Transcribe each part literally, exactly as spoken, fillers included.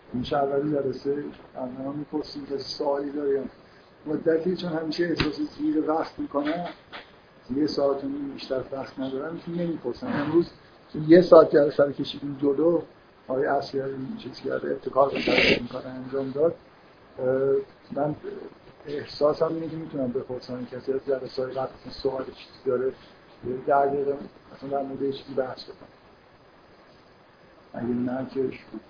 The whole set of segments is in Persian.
این اولی جلسه اما میپرسیم که سوالی داریم مدتی، چون همیشه احساس زیر وقت میکنم یه ساعت و نیم بیشتر وقت ندارم میتونم نمیپرسم. امروز یه ساعت جلسه رو کشیدیم جلو، آقای اصلی این چیزی که ابتکار بکنه میکنه انجام داد. من احساسم اینه که میتونم بپرسم کسی از جلسه های قبل سوال چیزی داره در دقیقه مثلا در مورد چیزی بحث بکنم. اگه نه که شد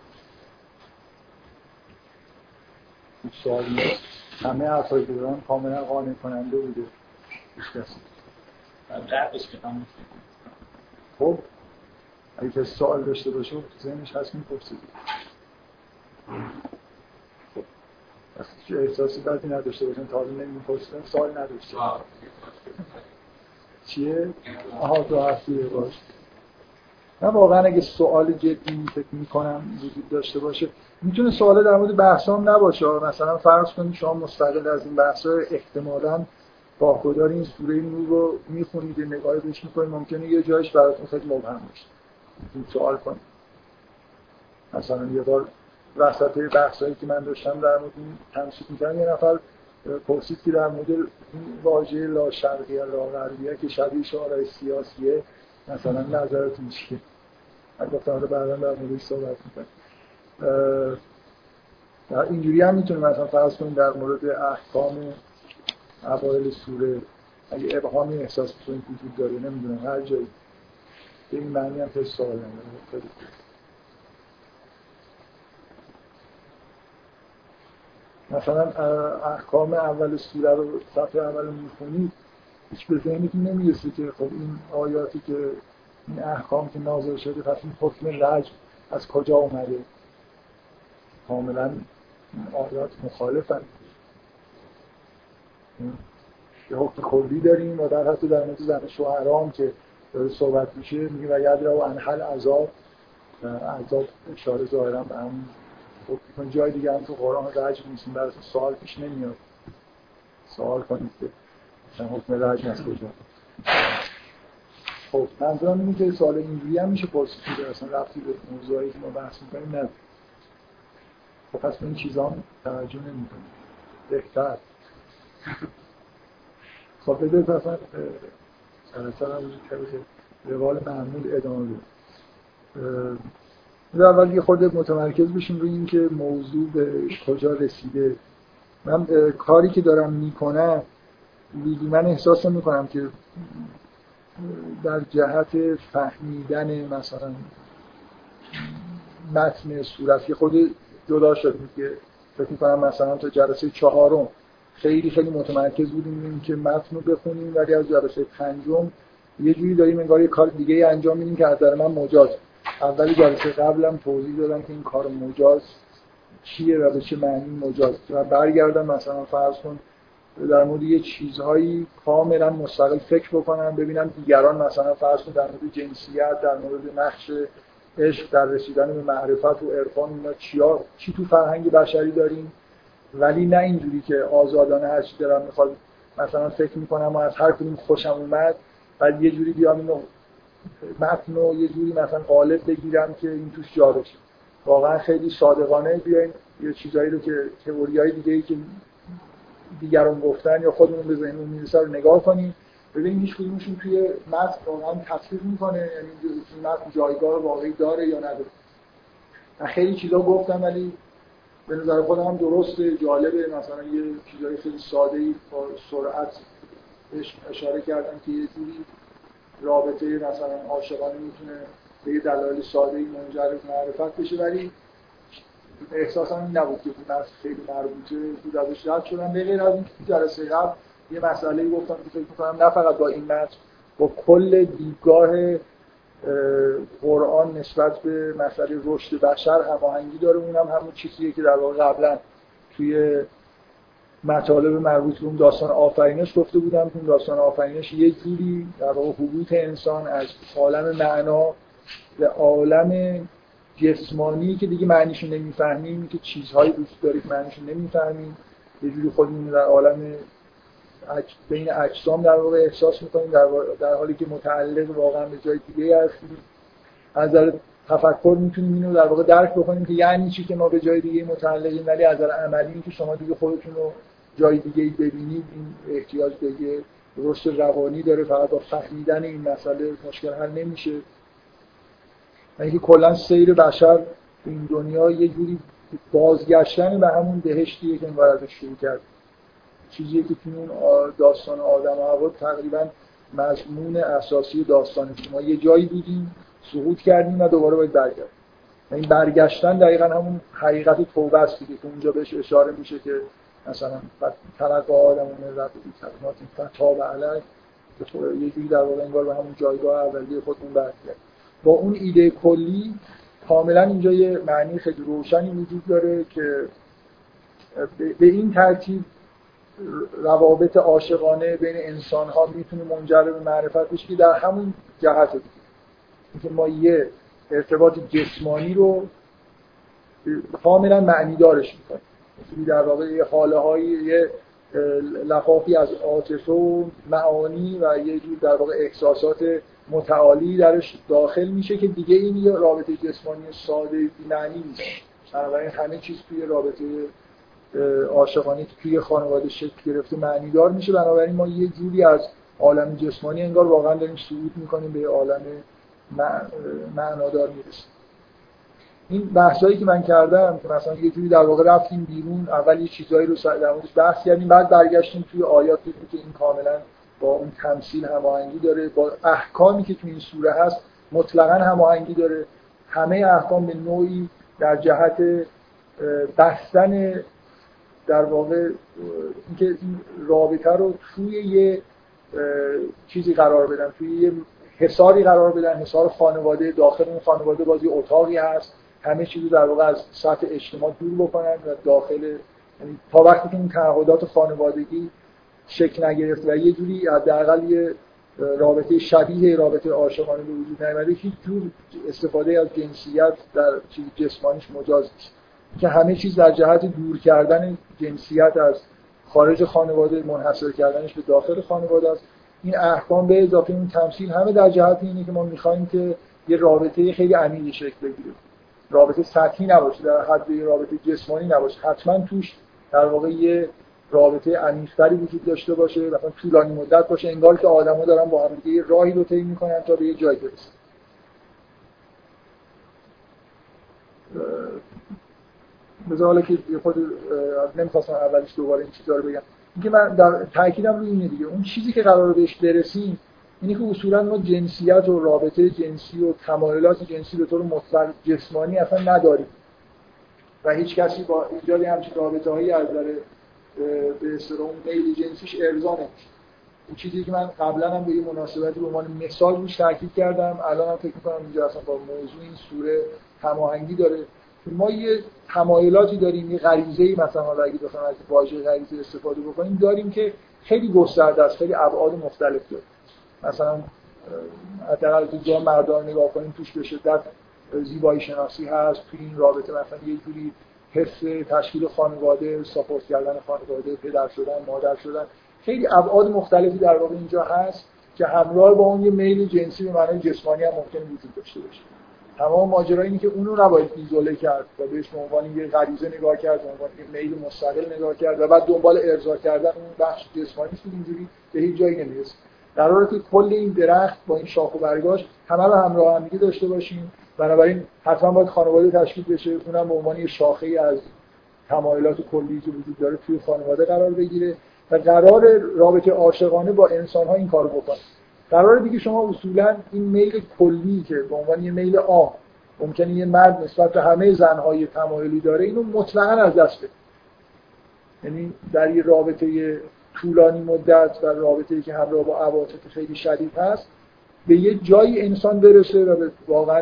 سوال نیست. همه حرفایی که دارم کاملا قانع کننده بوده. هیچ کسی قبلش که تموم خب اگه کسی سوال داشته باشه تو ذهنش هست میپرسید. خب اصلا احساسی بدی نداشته باشن تا حالا نمیپرسیدن سوال نداشته چیه؟ آها دو هفته باشه. من واقعا اگه سوال جدی فکر میکنم وجود داشته باشه میتونه سوال در مورد بحثام نباشه. مثلا فرض کنید شما مستقل از این بحثا احتمالاً با خوددار این سوره نور رو میخونید نگاهی بهش میکنید ممکنه یه جایش براتون خیلی مبهم باشه این سوال کنید. مثلا یه بار وسط بحثایی که من داشتم در مورد این تمثیل می‌کردم یه نفر پرسید که در مورد این واژه لا شرقیه لا غربیه که شبیه شعارهای سیاسیه مثلا نظرتون چیه؟ من گفتم حالا بعدا در موردش صحبت می‌کنم. اینجوری هم میتونیم مثلا فرض کنیم در مورد احکام اوایل سوره اگه ابهامی احساس کنید وجود داره نمیدونم هر جایی به این معنی هم تست سوال نمیدونم. مثلا احکام اول سوره رو صفحه اول رو میخونید هیچ به ذهنتون نمیرسه که خب این آیاتی که این احکام که نازل شده پس این حکم رجم از کجا اومده. کاملا آیات مخالفن. یه حکم کلی داریم و در حتی در مورد زن شوهرها هم که داره صحبت میشه میگه و یدرا و انحل عذاب عذاب اشاره ظاهرا به هم حکم. جای دیگه هم تو قرآن رجم نیستیم براتون سوال پیش نمیاد سوال کنید که مثلا حکم رجم از کجا. خب منظورم اینه که سوال اینجوری هم میشه پرسید که اصلا ربطی به موضوعی که ما بحث میکنیم نداره. خب پس به این چیزا هم توجه نمیکنیم بهتر. خب بده پس من سرسر هم وجود کرده روال معمول ادامه بده. در اول یه خورده متمرکز بشیم روی این که موضوع به کجا رسیده. من کاری که دارم میکنم من احساس میکنم که در جهت فهمیدن مثلا متن سورت خود جدا شد که فکر میکنم مثلا تا جلسه چهارم خیلی خیلی متمرکز بودیم این که متن رو بخونیم ولی از جلسه پنجم یه جوری داریم انگار یه کار دیگه انجام میدیم که از نظر من مجاز. اولی جلسه قبلم توضیح دادم که این کار مجاز چیه و به چه معنی مجاز و برگردم مثلا فرض کن در مورد یه چیزهایی کاملا مستقل فکر بکنم ببینم دیگران مثلا فرض کن در مورد جنسیت در مورد نقش عشق در رسیدن به معرفت و عرفان اینا چیا چی تو فرهنگ بشری داریم ولی نه اینجوری که آزادانه هر چی دارم میخواد مثلا فکر میکنم و از هر کدوم خوشم اومد بعد یه جوری بیام اینو متن رو یه جوری مثلا قالب بگیرم که این توش جا بشه. واقعا خیلی صادقانه بیاین یه چیزایی رو که تئوریای دیگه‌ای که دیگران گفتن یا خودمون به ذهنمون میرسه رو نگاه کنیم ببینیم هیچ کدومشون توی متن واقعا تصویر میکنه یعنی این متن جایگاه واقعی داره یا نداره. من خیلی چیزا گفتم ولی به نظر خودم هم درسته جالبه مثلا یه چیزای خیلی ساده‌ای با سرعت اشاره کردم که یه جوری رابطه مثلا عاشقانه میتونه به یه دلایل ساده‌ای منجر به معرفت بشه ولی احساسم این نبود که من خیلی مربوطه بود ازش رد شدم. به غیر از این که جلسه قبل یه مسئله‌ای گفتم که فکر می‌کنم نه فقط با این متن با کل دیدگاه قرآن نسبت به مسئله رشد بشر هماهنگی داره. اونم همون چیزیه که در واقع قبلا توی مطالب مربوط به اون داستان آفرینش گفته بودم. اون داستان آفرینش یه جوری در واقع حبوط انسان از عالم معنا به عالم جسمانی که دیگه معنیشو نمیفهمیم که چیزهایی وجود داره که معنیشو نمیفهمیم یه جوری خودمون در عالم اج... بین اجسام در واقع احساس میکنیم در, در حالی که متعلق واقعا به جای دیگه هستیم. از نظر تفکر میتونیم اینو در واقع درک بکنیم که یعنی چی که ما به جای دیگه متعلقیم، ولی از نظر عملی این که شما دیگه خودتون رو جای دیگه ببینید این احتیاج به یه رشد روانی داره. فقط با فهمیدن این مسئله مشکل حل نمیشه. اینکه کلا سیر بشر این دنیا یه جوری بازگشتن به همون بهشتیه که این بار ازش شروع کرد. چیزیه که تو اون داستان آدم و حوا تقریبا مضمون اساسی داستانه که ما یه جایی بودیم سقوط کردیم و دوباره باید برگردیم. این برگشتن دقیقاً همون حقیقت توبه است دیگه که اونجا بهش اشاره میشه که مثلا تلقی آدمون ربی کلمات فتاب علیه یه جوری در واقع انگار به همون جایگاه اولیه خودمون برگردیم. با اون ایده کلی کاملا اینجا یه معنی خیلی روشنی وجود داره که به این ترتیب روابط عاشقانه بین انسان‌ها میتونه منجر به معرفت بشه که در همون جهت دیگه اینکه ما یه ارتباط جسمانی رو کاملا معنی دارش میکنیم، یعنی در واقع یه حاله های یه لحافی از عاطفه و معانی و یه جور در واقع احساسات متعالی درش داخل میشه که دیگه این یه رابطه جسمانی ساده بی معنی نیست. بنابراین همه چیز توی رابطه عاشقانه که توی خانواده شکل گرفته معنی دار میشه. بنابراین ما یه جوری از عالم جسمانی انگار واقعا داریم صعود میکنیم به عالم معنادار میرسیم. این بحثایی که من کردم که مثلا یه جوری در واقع رفتیم بیرون، اول یه چیزایی رو در موردش بحث کردیم، بعد برگشتیم توی آیاتی که این کاملا با اون تمثیل هماهنگی داره، با احکامی که توی این سوره هست مطلقاً هماهنگی داره. همه احکام به نوعی در جهت بستن در واقع اینکه این رابطه رو توی یه چیزی قرار بدن، توی یه حصاری قرار بدن، حصار خانواده. داخل اون خانواده باز یه اتاقی هست، همه چیزو در واقع از سطح اجتماع دور بکنن و داخل، یعنی تا وقتی که این تعهدات خانوادگی شکل نگرفت و یه جوری حداقل یه رابطه شبیه رابطه عاشقانه به وجود نیامده، هیچ جور استفاده از جنسیت در چیز جسمانیش مجاز نیست. که همه چیز در جهت دور کردن جنسیت از خارج خانواده، منحصر کردنش به داخل خانواده است. این احکام به اضافه این تمثیل همه در جهت اینه که ما می‌خوایم که یه رابطه خیلی عمیقی شکل بگیره. رابطه سطحی نباشه، در حد یه رابطه جسمانی نباشه، حتما توش در واقع یه رابطه عمیق‌تری وجود داشته باشه، مثلا طولانی مدت باشه، انگار که آدم‌ها دارن با هم دیگه راهی رو طی می‌کنن تا به یه جایی برسن. مثلا حالا که خود نمی‌خواستم اولش دوباره این چیزا رو بگم، اینکه من در تاکیدم روی اینه دیگه، اون چیزی که قراره بهش برسیم اینه که اصولا ما جنسیت و رابطه جنسی و تمایلات جنسی به طور مطلق جسمانی اصلا نداریم و هیچ کسی با ایجاد همچین رابطه‌هایی از نظر به اصطلاح اون میل جنسیش ارضا نمیشه. این چیزی که من قبلا هم به این مناسبتی به عنوان مثال روش تاکید کردم، الان هم فکر می‌کنم اینجا اصلا با موضوع این سوره هماهنگی داره. ما یه تمایلاتی داریم، یه غریزه‌ای مثلا حالا اگه بخوایم از واژه غریزه استفاده بکنیم داریم که خیلی گسترده است، خیلی ابعاد مختلف داره. مثلا حداقل تو جامعه مردان نگاه کنیم توش به شدت زیبایی شناسی هست، تو این رابطه مثلا یه جوری حس تشکیل خانواده، ساپورت کردن خانواده، پدر شدن، مادر شدن، خیلی ابعاد مختلفی در واقع اینجا هست که همراه با اون یه میل جنسی به معنای جسمانی هم ممکنه وجود داشته باشه. تمام ماجرا اینه که اونو نباید ایزوله کرد و بهش به عنوان یه غریزه نگاه کرد، به عنوان یه میل مستقل نگاه کرد و بعد دنبال ارضا کردن اون بخش جسمانی شد، اینجوری به هیچ جایی نمیرسه. در حالی که کل این درخت با این شاخ و برگاش همه رو همراه هم دیگه داشته باشیم، بنابراین حتما باید خانواده تشکیل بشه، اونم به عنوان یه شاخه‌ای از تمایلات کلی که وجود داره توی خانواده قرار بگیره و قرار رابطه عاشقانه با انسان‌ها این کارو بکنه. قراره دیگه شما اصولا این میل کلی که به عنوان یه میل عام ممکنه یه مرد نسبت به همه زن‌های تمایلی داره، اینو مطلقاً از دست بده. یعنی در یه رابطه طولانی مدت و رابطه‌ای که همراه با عواطف خیلی شدید هست به یه جایی انسان برسه و به واقعاً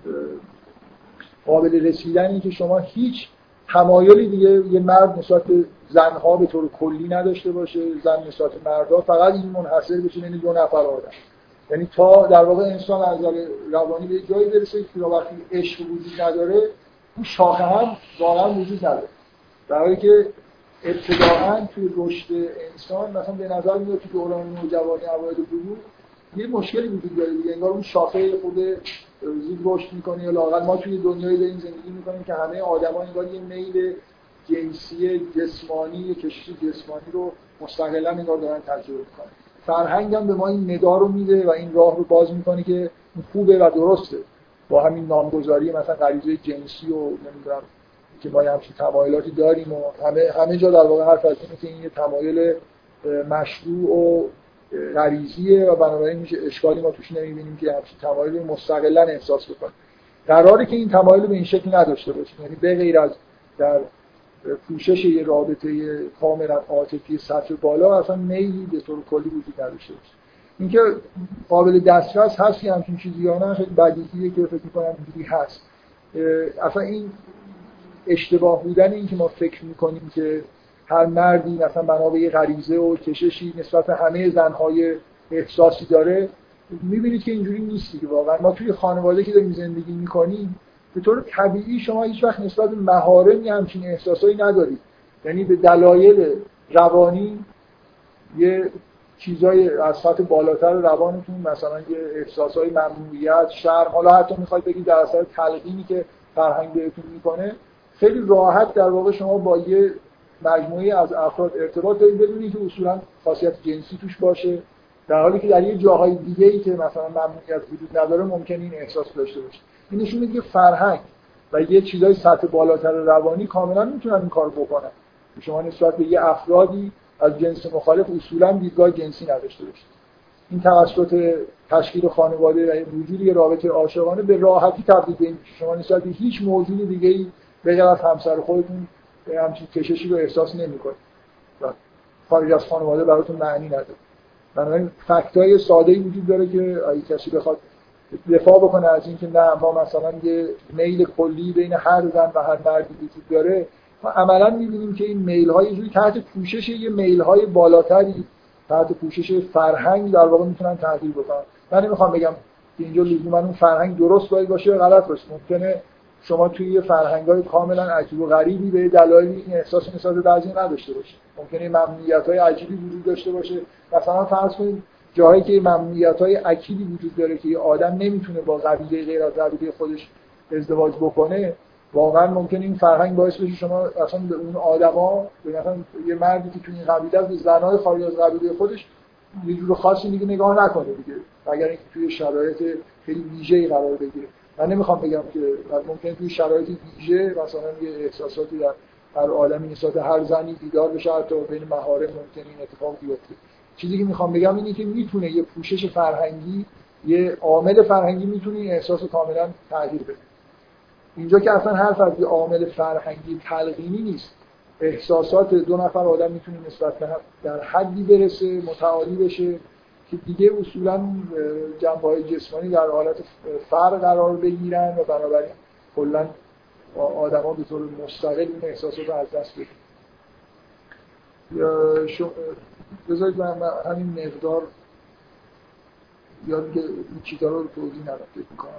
قابل رسیدنی که شما هیچ تمایلی دیگه یه مرد نسبت به زن‌ها به طور کلی نداشته باشه، زن نسبت به مردها، فقط این منحصر بشه بین دو نفر آدم. یعنی تا در واقع انسان از نظر روانی به جایی برسه که وقتی عشق وجود نداره، اون شاخه هم واقعا وجود نداره. در حالی که ابتداعاً توی رشد انسان مثلا به نظر میاد که دوران نوجوانی، اوایل بلوغ یه مشکلی وجود داره دیگه، انگار اون شاخه خود زود رشد میکنه، یا لااقل ما توی دنیایی داریم زندگی میکنیم که همه آدما انگار یه میل جنسی جسمانی، یه کشش جسمانی رو مستقلا انگار دارن تجربه میکنن. فرهنگ هم به ما این ندا رو میده و این راه رو باز میکنه که خوبه و درسته. با همین نامگذاری مثلا غریزه جنسی و نمیدونم که ما همچین تمایلاتی داریم و همه همه جا در واقع حرف از اینه که این یه تمایل مشروع و غریزیه و بنابراین میشه اشکالی ما توش نمیبینیم که همچین تمایلی مستقلا احساس بکنیم. قراره که این تمایل به این شکل نداشته باشیم، یعنی به غیر از در پوشش یه رابطه کاملا عاطفی سطح بالا اصلا میلی به طور کلی وجود نداشته باشه. اینکه قابل دسترس هست که همچین چیزی یا نه خیلی بدیهیه که فکر می‌کنم اینجوری هست. اصلا این اشتباه بودن این که ما فکر می‌کنیم که هر مردی مثلا بنا به یه غریزه و کششی نسبت به همه زن‌های احساسی داره، می‌بینید که اینجوری نیست که واقعا ما توی خانواده که داریم زندگی می‌کنیم به طور طبیعی شما هیچ وقت نسبت به محارمی همچین احساسایی ندارید، یعنی به دلایل روانی یه چیزای از سطح بالاتر روانتون مثلا یه احساسای ممنوعیت، شرم، حالا حتی میخواید بگید در اثر تلقینی که فرهنگ بهتون میکنه، خیلی راحت در واقع شما با یه مجموعه از افراد ارتباط دارید بدون اینکه اصولا خاصیت جنسی توش باشه، در حالی که در یه جاهای دیگه‌ای که مثلا ممنوعیت وجود نداره ممکنه این احساس داشته باشه. این نشون میده که فرهنگ و یه چیزای سطح بالاتر روانی کاملا میتونن این کارو بکنن. شما نسبت به یه افرادی از جنس مخالف اصولا دیدگاه جنسی نداشته باشید. این توسط تشکیل خانواده و وجود یه رابطه عاشقانه به راحتی تبدیل به این میشه. شما نسبت به هیچ موجود دیگه‌ای به غیر از همسر خودتون همچین کششی رو احساس نمی‌کنید. و خارج از خانواده براتون معنی نداره. بنابراین فکتای ساده‌ای وجود داره که اگه کسی بخواد دفاع بکنه از این که نه ما مثلا یه میل کلی بین هر زن و هر مردی وجود داره، ما عملاً می‌بینیم که این میل‌های یه جوری تحت پوشش یه میل‌های بالاتری، تحت پوشش فرهنگ در واقع میتونن تغییر بکنن. من نمیخوام بگم که اینجا لزوما اون فرهنگ درست باید باشه یا غلط باشه. ممکنه شما توی یه فرهنگ‌های کاملا عجیب و غریبی به دلایلی این احساس نسبت به بعضی نداشته باشه. ممکنه ممنوعیت‌های عجیبی وجود داشته باشه. مثلا فرض کنید جایی که ممنوعیت‌های اکیدی وجود داره که یه آدم نمیتونه با قبیله غیر از قبیله خودش ازدواج بکنه، واقعا ممکنه این فرهنگ باعث بشه شما اصلا به اون آدما، مثلا یه مردی که توی این قبیله از زنای خارج از قبیله خودش یه جور خاصی دیگه نگاه نکنه دیگه، اگر اینکه توی شرایط خیلی ویژه‌ای قرار بگیره. من نمیخوام بگم که ممکنه توی شرایط ویژه مثلا یه احساساتی در هر عالمی نسبت هر زنی دیدار بشه، حتی بین محارم ممکنه این اتفاق بیفته. چیزی که میخوام بگم اینه که میتونه یه پوشش فرهنگی، یه عامل فرهنگی میتونه این احساس کاملا تغییر بده. اینجا که اصلا حرف از یه عامل فرهنگی تلقینی نیست، احساسات دو نفر آدم میتونه نسبت به هم در حدی برسه، متعالی بشه که دیگه اصولا جنبه‌های جسمانی در حالت فرق قرار بگیرن و بنابراین کلا آدم‌ها به طور مستقل این احساسات رو از دست بدن. یا شو بذارید من همین مقدار یا دیگه این چیزا رو توضیح ندم فکر می‌کنم.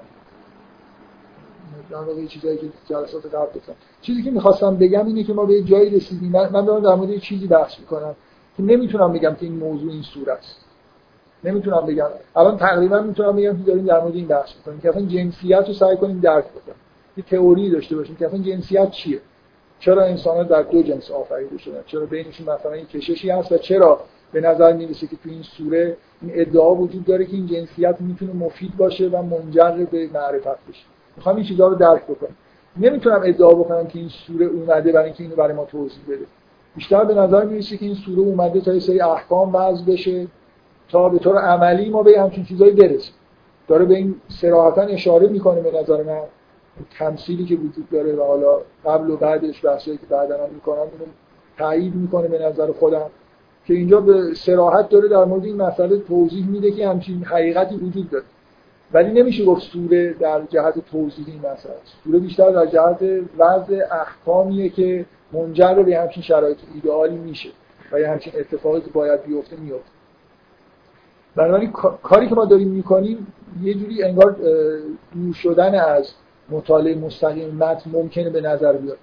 در واقع چیزایی که جلسات قبل گفتم. چیزی که می‌خواستم بگم اینه که ما به یه جایی رسیدیم. من دارم در مورد یه چیزی بحث می‌کنم که نمیتونم بگم که این موضوع این صورت است. نمیتونم بگم. الان تقریبا میتونم بگم که داریم در مورد این بحث می‌کنیم که اصلا جنسیت رو سعی کنیم درک بکنیم. یه تئوری داشته باشیم که اصلا جنسیت چیه؟ چرا انسان‌ها در دو جنس آفریده شدن؟ چرا بینشون مثلا این کششی هست و چرا به نظر میرسه که تو این سوره این ادعا وجود داره که این جنسیت میتونه مفید باشه و منجر به معرفت بشه. میخوام این چیزا رو درک بکنم. نمیتونم ادعا بکنم که این سوره اومده برای اینکه اینو برای ما توضیح بده. بیشتر به نظر میرسه که این سوره اومده تا یه سری احکام وضع بشه تا به طور عملی ما به همچین چیزایی برسیم. داره به این صراحتاً اشاره میکنه به نظر من، تمثیلی که وجود داره و حالا قبل و بعدش بحثایی که بعداً هم میکنم اینو تایید میکنه به نظر خودم که اینجا به صراحت داره در مورد این مسئله توضیح میده که همچین حقیقتی وجود داره. ولی نمیشه گفت سوره در جهت توضیح این مسئله است. سوره بیشتر در جهت وضع احکامیه که منجر به همچین شرایط ایدئالی میشه و یه همچین اتفاقی که باید بیفته میفته. بنابراین کاری که ما داریم میکنیم یه جوری انگار دور شدن از مطالعه مستقیم متن ممکنه به نظر بیاد.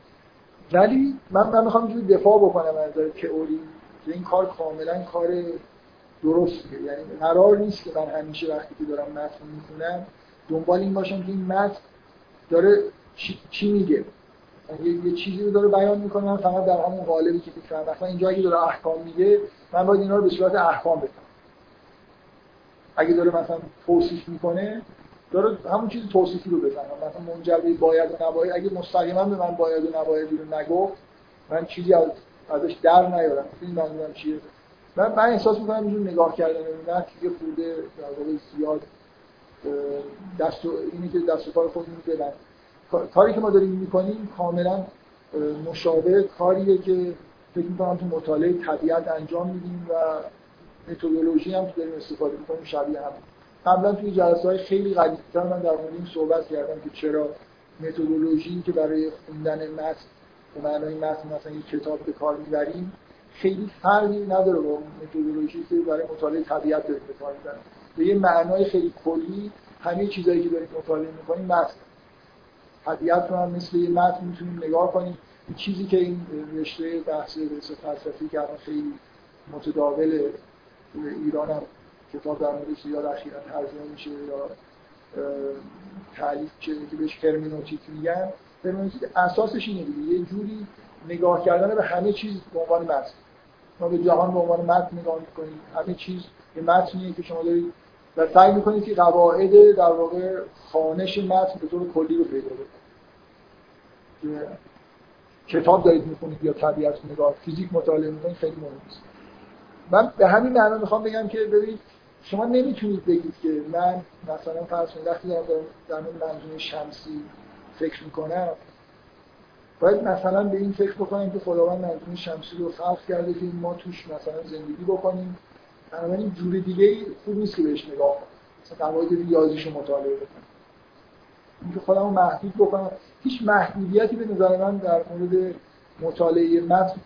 ولی من من میخوام اینجوری دفاع بکنم از نظر تئوری که این کار کاملا کار درسته. یعنی قرار نیست که من همیشه وقتی که دارم متن میخونم دنبال این باشم که این متن داره چی, چی میگه، یه،, یه چیزی رو داره بیان میکنه، من فقط در همون قالبی که فکر کنم مثلا اینجا اگه داره احکام میگه من باید اینا رو به صورت احکام بفهمم. اگه داره مثلا توصیف میکنه داره همون چیز توصیفی رو بفهمم. مثلا منجر باید و نباید اگه مستقیما به من باید و نبایدی رو نگفت من چیزی از ازش در نیارم. این منظورم چیه؟ من من احساس میکنم اینجور نگاه کردن نه یه خورده در واقع زیاد دست و اینی که دست و پای خودمون بدن. کاری که ما داریم میکنیم کاملا مشابه کاریه که فکر میکنم تو مطالعه طبیعت انجام میدیم و متدولوژی هم که داریم استفاده میکنیم شبیه هم. قبلا توی جلسه‌های خیلی قدیمی‌تر من در مورد این صحبت کردم که چرا متدولوژی که برای خوندن متن به معنای متن مثلا یک کتاب به کار میبریم خیلی فرقی نداره با متدولوژی که برای مطالعه طبیعت داریم به کار میبریم. به یه معنای خیلی کلی همه چیزایی که داریم مطالعه میکنیم متن. طبیعت رو هم مثل یه متن میتونیم نگاه کنیم. این چیزی که این رشته بحث فلسفی که الان خیلی متداول ایران هم کتاب در موردش زیاد اخیراً ترجمه میشه یا تعلیف که بهش هرمنوتیک میگن. هرمنوتیک اساسش اینه دیگه، یه جوری نگاه کردن به همه چیز به عنوان متن. ما به جهان به عنوان متن نگاه میکنیم، همه چیز یه متنیه که شما دارید و سعی میکنید که قواعد در واقع خوانش متن به طور کلی رو پیدا کنید. کتاب دارید میخونید یا طبیعت نگاه فیزیک مطالعه میکنید خیلی مهم است. من به همین معنا میخوام بگم که ببینید شما نمیتونید بگید که من مثلا فرض کنید وقتی دارم در مورد منظومه شمسی فکر میکنم باید مثلا به این فکر بکنم که خداوند منظومه شمسی رو خلق کرده که ما توش مثلا زندگی بکنیم. بنابراین جور دیگه خوب نیست که بهش نگاه کنم، مثلا قواعد ریاضیشو مطالعه بکنم، اینکه خودم رو محدود بکنم. هیچ محدودیتی به نظر من در مورد مطالعه متن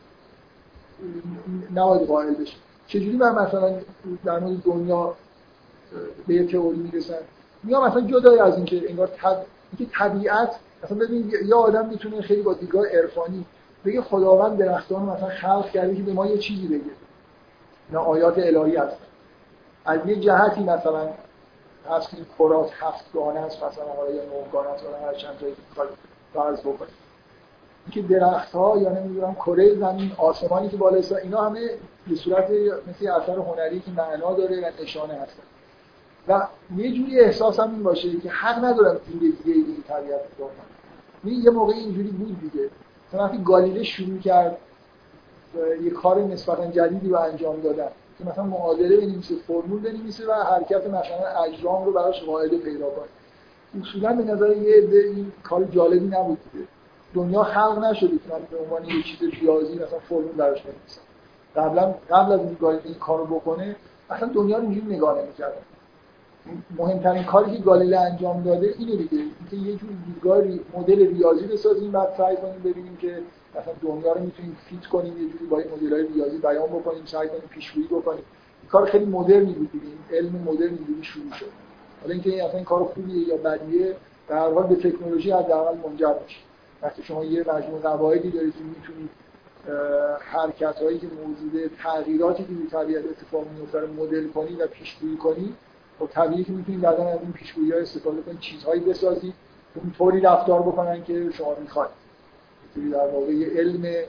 نباید قائل بشه. چجوری من مثلا در مورد دنیا به یه تئوری میرسم؟ میگم مثلا جدای از این که انگار طب... اینکه طبیعت مثلا ببین یه آدم میتونه خیلی با دیدگاه عرفانی بگه خداوند درختان مثلا خلق کرده که به ما یه چیزی بگه، اینا آیات الهی هستن. از یه جهتی مثلا هست که کرات هفتگانه است مثلا حالا یا نهگانه است مثلا هر چند تایی فرض بکنیم که درخت‌ها یا نمیدونم کره زمین آسمانی که بالا است اینا همه به صورت مثل اثر هنری که معنا داره و نشانه هستن و یه جوری احساس هم این باشه که حق ندارم این دیگه دیگه طبیعت رو بفهمم. یه موقعی اینجوری بود دیگه مثلا وقتی گالیله شروع کرد یه کار نسبتا جدیدی رو انجام دادن که مثلا معادله بنویسه، فرمول بنویسه و حرکت مثلا اجرام رو براش قاعده پیدا کنه. اصولا به نظر یه عده این کار جالبی نبود دیگه. دنیا خلق نشده که من به عنوان یه چیز ریاضی مثلا فرمول براش بنویسم. قبلا قبل از اینکه گالیله این کارو بکنه اصلا دنیا رو اینجوری نگاه نمی‌کردن. مهمترین کاری که گالیله انجام داده اینه دیگه، اینکه یه جور دیدگاه مدل ریاضی بسازیم بعد سعی کنیم ببینیم که مثلا دنیا رو میتونیم فیت کنیم یه جوری با این مدل‌های ریاضی بیان بکنیم، سعی کنیم پیش‌گویی بکنیم. این کار خیلی مدرنی بود دیگه، علم مدرن اینجوری شروع شد. حالا اینکه اصلا این کار خوبیه یا بدیه در هر حال به تکنولوژی حداقل منجر میشه. وقتی شما یه مجموعه قواعدی دارید که میتونید حرکت‌هایی که موجوده، تغییراتی که در طبیعت اتفاق میفته رو مدل کنید و پیش‌گویی کنید، خب طبیعیه که میتونید بعداً از این پیش‌گویی‌ها استفاده کنید، چیزهایی بسازید که اونطوری رفتار بکنن که شما می‌خواید. یعنی در واقع یه علم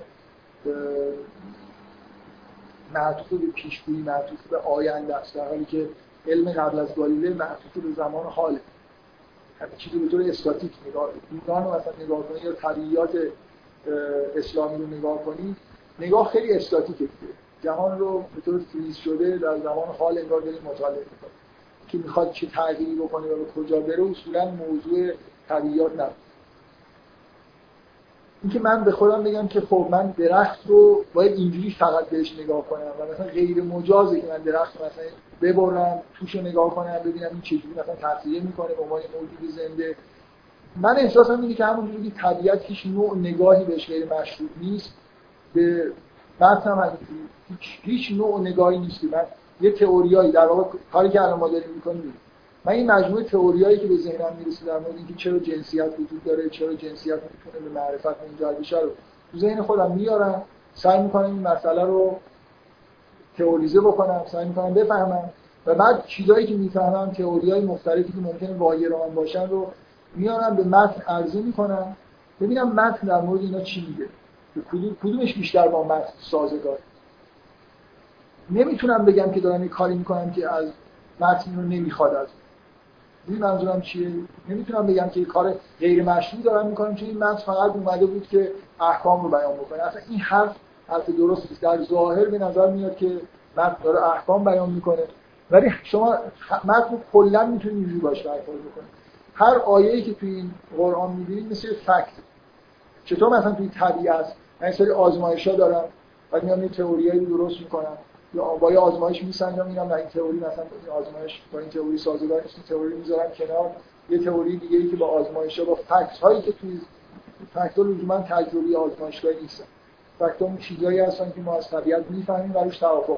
معطوف به پیش‌گویی، معطوف به آینده است، در حالی که علم قبل از گالیله معطوف به زمان حاله. همه چیزی به طور استاتیک نگاه ایران رو مثلا نگاه کنید یا طبیعیات اسلامی رو نگاه کنید، نگاه خیلی استاتیکه دیگه. جهان رو به طور فریز شده در زمان حال انگار دارید مطالعه می‌کنید که میخواد چه تغییری بکنه و به کجا بره. اصولا موضوع طبیعیات نبود. اینکه من به خودم بگم که خب من درخت رو باید اینجوری فقط بهش نگاه کنم و مثلا غیر مجازه که من درخت رو مثلا ببرم توش رو نگاه کنم ببینم این چجوری مثلا تغذیه میکنه به عنوان موجود زنده. من احساسم اینه که همونجوری که طبیعت هیچ نوع نگاهی بهش غیر مشروط نیست، به متن هم هیچ هیچ نوع نگاهی نیست که من یه تئوریایی در واقع کاری که الان ما داریم میکنیم. من این مجموعه تئوریایی که به ذهنم میرسه در مورد اینکه چرا جنسیت وجود داره، چرا جنسیت میتونه به معرفت منجر بشه رو تو ذهن خودم میارم، سعی میکنم این مسئله رو تئوریزه بکنم، سعی میکنم بفهمم و بعد چیزایی که میفهمم تئوریای مختلفی که ممکنه واگیران باشن رو میارم به متن عرضه میکنم، ببینم متن در مورد اینا چی میگه، کدوم کدومش بیشتر با متن سازگاره. نمیتونم بگم که دارم یه کاری میکنم که از متن رو نمیخواد. از این منظورم چیه؟ نمیتونم بگم که یه کار غیر مشروع دارم میکنم چون این متن فقط اومده بود که احکام رو بیان بکنه. اصلا این حرف حرف درستی است. در ظاهر به نظر میاد که متن داره احکام بیان میکنه، ولی شما متن رو کلا میتونید اینجوری باشه برخورد بکنید. هر آیه‌ای که توی این قرآن می‌بینید مثل فکت. چطور مثلا توی طبیعت من یه سری آزمایش‌ها دارم بعد میام یه تئوریایی رو درست میکنم یا با یه آزمایش میسنجم میگم نه این تئوری مثلا این آزمایش با این تئوری سازگار نیست، این تئوری میذارم کنار، یه تئوری دیگه‌ای که با آزمایش‌ها با فکت هایی که توی فکت ها لزوما تجربی آزمایشگاهی نیستن. فکت ها اون چیزایی هستن که ما از طبیعت میفهمیم و روش توافق.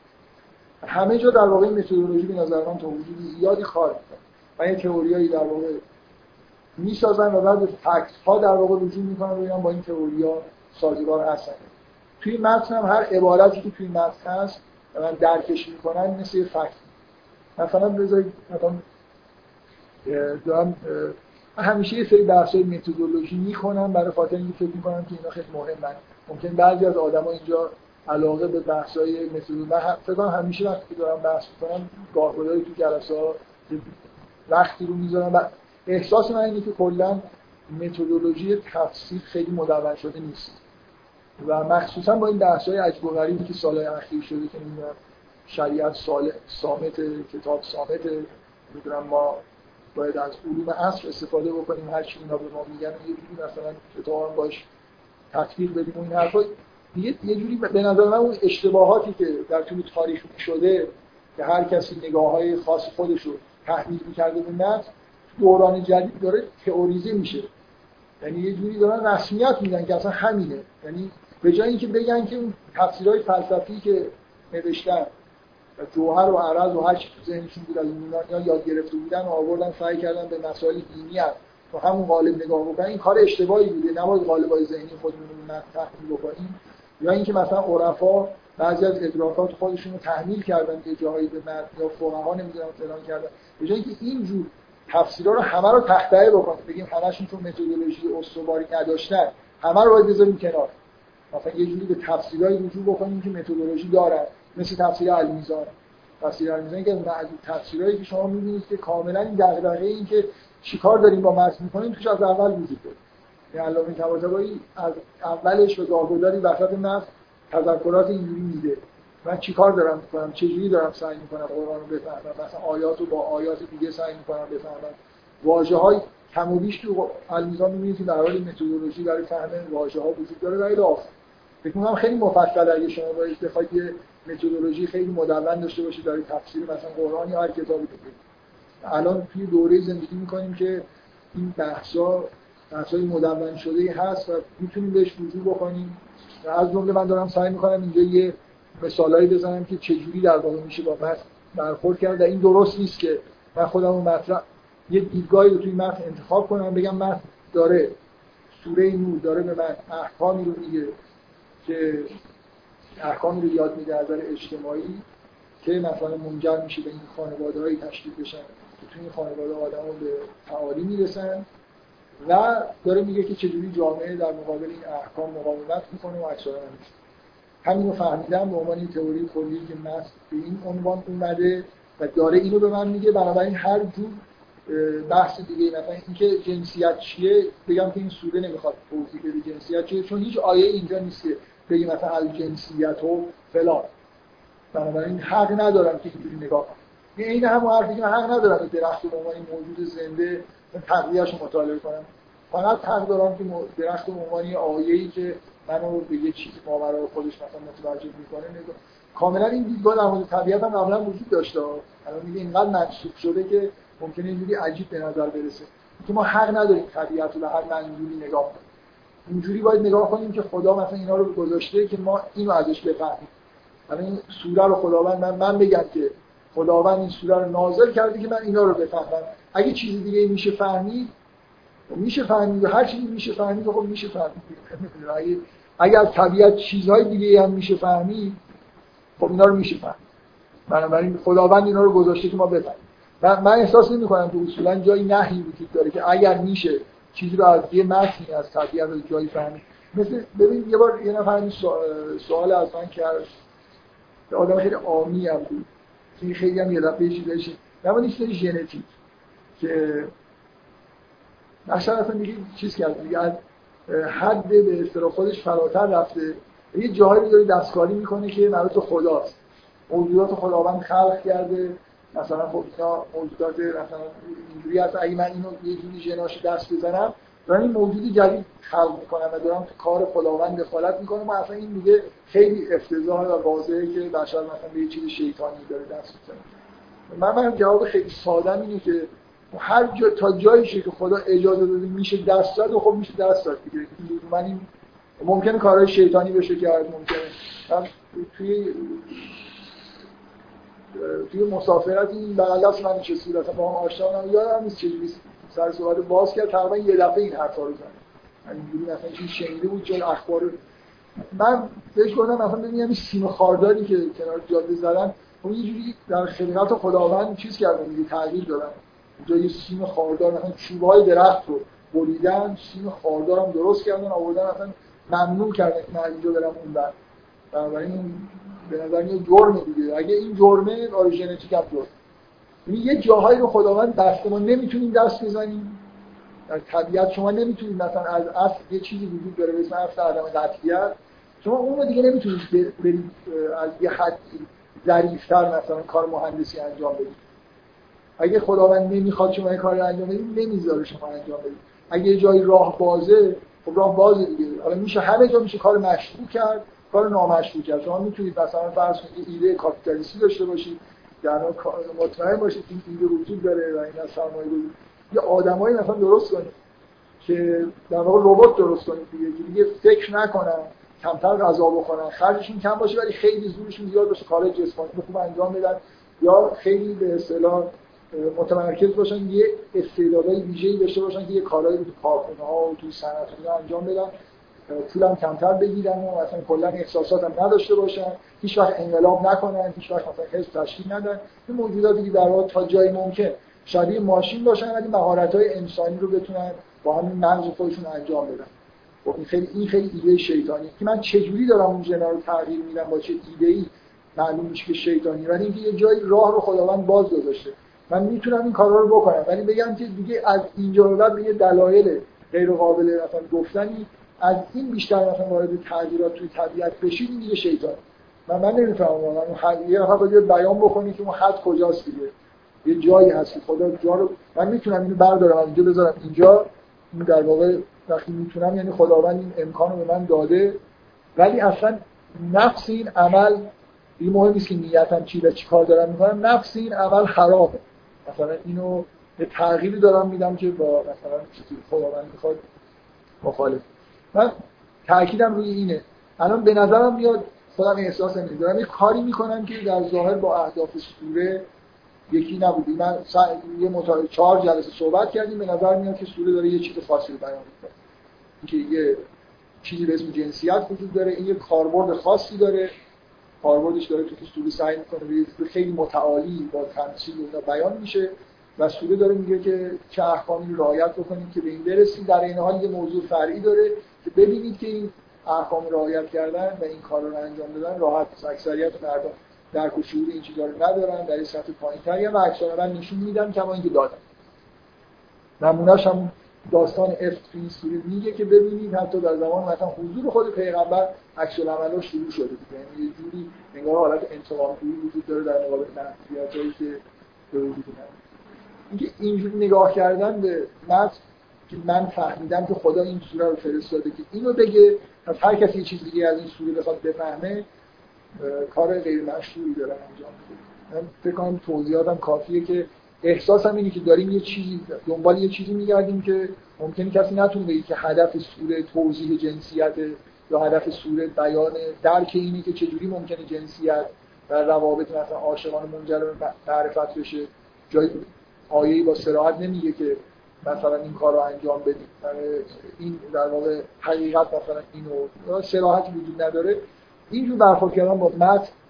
همه جا در واقع متدولوژی به نظر من تا حدود زیادی کار می‌کنه. من یه تئوریایی در واقع میسازن و بعد فکت ها در واقع رجوع میکنن ببینن با این تئوریا سازگار هستن. توی متن هم هر عبارتی که توی متن هست من درکش میکنن مثل یه فکت. مثلا بذارید مثلا دارم همیشه یه سری بحث‌های متدولوژی میخونم برای خاطر اینکه فکر میکنم که اینا خیلی مهمن. ممکن بعضی از آدما اینجا علاقه به بحث‌های متدولوژی، من فکر کنم همیشه وقتی دارم بحث میکنم گاه‌گداری تو جلسه‌ها وقتی رو میذارم و احساس من اینه که کلا متدولوژی تفسیر خیلی مدون شده نیست و مخصوصا با این بحث‌های عجیب و غریبی که سالهای اخیر شده که می‌دونم شریعت سال صامت، کتاب صامت، می‌دونم ما باید از علوم عصر استفاده بکنیم، هر چی اینا به ما میگن یه جوری مثلا کتاب باش تطبیق بدیم و این حرفا دیگه یه جوری به نظر من اون اشتباهاتی که در طول تاریخ شده که هر کسی نگاه‌های خاص خودش رو تحمیل می‌کرده به متن دوران جدید داره تئوریزه میشه. یعنی یه جوری دارن رسمیت میدن که اصلا همینه. یعنی به جای اینکه بگن که اون تفسیرهای فلسفی که نوشتن جوهر و عرض و هر چی تو ذهنشون بود از یونان یا یاد گرفته بودن و آوردن سعی کردن به مسائل دینی هم تو همون قالب نگاه بکنن، این کار اشتباهی بوده. نباید قالب‌های ذهنی خودمون رو تحمیل بکنیم. یا اینکه مثلا عرفا بعضی از ادراکات خودشون رو تحمیل کردن که جاهایی به متن یا فقها نمی‌دونن فلان کردن، به جای اینکه اینجور تفسیرها رو همه رو تخته بکنیم بگیم همشون تو متدولوژی استواری نداشتن، همه رو باید بذاریم کنار. مثلا یه جوری به تفسیرهای رجوع بکنیم که متدولوژی دارن، مثل تفسیر المیزان. تفسیر المیزان که از تفسیرهایی که شما می‌بینید که کاملا این دغدغه این که چیکار داریم با متن می‌کنیم توش از اول وجود داره. یعنی علامه طباطبایی از اولش به گاه‌گداری وسط متن تذکرات اینجوری میده. من چیکار دارم میکنم، چه جوری دارم سعی میکنم قرآن رو بفهمم، مثلا آیات رو با آیات دیگه سعی میکنم بفهمم. واژه‌های کم و بیش تو المیزان می‌بینید که در حال متدولوژی برای فهم واژه‌ها وجود داره و الی آخر. فکر می‌کنم خیلی مفصل اگه شما باید بخواید یه متدولوژی خیلی مدون داشته باشید برای تفسیر مثلا قرآن یا هر کتابی دیگه. الان توی دوره زندگی می‌کنیم که این بحث‌ها بحث‌های مدون شده‌ای هست و می‌تونیم بهش رجوع بکنیم. و از جمله من دارم سعی می‌کنم اینجا یه مثالایی بزنم که چجوری در واقع میشه با متن برخورد کرد. و این درست نیست که من خودم رو مطرح یه دیدگاهی رو توی متن انتخاب کنم بگم متن داره سوره نور داره به من احکامی رو میگه که احکامی رو یاد میده از نظر اجتماعی که مثلا منجر میشه به این خانواده‌های تشکیل بشن که توی این خانواده آدم‌ها به تعالی میرسن و داره میگه که چجوری جامعه در مقابل این احکام مقاومت میکنه و اکثرا نمیشه. همین رو فهمیدم به عنوان این تئوری کلی که متن به این عنوان اومده و داره اینو به من میگه. بنابراین هر جور بحث دیگه مثلا اینکه جنسیت چیه بگم که این سوره نمیخواد توضیح بده جنسیت چیه، چون هیچ آیه اینجا نیست که بگی مثلا الجنسیت و فلان. بنابراین حق ندارم که اینجوری نگاه کنم. این همون حرفی که من حق ندارم که درخت به عنوان موجود زنده تقویه‌اش رو مطالعه کنم. فقط حق دارم که درخت به عنوان آیه‌ای که منو به یه چیزی ماورای خودش مثلا متوجه میکنه نگاه. کاملا این دیدگاه در مورد طبیعت هم قبلا وجود داشته. الان میگه اینقدر منسوخ شده که ممکنه اینجوری عجیب به نظر برسه که ما حق نداریم طبیعت رو به هر منظوری نگاه کنیم. اینجوری باید نگاه کنیم که خدا مثلا اینا رو گذاشته که ما اینو ازش بفهمیم. الان این سوره رو خداوند من من بگم که خداوند این سوره رو نازل کرده که من اینا رو بفهمم. اگه چیز دیگه میشه فهمید میشه فهمید، هر چیزی میشه فهمید خب میشه فهمید. اگه اگه از طبیعت چیزهای دیگه هم میشه فهمید خب اینا رو میشه فهمید. بنابراین خداوند اینا رو گذاشته که ما بفهمیم. من من احساس نمی‌کنم که اصولا جایی نهی وجود داره که اگر میشه چیزی رو از یه متنی از طبیعت رو جایی فهمید. مثل ببین یه بار یه نفر این سوال از من کرد، آدم خیلی عامی هم بود، این خیلی هم یه دفعه چیزایش نمونه چیزای ژنتیک که مثلا اصلا میگه چیز کرد، میگه از حد به اصطلاح خودش فراتر رفته، یه جاهایی رو داره دستکاری میکنه که مربوط به خداست، موجودات خداوند خلق کرده، مثلا خب اینا موجودات مثلا اینجوری هست، اگه من اینو یه جوری ژناش دست بزنم دارم این موجودی جدید خلق میکنم و دارم تو کار خداوند دخالت میکنم و اصلا این میگه خیلی افتضاحه و واضحه که بشر مثلا به یه چیز شیطانی داره دست میزنه. من من جواب خیلی ساده اینه که هر جا تا جاییشه که خدا اجازه داده میشه دست داد و خب میشه دست داد دیگه. من این ممکنه کارهای شیطانی بشه که ممکنه من توی توی مسافرت این بغل دست من نشسته بود، با هم آشنا بودم، یادم نیست چجوری سر صحبت باز کرد، تقریبا یه دفعه این حرفا رو زد. اینجوری مثلا چیزی شنیده بود چون اخبار من بهش گفتم مثلا ببینم این سیم خارداری که کنار جاده زدن اون یه جوری در خلقت خداوند چیز کردن دیگه، تغییر دادن. اونجا یه سیم خاردار مثلا چوبای درخت رو بریدن، سیم خاردارم درست کردن آوردن، مثلا ممنوع کردن که من اینجا برم اون بر. بنابراین به نظر میاد جرمه دیگه. اگه این جرمه آره ژنتیک هم جرم. یعنی یه جاهایی رو خداوند دست ما نمیتونیم دست بزنیم در طبیعت. شما نمیتونید مثلا از اصل یه چیزی وجود داره به اسم اصل عدم قطعیت، شما اون رو دیگه نمیتونید برید از یه حد ظریف‌تر مثلا کار مهندسی انجام بدید. اگه خداوند نمیخواد شما این کار رو انجام بدید نمیذاره شما انجام بدید. اگه یه جایی راه بازه خب راه بازه دیگه. حالا میشه همه جا میشه کار مشروع کرد، کار نامشروع کرد. شما میتونید مثلا فرض کنید ایده کاپیتالیستی داشته باشید، یعنی مطمئن باشید این ایده وجود داره و این از سرمایه‌گذاری یه آدمایی مثلا درست کنید که در واقع ربات درست کنید دیگه، که دیگه فکر نکنن، کمتر غذا بخورن، خرجشون کم باشه ولی خیلی زورشون زیاد باشه، کارهای جسمانی خوب انجام بدن، یا خیلی به اصطلاح متمرکز باشن، یه استعدادهای ویژه‌ای داشته باشن که یه کارهایی رو تو کارخونه‌ها و تو صنعت‌ها انجام بدن، پولم کمتر بگیرن و مثلا کلا احساسات هم نداشته باشن، هیچ وقت انقلاب نکنن، هیچ وقت مثلا حزب تشکیل ندن. این موجوداتی که در واقع تا جای ممکن شبیه ماشین باشن ولی مهارت‌های انسانی رو بتونن با همین مغز خودشون انجام بدن. خب این خیلی این خیلی ایده شیطانی که من چه جوری دارم اون ژنا رو تغییر میدم، با چه ایده‌ای معلوم میشه که شیطانی، ولی اینکه یه جایی راه رو خداوند باز گذاشته من میتونم این کارا رو بکنم، ولی بگم که دیگه از اینجا به بعد به یه دلایل غیر قابل مثلا گفتنی از این بیشتر مثلا وارد تغییرات توی طبیعت بشید، این دیگه شیطان. من من نمیفهمم واقعا اون حد یه نفر باید بیان بکنی که اون حد کجاست دیگه. یه جایی هست که خدا جا رو من میتونم اینو بردارم از اینجا بذارم اینجا، این در واقع وقتی میتونم یعنی خداوند این امکانو به من داده، ولی اصلا نفس این عمل این مهم نیست که نیتم چی و چی کار دارم میکنم، نفس این عمل خرابه. مثلا اینو به تغییری دارم میدم که با مثلا چیزی خداوند میخواد مخالف. من تأکیدم روی اینه. الان به نظرم میاد خودم احساس نمی‌کنم دارم یه کاری میکنم که در ظاهر با اهداف سوره یکی نبودی. من یه مطالعه چهار جلسه صحبت کردیم، به نظر میاد که سوره داره یه چیز خاصی رو بیان میکنه، اینکه یه چیزی به اسم جنسیت وجود داره، این یه کاربرد خاصی داره، کاربردش داره تو سوره سعی میکنه به خیلی متعالی با تمثیل اون بیان میشه و سوره داره میگه که چه احکامی رو رعایت بکنید که به این برسید. در این حال یه موضوع فرعی داره که ببینید که این احکام رعایت کردن و این کارا رو انجام دادن راحت است. اکثریت مردم درک و شعور این چیزا رو ندارن، در این سطح پایین‌تری و اکثرا من نشون میدم کما اینکه دادن. نمونه‌اش هم داستان افت این سوره میگه که ببینید حتی در زمان مثلا حضور خود پیغمبر عکس العمل‌ها شروع شده، یعنی یه جوری انگار حالت انتقام‌جویی وجود داره در مقابل منفیتایی که به وجود اومده. اینکه اینجوری نگاه کردن به متن که من فهمیدم که خدا این سوره رو فرستاده که اینو بگه، پس هر کسی یه چیز دیگه از این سوره بخواد بفهمه کار غیر مشروعی داره انجام میده. من فکر کنم توضیحاتم کافیه که احساسم اینه که داریم یه چیزی دنبال یه چیزی میگردیم که ممکنه کسی نتونه بگه که هدف سوره توضیح جنسیت یا هدف سوره بیان درک اینه که چجوری ممکنه جنسیت و روابط مثلا عاشقانه منجر به معرفت بشه. جای آیه‌ای با صراحت نمیگه که مثلا این کار رو انجام بدید، این در واقع حقیقت مثلا اینو صراحتی وجود نداره. اینجور برخورد کردن با متن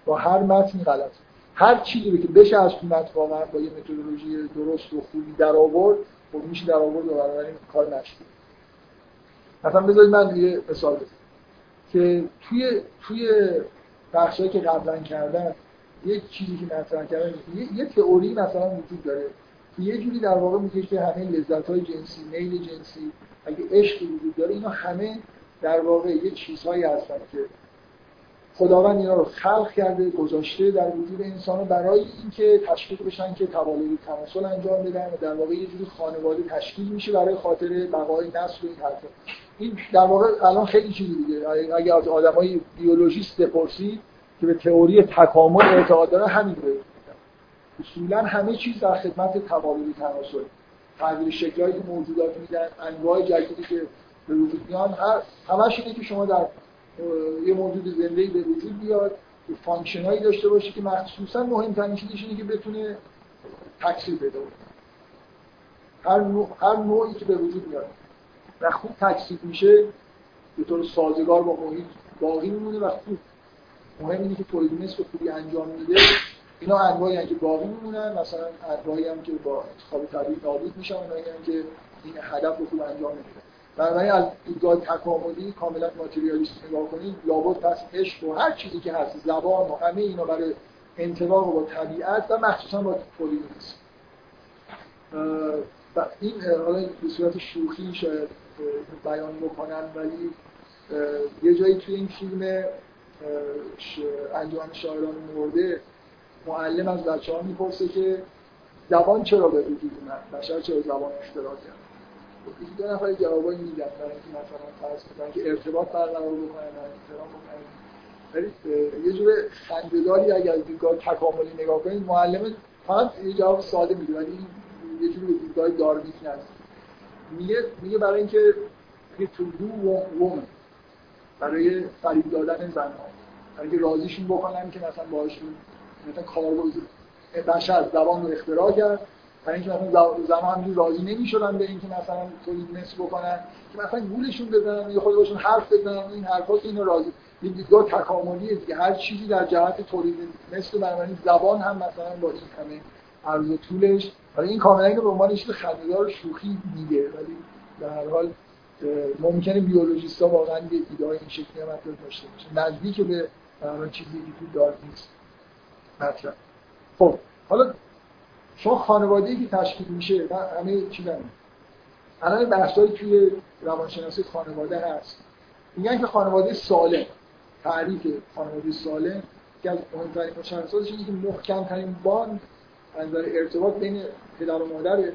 با هر متنی غلط. هر چیزی رو که بشه از تو متن واقعا با یه متدولوژی درست و خوبی در آورد، خب میشه در آورد و بنابراین کار نشد. مثلا بذارید من یه مثال بزنم که توی توی بخشایی که قبلا کردن یه چیزی که مطرح کردن یه, یه تئوری مثلا وجود داره که یه جوری در واقع میگه که همه لذت‌های جنسی، میل جنسی، اگه عشق وجود داره اینا همه در واقع یه چیزهایی هستن که خداوند اینا رو خلق کرده، گذاشته در وجود انسان‌ها برای اینکه تشویق بشن که تبادل تناسل انجام بدن و در واقع یه جوری خانواده تشکیل میشه برای خاطر بقای نسل و این حرفا. این در واقع الان خیلی چیزی دیگه. اگه از آدمای بیولوژیست بپرسی که به تئوری تکامل اعتقاد دارن همین رو میگن. اصولاً همه چیز در خدمت تبادل تناسل. تغییر شکل‌هایی که موجودات میدن، انواع جدیدی که به وجود میان، هر همش اینه که شما در یه موجود زنده‌ای به وجود بیاد که فانکشنایی داشته باشه که مخصوصا مهمترین چیزش اینه که بتونه تکثیر پیدا کنه. هر نوع هر نوعی که به وجود میاد و خوب تکثیر میشه به طور سازگار با محیط باقی میمونه و خوب مهم اینه که تولید مثل خوبی انجام میده. اینا انواعی هستن که باقی میمونن، مثلا انواعی هم که با انتخاب طبیعی نابود میشن، اونایی هم که این هدف رو خوب انجام میدن. بنابراین از دیدگاه تکاملی کاملا ماتریالیست نگاه کنید، لابد پس عشق و هر چیزی که هست، زبان و همه اینا برای انطباق با طبیعت و مخصوصا با تولید نیست. و این حالا به صورت شوخی شاید بیان بکنن، ولی یه جایی توی این فیلم انجمن شاعران مرده معلم از بچه‌ها میپرسه که زبان چرا به وجود اومد؟ بشر چرا زبان اختراع کرد؟ یکی دو نفر جوابایی میدن برای اینکه مثلا فرض کنن که ارتباط برقرار بکنن، احترام بکنن. ولی یه جور خنده‌داری اگر از دیدگاه تکاملی نگاه کنید، معلم فقط یه جواب ساده میده، ولی یه جور دیدگاه داروینی هست. میگه میگه برای اینکه تو دو وومن برای فریب دادن زن‌ها، برای اینکه راضیشون بکنن که مثلا باهاشون مثلا کارگزار بشر زبان رو اختراع کرد، برای اینکه مثلا زمان همینجور راضی نمی‌شدن به اینکه مثلا تولید مثل بکنن که مثلا گولشون بزنن یا خودشون حرف بزنن، این حرفا که اینو راضی. این دیدگاه تکاملیه دیگه، هر چیزی در جهت تولید مثل بنابراین زبان هم مثلا با این همه عرض و طولش، برای این کاملا اینو به عنوان یه چیز خنده‌دار شوخی میگه، ولی در هر حال ممکنه بیولوژیست‌ها واقعا یه ایده این شکلی هم داشته باشن، نزدیک به در چیزی که تو دارک نیست مطلب. خب حالا شما خانواده‌ای که تشکیل میشه و همه چی دارن. الان بحثایی توی روانشناسی خانواده هست. میگن که خانواده سالم، تعریف خانواده سالم که از مهمترین مشخصاتش اینه که محکم‌ترین باند از نظر ارتباط بین پدر و مادره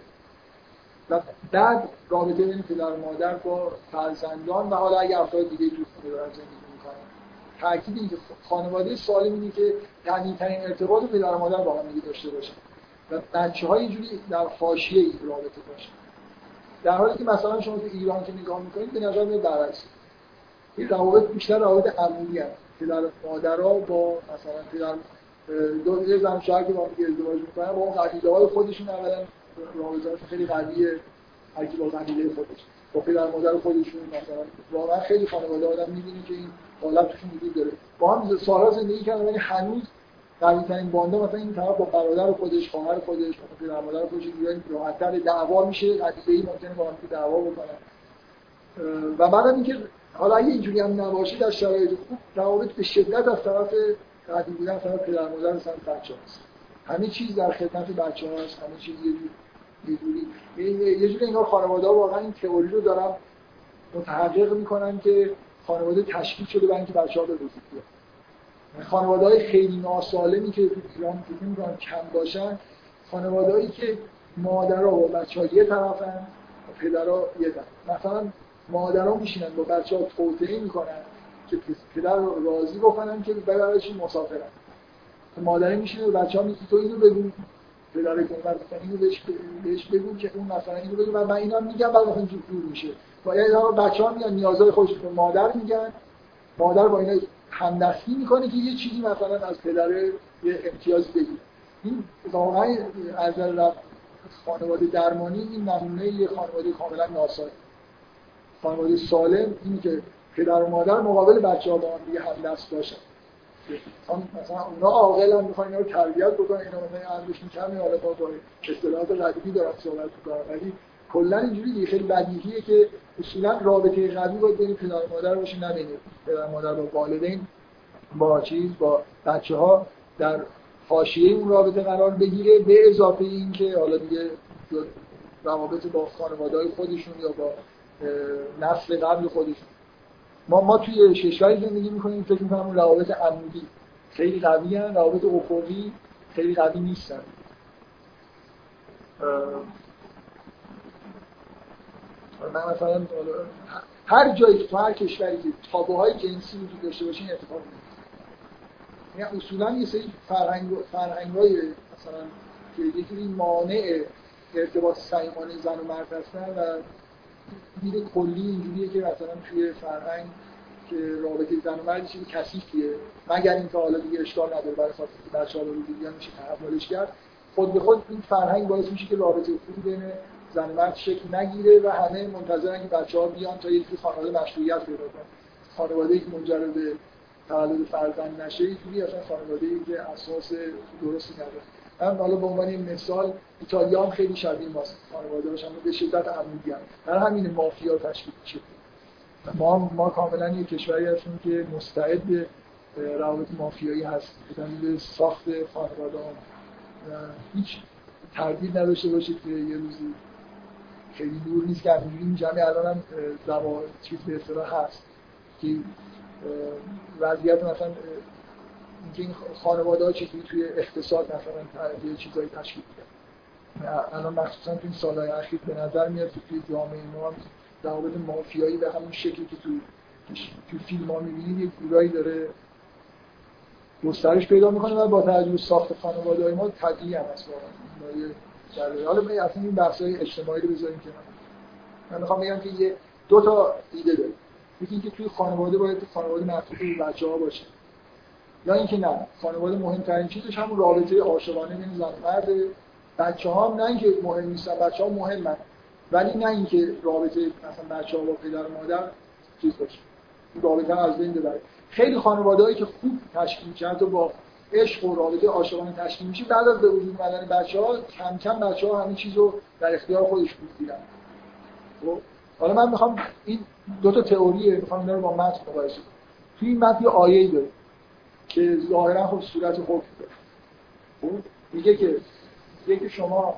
و بعد رابطه بین پدر و مادر با فرزندان و حالا اگه افراد دیگه تو خونه دارن زندگی میکنن. تأکید اینه که خانواده سالم اینه که غنی‌ترین ارتباط پدر و مادر با هم دیگه داشته باشن و بچه‌ها اینجوری در حاشیه این رابطه باشن. در حالی که مثلا شما تو ایران که نگاه میکنید به نظر میاد برعکس. این روابط بیشتر روابط عمومی هست. پدر و مادرها با مثلا پدر دو یه زن شوهر که با هم ازدواج میکنن با اون قبیله‌های خودشون اولا رابطه‌اش خیلی قویه، هر کی با قبیله خودش با پدر مادر خودشون مثلا واقعا خیلی خانواده آدم می‌بینی که این حالت توشون وجود داره. با هم سال‌ها زندگی کردن ولی هنوز قوی‌ترین بانده مثلا این طرف با برادر خودش، خواهر خودش، با پدر مادر خودش دیگه راحت‌تر دعوا میشه، قضیه‌ای ممکنه با هم دعوا بکنن. و بعدم اینکه حالا اگه اینجوری هم نباشه در شرایط خوب روابط به شدت از طرف قدیم بودن از طرف پدر مادر و سمت بچه‌هاست. همه چیز در خدمت بچه‌هاست، همه چیز یه جوری یه جوری یه جوری انگار خانواده‌ها واقعا این تئوری رو دارن متحقق میکنن که خانواده تشکیل شده برای اینکه بچه‌ها به وجود بیان. خانواده‌های خیلی ناسالمی که تو ایران فکر می‌کنم کم باشن، خانواده‌ای که مادرها با بچه‌ها یه طرفن و پدرها یه طرف. مثلا مادرها میشینن با بچه‌ها توطئه میکنن که پدر رو راضی بکنن که ببرشون مسافرن. مادر میشینه و بچه‌ها میگه تو اینو بگو، پدر کنار اینو بهش بهش بگو که اون مثلا اینو بگو و من اینا میگم بعد مثلا دور میشه. باید بچه‌ها میگن نیازهای خودشون به مادر میگن، مادر با اینا همدستی میکنه که یه چیزی مثلا از پدر یه امتیاز بگیره. این واقعا از نظر خانواده درمانی این نمونه یه خانواده کاملا ناسالم. خانواده سالم اینه که پدر و مادر مقابل بچه‌ها با هم دیگه همدست باشن. مثلا اونا عاقلن میخوان اینا رو تربیت بکنن، اینا مثلا عقلشون کمه، حالا با اصطلاحات قدیمی دارن صحبت می‌کنن، ولی کلا اینجوری خیلی بدیهیه که اصولا رابطه قوی باید بین پدر و مادر باشه، نه بین پدر و مادر با والدین با چیز با بچه‌ها در حاشیه اون رابطه قرار بگیره، به اضافه این که حالا دیگه روابط با خانواده‌های خودشون یا با نسل قبل خودشون. ما ما توی کشوری زندگی می‌کنیم فکر می‌کنم روابط عمودی خیلی قویه، روابط افقی خیلی قوی نیستن. من مثلا هر جایی که تو هر کشوری که تابوهای جنسی وجود داشته باشه این اتفاق میفته. یعنی اصولا یه سری فرهنگ فرهنگ‌های مثلا که یکی مانع ارتباط صمیمانه زن و مرد هستن و دید کلی اینجوریه که مثلا توی فرهنگ که رابطه زن و مرد چیزی کثیفیه، مگر اینکه حالا دیگه اشکال نداره برای خاطر که بچه‌ها رو دیگه میشه تحملش کرد، خود به خود این فرهنگ باعث میشه که رابطه خوبی بین زن و مرد شکل نگیره و همه منتظرن که بچه‌ها بیان تا یکی خانواده مشروعیت پیدا کنه. خانواده‌ای که منجر به تولد فرزند نشه اینجوری اصلا خانواده‌ای که اساس درستی نداره. من حالا به عنوان مثال ایتالیا هم خیلی شبیه ماست، خانواده‌هاش هم به شدت عمودی هستند. در همین مافیا تشکیل میشه. ما ما کاملا یک کشوری هستیم که مستعد به روابط مافیایی هست، به دلیل ساخت خانواده‌ها. هیچ تردید نداشته باشید که یه روزی خیلی دور نیست که همینجوری این جمعی الان هم زبان چیز به اصطلاح هست که وضعیت مثلا اینکه این خانواده‌ها چجوری توی اقتصاد مثلا یه چیزایی تشکیل میدن. الان مخصوصا تو این سالهای اخیر به نظر میاد که توی جامعه ما هم روابط مافیایی به همون شکلی که تو تو فیلم‌ها می‌بینید یه جورایی داره گسترش پیدا می‌کنه و با توجه به ساخت خانواده‌های ما طبیعی هم هست واقعا. حالا من اصلا این بحث‌های اجتماعی رو بذاریم کنار. من می‌خوام بگم که یه دو تا ایده داریم. یکی اینکه توی خانواده باید خانواده معطوف به بچه‌ها باشه. یا اینکه نه، خانواده مهمترین چیزش همون رابطه عاشقانه بین زن و مرد. بچه‌ها هم نه اینکه مهم نیستن، بچه‌ها مهمن، ولی نه اینکه رابطه مثلا بچه‌ها با پدر و مادر چیز باشه. این رابطه از بین ببره. خیلی خانواده‌هایی که خوب تشکیل میشن تو با عشق و رابطه عاشقانه تشکیل میشه، بعد از به وجود اومدن بچه‌ها کم کم بچه‌ها همین چیزو در اختیار خودشون میگیرن. خب حالا من میخوام این دو تا تئوریه میخوام اینا رو با متن مقایسه کنم. توی این متن یه آیه‌ای داره که ظاهرا خب صورت حکم داره. خب میگه که میگه که شما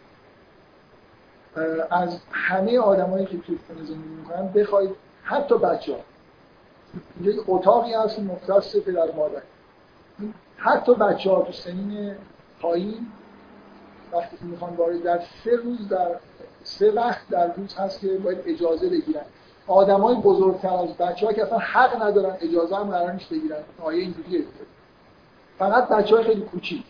از همه آدمایی که توی خونه زندگی میکنن بخواید، حتی بچه‌ها، یه اتاقی هست مختص پدر مادر، حتی بچه‌ها تو سنین پایین وقتی که میخوان وارد در سه روز در سه وقت در روز هست که باید اجازه بگیرن. آدمای بزرگتر از بچه‌ها که اصلا حق ندارن اجازه هم قرار نیست بگیرن. آیه اینجوریه. فقط بچه‌های خیلی کوچیک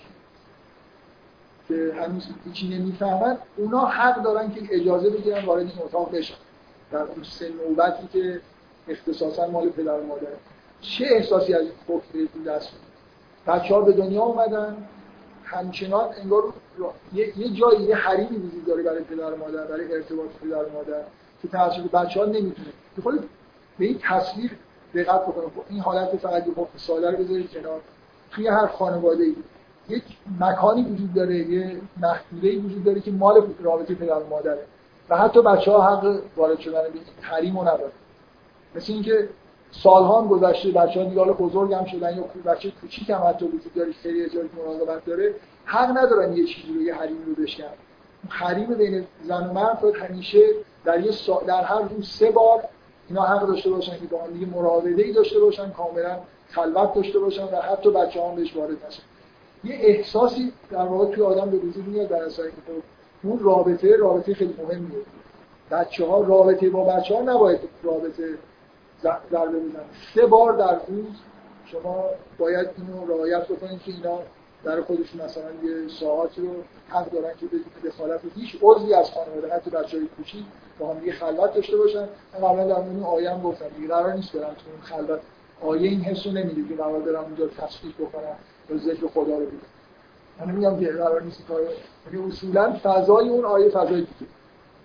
که هنوز هیچی نمیفهمن اونا حق دارن که اجازه بگیرن وارد این اتاق بشن در اون سه نوبتی که اختصاصا مال پدر و مادره. چه احساسی از این حکم بهتون دست میاد؟ بچه‌ها به دنیا اومدن، همچنان انگار یه, یه جایی یه حریمی وجود داره برای پدر و مادر، برای ارتباط پدر و مادر که توسط بچه‌ها نمیتونه. بخواید به این تصویر دقت بکنید. این حالت فقط یه حکم ساده رو بذارید کنار. توی هر خانواده‌ای یک مکانی وجود داره، یه محدوده‌ای وجود داره که مال رابطه پدر و مادره و حتی بچه‌ها حق وارد شدن به این حریم رو ندارن. مثل اینکه سال‌ها هم گذشته بچه‌ها دیگه حالا بزرگ هم شدن یا بچه کوچیک هم حتی وجود داره، خیلی اجازه مراقبت داره، حق ندارن یه چیزی رو، یه حریم رو بشکنن. حریم بین زن و مرد باید همیشه در یه سا... در هر روز سه بار اینا حق داشته باشن که با هم دیگه مراوده‌ای داشته باشن، کاملا خلوت داشته باشن و حتی بچه‌ها هم بهش وارد نشن. یه احساسی در واقع توی آدم به وجود میاد در اثر اینکه اون رابطه رابطه خیلی مهمیه. بچه‌ها رابطه با بچه‌ها نباید رابطه ضربه بزنه. سه بار در روز شما باید اینو رعایت بکنید که اینا در خودشون مثلا یه ساعتی رو حق دارن که بدون دخالت هیچ عضوی از خانواده، حتی بچه‌های کوچیک، با هم یه خلوت داشته باشن. من قبلا در مورد آیه هم گفتم دیگه قرار نیست برن تو اون خلوت. آیه این حسو نمیده که قرار برن اونجا تصدیق بکنن یا ذکر خدا رو بگن. من میگم که قرار نیست کار، یعنی اصولا فضای اون آیه فضای دیگه.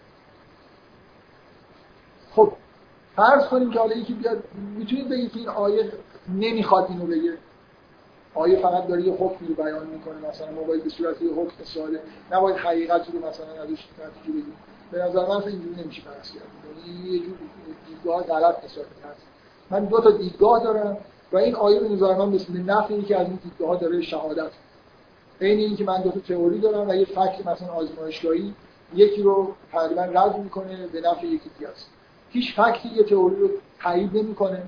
خب فرض کنیم که حالا یکی بیاد، میتونید بگید که این آیه نمیخواد اینو بگه، آیه فقط داره یه حکمی رو بیان میکنه، مثلا ما باید به صورت یه حکم ساده نباید حقیقتی رو مثلا ازش نتیجه بگیریم. به نظر من اینجوری نمیشه بحث کرد، یعنی یه جور دیدگاه غلط حساب هست. من دو تا دیدگاه دارم و این آیه به نظر من مثل نفی که از این دیدگاه‌ها داره شهادت. عین این که من دو تا تئوری دارم و یه فکت مثلا آزمایشگاهی یکی رو تقریبا رد میکنه به نفع یکی دیگه است. هیچ فکتی یه تئوری رو تایید نمیکنه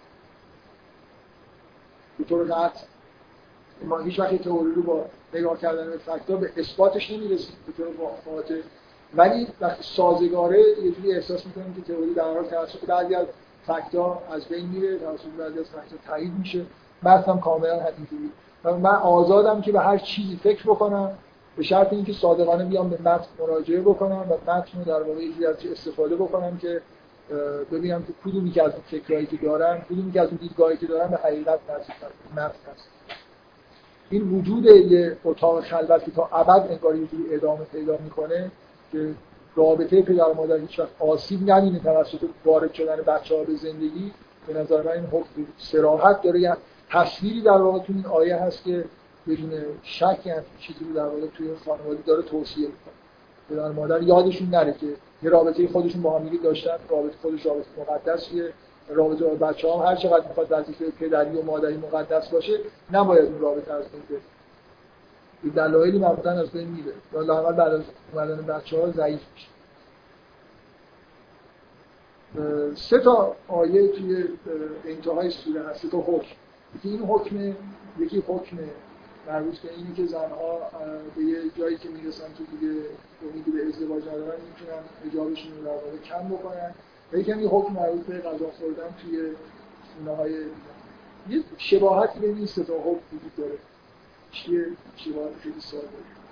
به طور قطع. ما هیچ وقت تئوری رو با نگاه کردن به فکت‌ها به اثباتش نمیرسیم به طور قاطع، ولی وقتی سازگاره یه جوری احساس میکنیم که تئوری در حال توسط بعضی از فکت‌ها از بین میره، توسط بعضی از فکت‌ها تایید میشه. مثلا کاملا همینجوری من آزادم که به هر چیزی فکر بکنم به شرط اینکه صادقانه بیام به متن مراجعه بکنم و متن رو در واقع یه جوری ازش استفاده بکنم که ببینم که کدومی که از اون فکرایی که دارم، کدومی که از اون دیدگاهی که دارم به حقیقت نزدیک هست. این وجود یه اتاق خلوت که تا ابد انگار یه جوری ادامه پیدا میکنه که رابطه پدر و مادر هیچ وقت آسیب نبینه توسط وارد شدن بچه‌ها به زندگی، به نظر من این حکم صراحت داره. یعنی تصویری در واقع تو این آیه هست که بدون شک یعنی چیزی رو در واقع توی خانواده داره توصیه میکنه. پدر و مادر یادشون نره که یه رابطه خودشون با هم داشتن، رابطه خودش رابطه مقدسیه، رابطه با بچه‌ها هم هر چقدر میخواد وظیفه پدری و مادری مقدس باشه نباید اون رابطه از بین بره. به دلایلی معمولاً از بین میره یا لااقل بعد از اومدن بچه‌ها ضعیف میشه. سه تا آیه توی انتهای سوره هست، سه تا حکم. یکی این حکم، یکی حکم مربوط به اینه که زنها به یه جایی که میرسن که دیگه امیدی به ازدواج ندارن میتونن حجابشون رو در واقع کم بکنن. و یکی هم یه حکم مربوط به غذا خوردن توی خونه‌های یه شباهتی بین این سه تا حکم وجود داره. چیه شباهت خیلی ساده.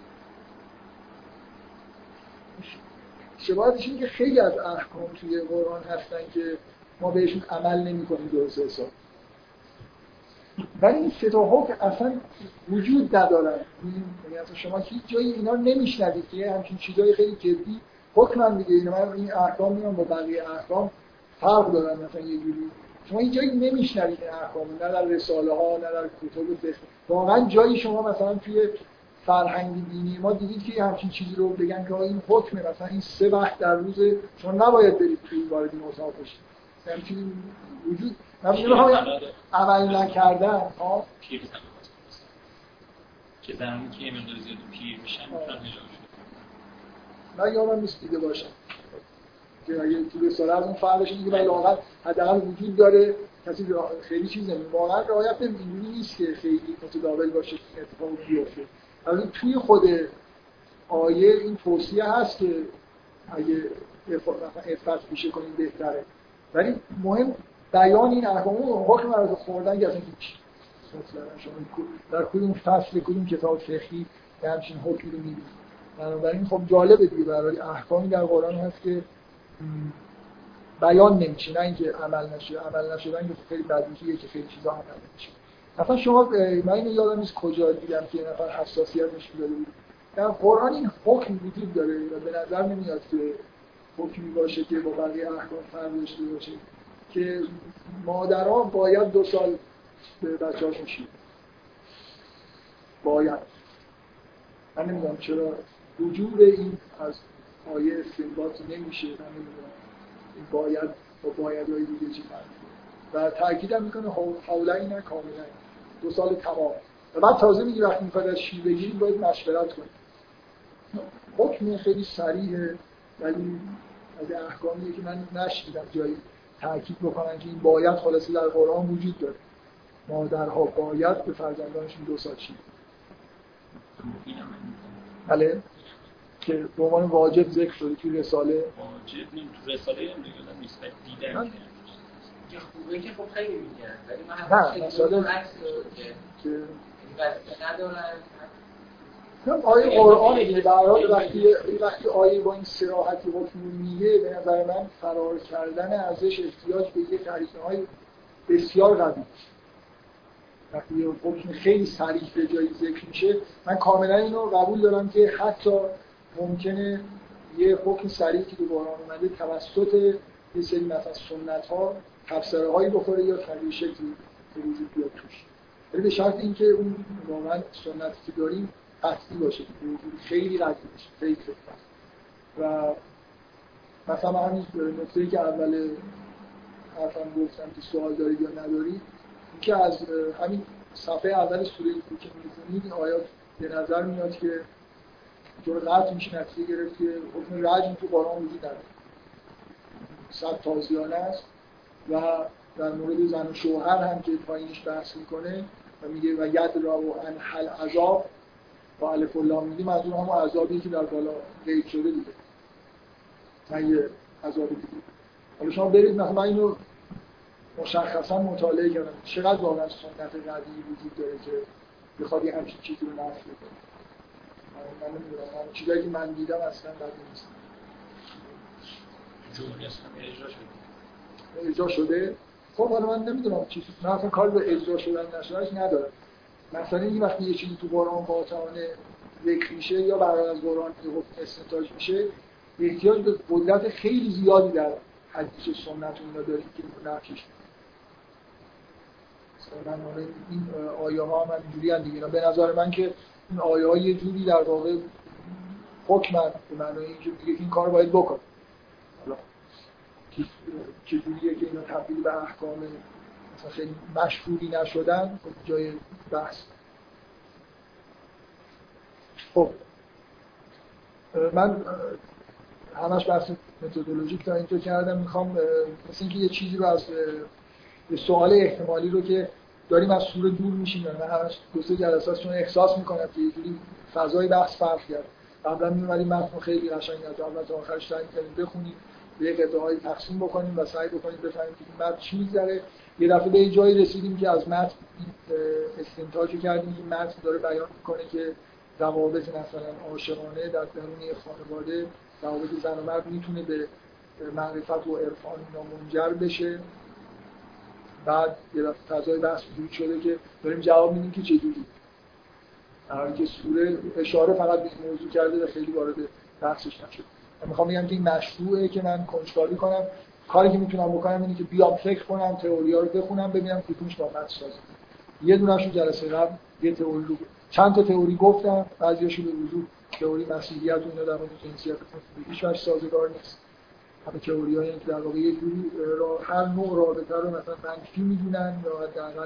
شباهتش اینه که خیلی از احکام توی قرآن هستن که ما بهشون عمل نمی‌کنیم درست حساب. ولی این سه تا حکم اصلا وجود ندارن. یعنی اصلا شما هیچ جایی اینا نمیشنوید که همچین چیزای خیلی جدی حکمن دیگه. اینا من این احکام میام با بقیه احکام فرق دارن مثلا یه جوری. شما این جایی نمیشنوید این احکام، نه در رساله ها نه در کتب فقه. واقعا جایی شما مثلا توی فرهنگ دینی ما دیدید که همچین چیزی رو بگن که این حکمه، مثلا این سه وقت در روز شما نباید برید توی وارد این اتاق بشید. همچین وجود نمی‌دونم عمل نکردن ها پیر زمان که زمانی که این مقدار زیاد پیر میشن میتونن حجاب شد. من یادم نیست دیده باشم که اگه تو رساله از اون فرقش اینه که ولی واقعا حداقل وجود داره، کسی خیلی چیز نمی‌دونه. واقعا رعایت اینجوری نیست که خیلی متداول باشه که اتفاق بیفته. البته توی خود آیه این توصیه هست که اگه عفت پیشه کنیم بهتره، ولی مهم بیان این احکام و حکم رو خوردن که اصلا هیچ مثلا شما در کدوم فصل کدوم کتاب فقهی همچین حکمی رو می‌بینید. بنابراین خب جالبه دیگه، برای احکامی در قرآن هست که بیان نمیشه، نه اینکه عمل نشه. عمل نشدن که خیلی بدیهیه که خیلی چیزا عمل نمیشه. مثلا شما من اینو یادم نیست کجا دیدم که یه نفر حساسیت نشون داده بود در قرآن این حکم وجود داره و به نظر نمیاد که حکمی باشه که با بقیه احکام فرق داشته باشه که مادرها باید دو سال به بچه‌هاشون شیر باید. من نمیدونم چرا وجود این از آیه استنباط نمیشه. من نمیدونم این باید با بایدهای دیگه چی فرق و تأکیدم میکنه حولین کاملا دو سال تمام. و بعد تازه میگه وقتی میخواید از شیر بگیرید باید مشورت کنید. حکم خیلی صریحه ولی از احکامیه که من نشیدم جایی تأکید بکنن که این باید خلاصه در قرآن وجود داره. مادرها باید به فرزندانشون دو سال شیر بله که به عنوان واجب ذکر شده توی رساله. واجب نیم تو رساله هم نگردم نیست ولی دیدم که خوبه که خب خیلی میگن ولی من هم رساله که ندارن. آیه قرآن دیگه در حال وقتی وقتی آیه با این صراحتی حکم میگه به نظر من فرار کردن ازش احتیاج به یه تعریف‌های بسیار قوی. وقتی یه حکم خیلی صریح به جایی ذکر میشه من کاملا اینو قبول دارم که حتی ممکنه یه حکم صریحی که تو قرآن اومده توسط یه سری مثلا سنت‌ها تفسیرهایی بخوره یا تغییر شکلی به وجود بیاد توش. ولی به شرط اینکه اون واقعا سنتی که داریم قطعی باشه، خیلی قطعی باشه، خیلی خیلی و مثلا همین نکته‌ای که اول حرفم گفتم که سوال دارید یا ندارید، اینکه از همین صفحه اول سوره رو که می‌خونید این آیات به نظر میاد که جور قطع میشه نتیجه گرفت که حکم رجم تو قرآن وجود نداره، صد تازیانه است و در مورد زن و شوهر هم که پایینش بحث میکنه و میگه و ید را و انحل عذاب با الف و لام میگه منظور همون عذابی که در بالا قید شده دیگه، نه یه عذاب دیگه. حالا شما برید مثلا من اینو مشخصا مطالعه کردم چقدر واقعا سنت قدیمی وجود داره که بخواد یه همچین چیزی رو نفی کنه. من نمیدونم من چیزایی که من دیدم اصلا قدیمی نیست. جمهوری اسلامی اجرا شده. اجرا شده؟ خب حالا من نمیدونم چیزی، من اصلا کار به اجرا شدن نشدنش ندارم. مثلا این وقتی یه چیزی تو قرآن قاطعانه ذکر میشه یا برای از قرآن یه حکم استنتاج میشه، احتیاج به قدرت خیلی زیادی در حدیث سنت اونها داریم که نفیش مثلا من این آیه ها من اینجوری هم دیگه به نظر من که این آیه ها یه جوری در واقع حکمن به معنی اینکه دیگه این کار باید بکن. حالا چجوریه که اینا تبدیل به احکام مثلا خیلی مشهوری نشدن جای بحث. خب من همش بحث متدولوژیک تا اینجا کردم، میخوام مثل اینکه یه چیزی رو از یه سوال احتمالی رو که داریم از سوره دور میشیم، من همش دو سه جلساتشون احساس میکنم که یه جوری فضای بحث فرق کرد. قبلا میومدیم متن خیلی قشنگ از اول تا آخرش تعیین کردیم بخونیم، به یه قطعه‌های تقسیم بکنیم و سعی بکنیم بفهمیم که این متن چی می‌گذره. یه دفعه به جایی رسیدیم که از متن استنتاج کردیم که متن داره بیان میکنه که روابط مثلا عاشقانه در درون یه خانواده، روابط زن و مرد میتونه به معرفت و عرفان اینا منجر بشه. بعد یه دفعه فضای بحث وجود شده که داریم جواب میدیم که چجوری، در حالی که سوره اشاره فقط به این موضوع کرده و خیلی وارد بحثش نشد. من میخوام بگم که این مشروعه که من کنجکاوی کنم، کاری که میتونم بکنم اینه که بیام فکر کنم، تئوری‌ها رو بخونم، ببینم کدومش با متن سازه. یه دونه‌شو جلسه قبل یه تئوری رو چند تا تئوری گفتم، بعضیاشو به وضوح تئوری مسیحیت و اینا در مورد جنسیت هیچ وجه سازگار نیست. همه تئوری‌هایی که در واقع یه جوری هر نوع رابطه رو مثلا منفی میدونن یا حداقل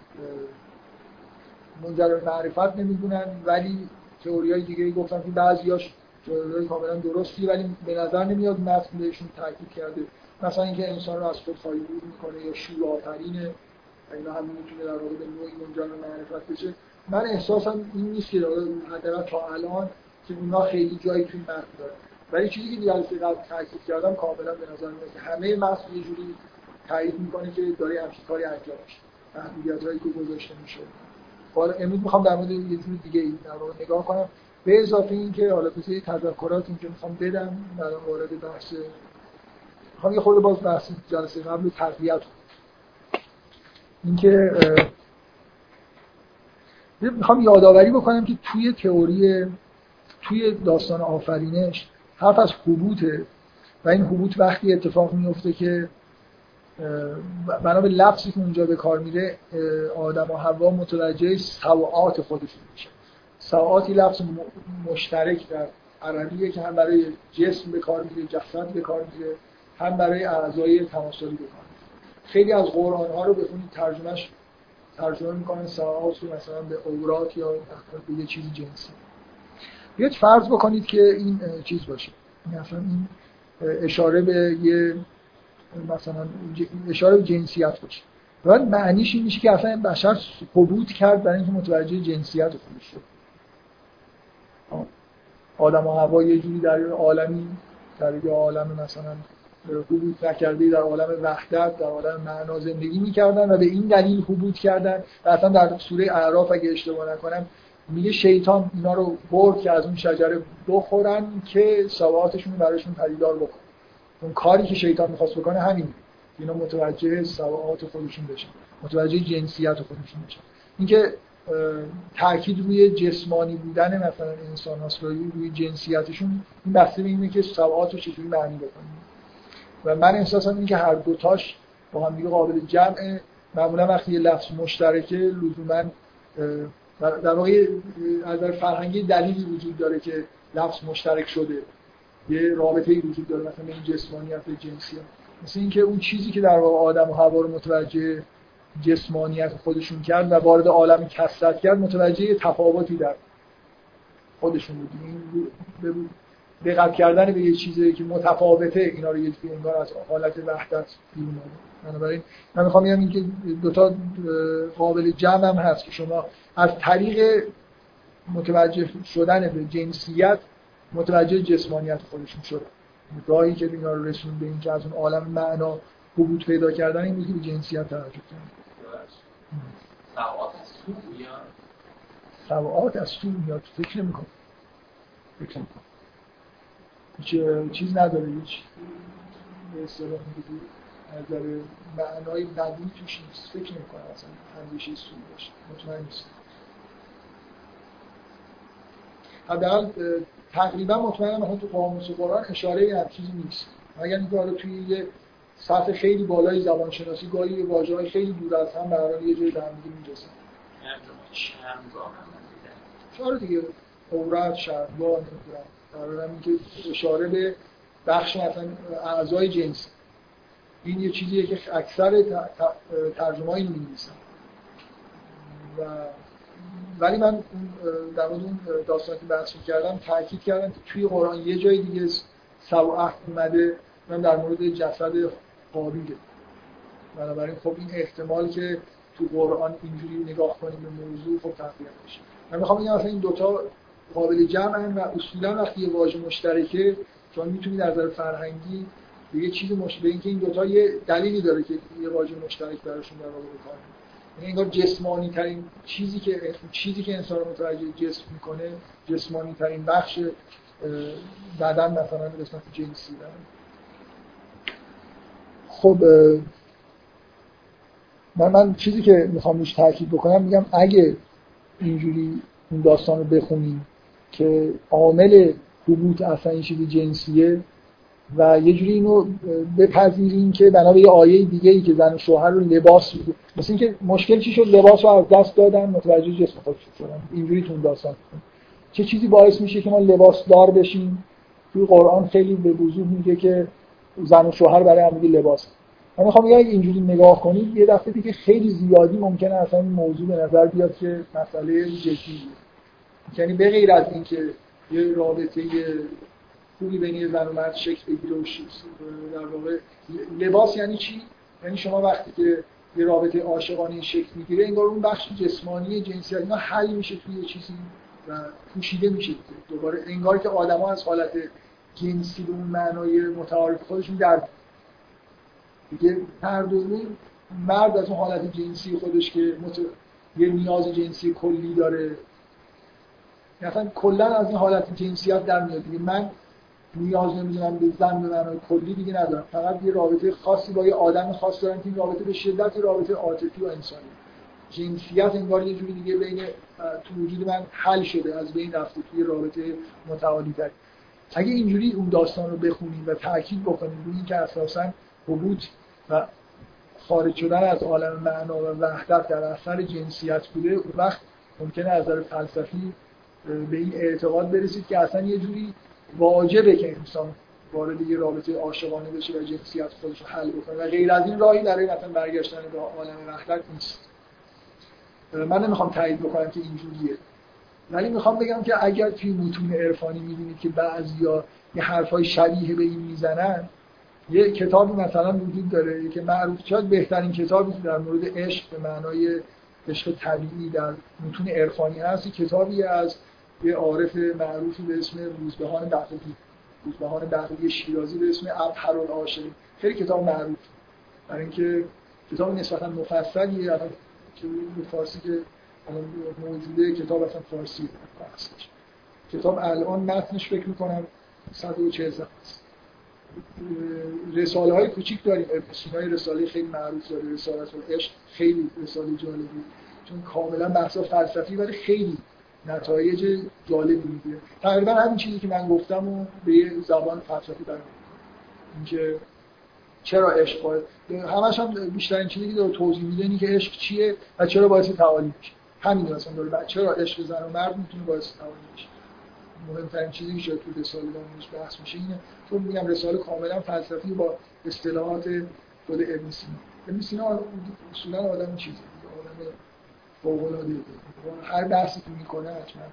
منجر به معرفت نمیدونن، ولی تئوری‌های دیگه‌ای گفتم که بعضیاش تئوری‌های کاملا درستی ولی به نظر نمیاد متن بهشون تاکید کرده، مثلا اینکه انسان رو از خود خالی دور میکنه یا شور آفرینه، اینا هم میتونه در واقع به نوعی منجر به معرفت بشه. من احساسم این نیست که حداقل تا الان که اونا خیلی جایی توی متن داره، ولی چیزی که جلسه قبل تاکید کردم کاملا به نظر میاد که همه متن یه جوری تایید میکنه که داره همچین کاری انجام میشه، محدودیتایی که گذاشته میشه. حالا امروز میخوام در مورد یه جور دیگه ای در واقع نگاه کنم، به اضافه این که حالا بسیاری تذکرات اینجا میخوام بدم در وارد بحث، میخوام یه خورده باز بحث جلسه قبل رو تقویت کنم. این که میخوام یادآوری بکنم که توی تئوری توی داستان آفرینش حرف از حبوطه و این حبوط وقتی اتفاق میفته که بنا به لفظی که اونجا به کار میره آدم و حوا متوجه سوعات خودشون میشه. سوعاتی لفظ مشترک در عربیه که هم برای جسم به کار میره، جسد به کار میره، هم برای اعضای تماسلی به کار میره. خیلی از قرآن ها رو بخونید ترجمهش ترجمه میکنن سوعات رو مثلا به عورات یا به یه چیزی جنسی. بیاید فرض بکنید که این چیز باشه، مثلا این اشاره به یه مثلا اشاره به جنسیت باشه. بعد معنیش این میشه که اصلا بشر حبوط کرد برای اینکه متوجه جنسیت خودش شد. آدم و حوا یه جوری در عالمی در یه عالم مثلا حبوط نکرده، در عالم وحدت، در عالم معنا زندگی میکردن و به این دلیل حبوط کردن. و اصلا در سوره اعراف اگه اشتباه نکنم میگه شیطان اینا رو برد که از اون شجره بخورن که سوعاتشون براشون پدیدار بکنه. اون کاری که شیطان می‌خواست بکنه همین، اینا متوجه سوعات خودشون بشن، متوجه جنسیت خودشون بشن. اینکه تاکید روی جسمانی بودن مثلا انسان هاست، روی جنسیتشون، این بحثه اینه که سوعات رو چجوری معنی بکنیم. و من احساسم اینه که هر دوتاش با هم دیگه قابل جمعه معمولا وقتی یه لفظ مشترکه لزوما در واقع از نظر فرهنگی دلیلی وجود داره که لفظ مشترک شده، یه رابطه‌ای وجود داره مثلا بین جسمانیت و جنسیت، مثل اینکه اون چیزی که در واقع آدم و حوا رو متوجه جسمانیت خودشون کرد و وارد عالم کثرت کرد متوجه تفاوتی در خودشون بود. این دقت کردن به یه چیزی که متفاوته اینا رو یه جوری انگار از حالت وحدت بیرون آورد. بنابراین من میخوام بگم اینکه دو تا قابل جمع هم هست که شما از طریق متوجه شدن به جنسیت متوجه جسمانیت خودشون شده. راهی که اینا رو رسون به اینکه از اون عالم معنا حبوط پیدا کردن این میگه به جنسیت توجه کنن. سواد از تو میاد. سواد از تو میاد. فکر نمی‌کنم. فکر نمی‌کنم. هیچ چیز نداره، هیچ به اصطلاح میگه از نظر معنای بدی توش نیست. فکر نمی‌کنم اصلا اندیشه سو باشه. مطمئن نیستم. حداقل تقریبا مطمئنم مثلا تو قاموس قرآن اشاره به چیزی نیست. اگر اینکه حالا توی یه سطح خیلی بالای زبان شناسی گاهی یه واژه‌های خیلی دور از هم برای یه جای به هم دیگه میرسن. چند گاه هم دیدن. اشاره دیگه عورت، شرمگاه نمیدونم. در اینکه اشاره به بخش مثلا اعضای جنسی. این یه چیزیه که اکثر ترجمه‌ای می‌نویسن. و ولی من در مورد اون داستانی که بحث کردم تاکید کردم که توی قرآن یه جای دیگه سوعه اومده، من در مورد جسد قابیله. بنابراین خب این احتمال که تو قرآن اینجوری نگاه کنیم به موضوع خب تقریبا میشه. من میخوام بگم مثلا این دوتا قابل جمعن و اصولا وقتی یه واژه مشترکه چون میتونید از نظر فرهنگی یه چیزی مشابه اینکه این دوتا یه دلیلی داره که یه واژه مشترک براشون در واقع بکنه. یعنی انگار جسمانی ترین چیزی که چیزی که انسان رو متوجه جسم میکنه، جسمانی ترین بخش بدن مثلا به قسمت جنسی داره. خب من من چیزی که میخوام روش تاکید بکنم میگم اگه اینجوری اون داستان رو بخونیم که عامل حبوط اصلا این چیز جنسیه و یه جوری اینو بپذیریم که بنا به یه آیه دیگه‌ای که زن و شوهر رو لباس بود، مثل اینکه مشکل چی شد لباس رو از دست دادن متوجه جسم خودشون شدن. اینجوری تو داستان چه چیزی باعث میشه که ما لباس دار بشیم؟ توی قرآن خیلی به وضوح میگه که زن و شوهر برای هم دیگه لباس. من میخوام بگم اینجوری نگاه کنید یه دفعه دیگه خیلی زیادی ممکنه اصلا این موضوع به نظر بیاد که مسئله جدیه. یعنی به غیر از اینکه یه رابطه خوبی بین زن و مرد شکل بگیره و در واقع لباس یعنی چی؟ یعنی شما وقتی که یه رابطه عاشقانه شکل میگیره انگار اون بخش جسمانی جنسیت اینا حل میشه توی یه چیزی و پوشیده میشه دوباره انگار که آدما از حالت جنسی به اون معنای متعارف خودشون در دیگه پردازون مرد از اون حالت جنسی خودش که مت... یه نیاز جنسی کلی داره مثلا کلا از این حالت جنسیت در میاد دیگه من نیاز نمیدونم به زن به معنای کلی دیگه ندارم فقط یه رابطه خاصی با یه آدم خاص دارم که این رابطه به شدت رابطه عاطفی و انسانی جنسیت انگار یه جوری دیگه بین تو وجود من حل شده از بین رفته توی رابطه متعالی تر. اگه اینجوری اون داستان رو بخونیم و تاکید بکنیم روی اینکه اساساً حبوط و خارج شدن از عالم معنا و وحدت در اثر جنسیت بوده اون وقت ممکنه از نظر فلسفی به این اعتقاد برسید که اصلا یه جوری واجبه که انسان وارد یه رابطه عاشقانه بشه و جنسیت خودش رو حل بکنه و غیر از این راهی برای مثلا برگشتن به عالم وحدت نیست. من نمیخوام تایید بکنم که اینجوریه ولی میخوام بگم که اگر توی متون عرفانی میبینید که بعضیا یه حرفای شبیه به این میزنن یه کتابی مثلا وجود داره که معروف شاید بهترین کتابی در مورد عشق به معنای عشق طبیعی در متون عرفانی هست کتابی از یه عارف معروفی به اسم روزبهان بغدادی روزبهان بغدادی شیرازی به اسم ابحر العاشقین خیلی کتاب معروف برای اینکه کتاب نسبتا مفصلیه الان که به فارسی که الان موجوده کتاب اصلا فارسی هستش کتاب الان متنش فکر می‌کنم صد و چهل صفحه است رساله های کوچیک داریم ابن سینا رساله خیلی معروف داره رسالت العشق خیلی رساله جالبی چون کاملا بحثا فلسفی ولی خیلی نتایج جالبی میده تقریبا همین چیزی که من گفتم و به یه زبان فلسفی برمی‌آورد اینکه چرا عشق باید همش هم بیشترین چیزی که داره توضیح میده اینه که عشق چیه و چرا باعث تعالی میشه. همین اصلا داره بعد چرا عشق زن و مرد میتونه باعث تعالی بشه. مهمترین چیزی که شاید تو رساله دانش بحث میشه اینه. چون میگم رساله کاملا فلسفی با اصطلاحات خود ابن سینا. ابن سینا اصولا آدم چیزی آدم فوق‌العاده‌ای. هر بحثی که میکنه حتما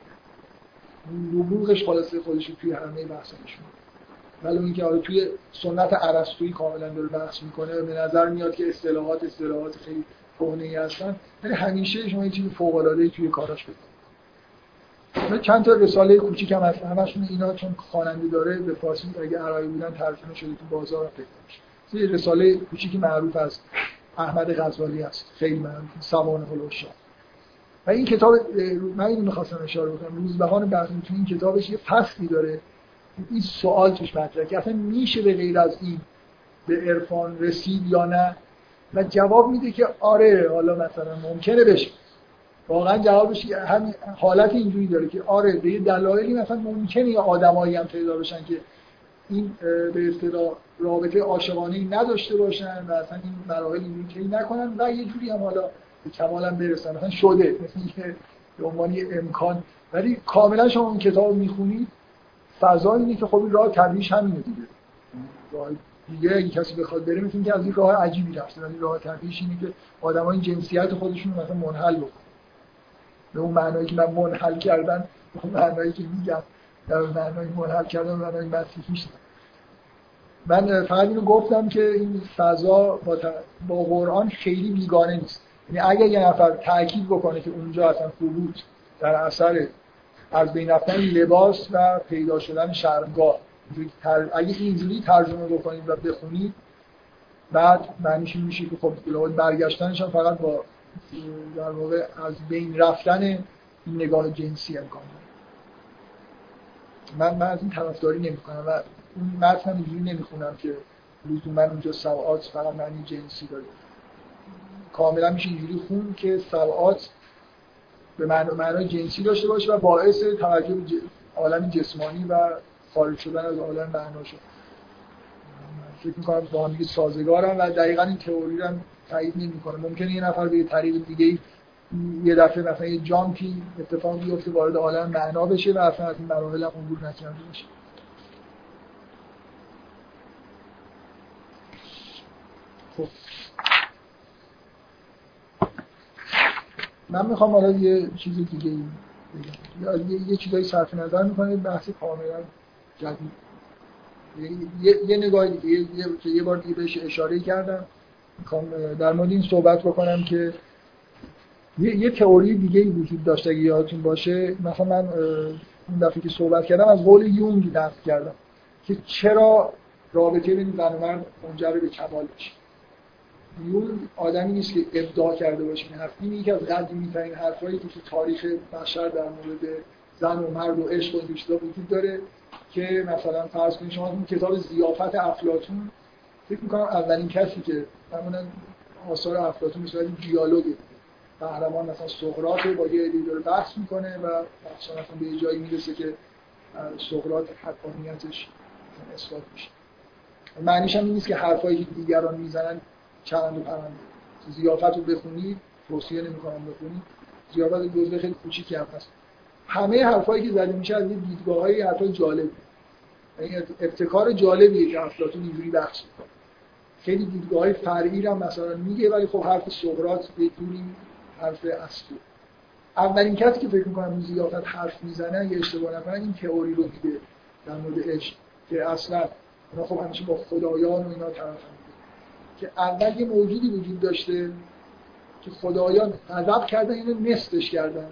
نبوغش خلاصه خودش توی همه بحثا نشون میده. ولی اینکه حالا توی سنت ارسطویی کاملا داره بحث میکنه به نظر میاد که اصطلاحات اصطلاحات خیلی کهنه‌ای هستن، ولی همیشه شما یه چیز فوق‌العاده‌ای توی کاراش ببینید. من چند تا رساله کوچیک هم هست، همشون اینا چون خواننده داره به فارسی اگه عربی بودن ترجمه شده تو بازار پیدا میشه. یه رساله کوچیکی معروف از احمد غزالی هست، خیلی معروف، سوانح العشاق. و این کتاب من اینو می‌خواستم اشاره بکنم، روزبهان بخشی تو این کتابش یه فصلی داره این سوال توش مطرحه که اصلا میشه به غیر از این به عرفان رسید یا نه، و جواب میده که آره حالا مثلا ممکنه بشه. واقعا جوابش همین حالت اینجوری داره که آره به یه دلایلی مثلا ممکنه یه آدمایی هم پیدا بشن که این به اصطلاح رابطه عاشقانه‌ای نداشته باشن و اصلا این مراحل اینجوری نکنن و یه جوری هم حالا به کمال هم برسن، مثلا شده مثلا یه به عنوان یه امکان. ولی کاملا شما اون کتاب میخونید فضا اینه که خب این راه طبیعیش همینه دیگه. راه دیگه اگه کسی بخواد بره میتونه که از این راه عجیبی رفته، ولی راه طبیعیش اینه که آدم‌ها این جنسیت خودشون مثلا منحل بکنن. به اون معنایی که من منحل کردن، به اون معنایی که میگم در معنای منحل کردن و معنای مسیحی شد. من فقط اینو گفتم که این فضا با, ت... با قرآن خیلی بیگانه نیست. یعنی اگه یه نفر تأکید بکنه که اونجا اصلا خروج در اثر از بین رفتن لباس و پیدا شدن شرمگاه، تر... اگه اینجوری ترجمه بکنید و بخونید بعد معنیش این میشه که خب الهات برگشتنش هم فقط با در واقع از بین رفتن این نگاه جنسی امکان داره. من, من از این طرفداری نمی‌کنم و اون متن اینجوری نمیخونم که لزوما اونجا سوعات فقط معنی جنسی داره. کاملا میشه اینجوری خون که سوعات به معنای معنای جنسی داشته باشه و باعث توجه به عالم جسمانی و خارج شدن از عالم معنا شد. فکر می‌کنم با هم دیگه سازگارن و دقیقاً این تئوری رو هم تایید نمی‌کنه. ممکنه یه نفر به یه طریق دیگه یه دفعه مثلا یه جامپی اتفاق بیفته وارد عالم معنا بشه و اصلا از این مراحل هم عبور نکرده باشه. خب من میخوام حالا یه چیز دیگه بگم یا یه, یه چیزایی صرف نظر میکنید بحث کاملا جدید. یه, یه نگاه دیگه یه, یه, یه بار دیگه بهش اشاره کردم، میخوام در مورد این صحبت بکنم که یه, یه تئوری دیگه وجود داشته اگه یادتون باشه. مثلا من اون دفعه که صحبت کردم از قول یونگ نقل کردم که چرا رابطه بین زن و مرد منجر به کمال بشه. یونگ آدمی نیست که ابداع کرده باشه این حرف، این یکی از قدیمی‌ترین حرفایی که تو تاریخ بشر در مورد زن و مرد و عشق و این چیزا وجود داره که مثلا فرض کنید شما اون کتاب ضیافت افلاطون فکر می‌کنم اولین کسی که معمولاً آثار افلاطون مثلا دیالوگه قهرمان مثلا سقراط با یه عده‌ای داره بحث میکنه و مثلا به یه جایی میرسه که سقراط حقانیتش اثبات میشه. معنیش هم این نیست که حرفایی که دیگران میزنن چند و پرنده. ضیافت رو بخونید، توصیه نمی‌کنم بخونید. ضیافت جزء خیلی کوچیکی هم هست. همه حرفایی که زده میشه از یه دیدگاه‌های حرفای جالب. یعنی ابتکار جالبیه که افلاطون اینجوری بحث میکنه. خیلی دیدگاه‌های فرعی هم مثلا میگه ولی خب حرف سقراط به طوری حرف اصلی. اولین کسی که فکر می‌کنم ضیافت حرف میزنه یه اشتباه نکنه این تئوری رو دیگه در مورد عشق که اصلا اونا خب همیشه با خدایان و اینا طرفن که اول یه موجودی وجود داشته که خدایان غضب کردن اینو نصفش کردن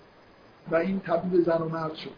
و این تبدیل به زن و مرد شد.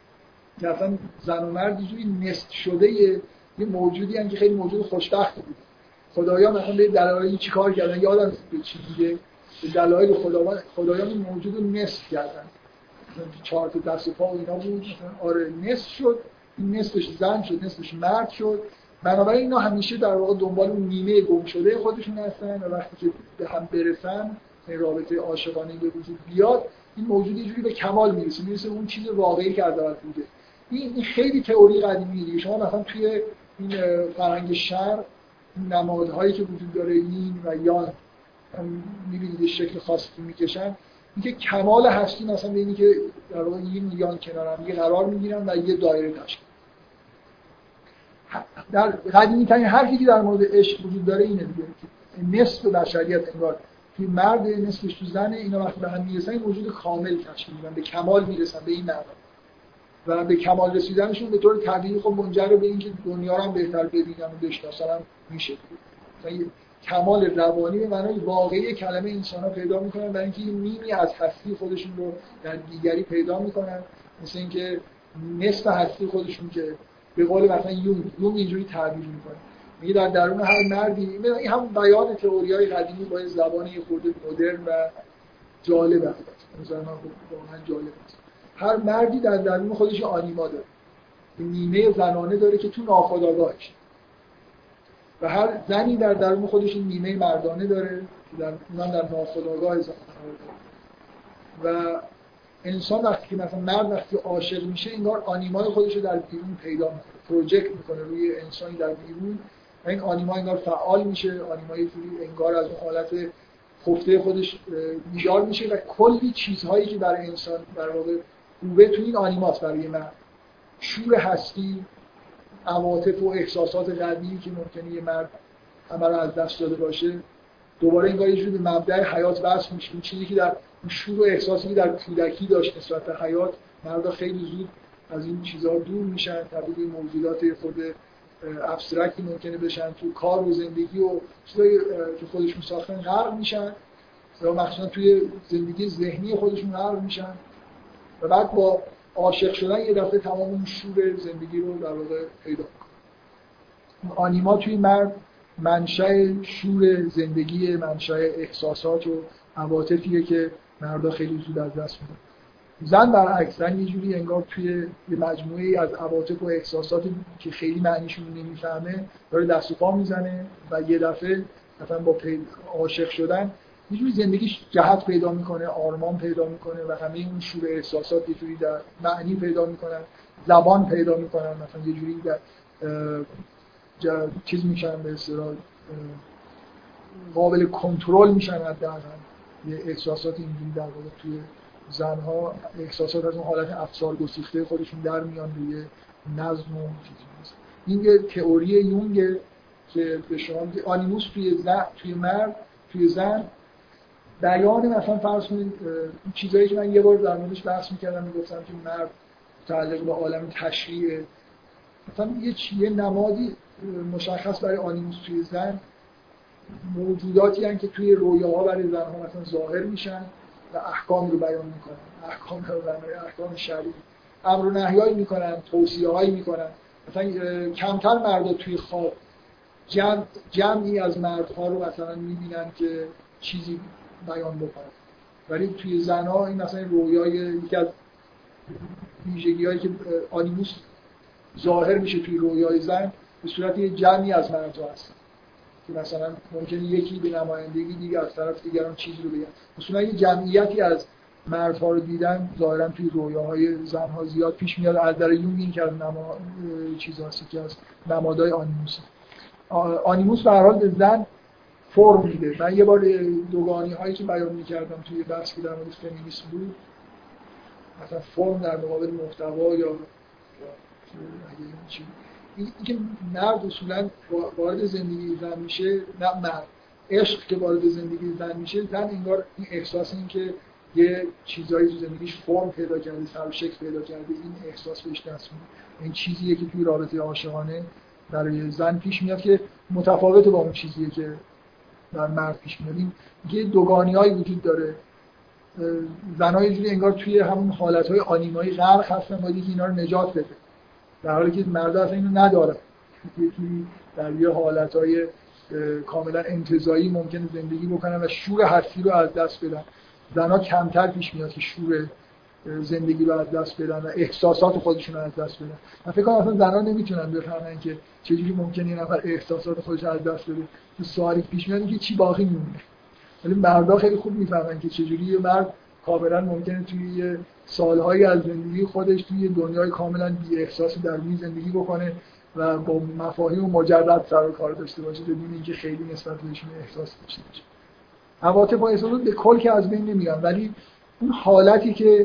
که اصلا زن و مرد یه جوری نصف شده یه, یه موجودی هم که خیلی موجود خوشبختی بود. خدایان مثلا به دلایلی چیکار کردن یادم به چی دیگه به دلایل خدایان خدایان این موجود رو نصف کردن. مثلا چهار تا دست و پا و اینا بود مثلا آره نصف شد، این نصفش زن شد نصفش مرد شد. بنابراین اینا همیشه در واقع دنبال اون نیمه گم شده خودشون هستن و وقتی که به هم برسن این رابطه عاشقانه به وجود بیاد این موجود یه جوری به کمال میرسه میرسه اون چیز واقعی که از اول بوده. این خیلی تئوری قدیمیه دیگه. شما مثلا توی این فرهنگ شرق نمادهایی که وجود داره یین و یان می‌بینید شکل خاصی میکشن، اینکه کمال هستی مثلا به اینی که در واقع یین و یان کنار هم دیگه قرار میگیرن و یه دایره تشکیل. در قدیمی ترین حرفی که در مورد عشق وجود داره اینه دیگه که نصف بشریت انگار توی مرد نصفش تو زنه، اینا وقتی به هم میرسن این وجود کامل تشکیل میدن، به کمال میرسن به این معنا و به کمال رسیدنشون به طور طبیعی خب منجر به اینکه دنیا رو هم بهتر ببینن و بشناسن هم میشه. مثلا کمال روانی به معنای واقعی کلمه انسان‌ها پیدا میکنن برای اینکه این نیمی از هستی خودشون رو در دیگری پیدا میکنن، مثل اینکه نصف هستی خودشون که به قول مثلا یونگ یونگ اینجوری تعبیر میکنه، میگه در درون هر مردی، این هم بیان تئوریای قدیمی با زبان خورده مدرن و جالب است، مثلا واقعا جالب است. هر مردی در درون خودش آنیما داره، نیمه زنانه داره که تو ناخودآگاهش، و هر زنی در درون خودش نیمه مردانه داره که در اونم در ناخودآگاه زنانه داره. و انسان وقتی که مثلا مرد وقتی عاشق میشه انگار آنیمای خودش رو در بیرون پیدا میکنه، پروژکت میکنه روی انسانی در بیرون و این آنیما انگار فعال میشه، آنیمای جوری انگار از اون حالت خفته خودش بیدار میشه و کلی چیزهایی که برای انسان در واقع قوه تو این آنیماست برای مرد، شور هستی، عواطف و احساسات قدیمی که ممکنه یه مرد همه رو از دست داده باشه دوباره انگار یه جوری به مبدأ حیات وصل میشه. اون چیزی که در شور و احساسی که در کودکی داشت نسبت به حیات، مردا خیلی زود از این چیزها دور میشن، تبدیل به موجودات خود ابسترکتی ممکنه بشن، تو کار و زندگی و چیزایی که خودشون ساختن غرق میشن یا مخصوصا توی زندگی ذهنی خودشون غرق میشن و بعد با عاشق شدن یه دفعه تمام اون شور زندگی رو در واقع پیدا میکنه. آنیما توی مرد منشأ شور زندگی، منشأ احساسات و عواطفیه که مردا خیلی زود از دست میدن. زن برعکس، زن یه جوری انگار توی یه مجموعه‌ای از عواطف و احساساتی که خیلی معنیشون نمیفهمه داره دست و پا میزنه و یه دفعه مثلا با عاشق شدن یه جوری زندگیش جهت پیدا میکنه، آرمان پیدا میکنه و همه اون شور احساسات یه جوری در معنی پیدا میکنن، زبان پیدا میکنن، مثلا یه جوری در جا... چیز میشن به اصطلاح قابل کنترل میشن. حداقل یه احساسات اینجوری در واقع توی زنها احساسات از اون حالت افسار گسیخته خودشون در میان به یه نظم و چیزی هست. این یه تئوری یونگ که به شما آنیموس توی زن، توی مرد، توی زن بیان مثلا فرض کنید چیزایی که من یه بار در موردش بحث می‌کردم میگفتم که مرد متعلق به عالم تشریع، مثلا یه چیه نمادی مشخص برای آنیموس توی زن موجوداتی هستند که توی رویاها برای زن‌ها مثلا ظاهر میشن و احکام رو بیان میکنن، احکام رو بیان، احکام شرعی، امر و نهیایی میکنن، توصیه‌هایی میکنن. مثلا کمتر مردا توی خواب جمع جمعی از مردها رو مثلا میبینن که چیزی بیان بکنن، ولی توی زنها این مثلا رویای یکی از ویژگی‌هایی که آنیموس ظاهر میشه توی رویای زن به صورت یه جمعی از مردها هست که مثلا ممکنه یکی به نمایندگی دیگه از طرف دیگران چیزی رو بگن. مثلا یه جمعیتی از مردها رو دیدن ظاهرا توی رویاهای زنها زیاد پیش میاد. از در یونگ این که از نما چیزاست که از نمادهای آنیموس. آنیموس به هر حال به زن فرم میده. من یه بار دوگانی هایی که بیان میکردم توی بحث که در مورد فمینیسم بود، مثلا فرم در مقابل محتوا یا چی این که مرد اصولا وارد زندگی زن میشه، نه مرد عشق که وارد زندگی زن میشه، زن انگار این احساس این که یه چیزایی تو زندگیش فرم پیدا کرده، سر و شکل پیدا کرده، این احساس بهش دست میده. این چیزیه که توی رابطه عاشقانه برای زن پیش میاد که متفاوته با اون چیزیه که در مرد پیش میاد. این یه دوگانی‌هایی وجود داره. زن‌ها یه جوری انگار توی همون حالت‌های آنیمایی غرق هستن، باید که اینا رو نجات بده، در حالی که مردا اصلا اینو ندارن. یکی در یه حالت‌های کاملا انتزاعی ممکنه زندگی بکنن و شور هستی رو از دست بدن. زن‌ها کمتر پیش میاد که شور زندگی رو از دست بدن و احساسات خودشون رو از دست بدن. من فکر کنم اصلا زن‌ها نمیتونن بفهمن که چجوری ممکنه یه نفر احساسات خودش رو از دست بده. تو سوالی پیش میاد که چی باقی میمونه. ولی مردا خیلی خوب میفهمن که چجوری یه مرد کاملا ممکنه توی سال‌های از زندگی خودش توی دنیای کاملا بی احساس درونی زندگی بکنه و با مفاهیم مجرد سر و کار داشته باشه بدون اینکه خیلی نسبت بهشون احساس داشته باشه. عواطف با احساسات به کل که از بین نمیرن، ولی اون حالتی که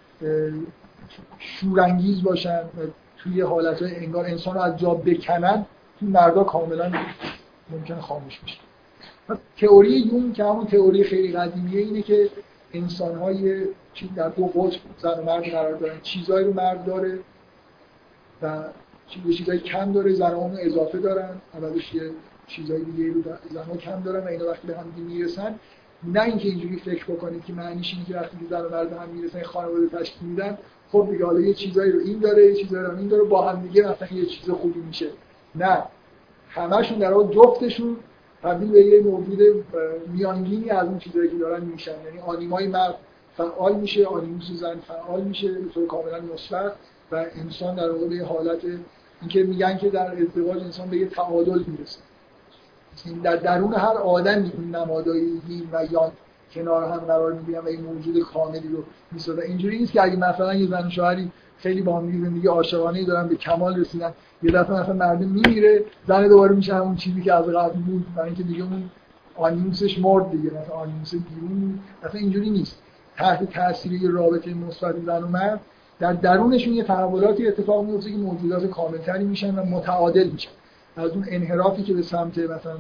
شورانگیز باشن و توی حالتهای انگار انسان رو از جا بکنن، این مردا کاملا ممکنه خاموش بشه. تئوری یون که همون تئوری خیلی قدیمیه اینه که انسان‌های در دو قطب زن و مرد قرار دارن، چیزایی رو مرد داره و چیزایی کم داره، زن‌ها اون اضافه دارن، عوضش یه چیزایی دیگه رو زن‌ها کم دارن و اینا وقتی به هم میرسن، نه اینکه اینجوری فکر بکنید که معنیش اینه که وقتی زن و مرد به هم میرسن خانواده تشکیل میدن، خب دیگه حالا یه چیزایی رو این داره، یه چیزایی رو این داره، با هم دیگه مثلا یه چیز خوبی میشه. نه، همشون در واقع جفتشون تبدیل به یه موجود میانگینی از اون چیزایی که دارن میشن. یعنی آنیمای مرد فعال میشه، آنیموس زن فعال میشه به طور کاملا مثبت و انسان در واقع به یه حالت اینکه میگن که در ازدواج انسان به یه تعادل میرسه. در درون هر آدمی این نمادهای یین و یانگ کنار هم قرار میگیرن و این موجود کاملی رو میسازن. اینجوری نیست که اگه مثلا یه زن و شوهری خیلی با هم زندگی عاشقانه‌ای دارن به کمال رسیدن، یه دفعه مثلا مرد میمیره، زن دوباره میشه همون چیزی که از قبل بود، برای اینکه دیگه اون آنیموسش مرد دیگه، مثلا آنیموس بیرون. مثلا اینجوری نیست. تحت تاثیر یه رابطه مثبت زن و مرد در درونشون یه تحولاتی اتفاق میفته که موجودات کاملتری میشن و متعادل میشن. از اون انحرافی که به سمت مثلا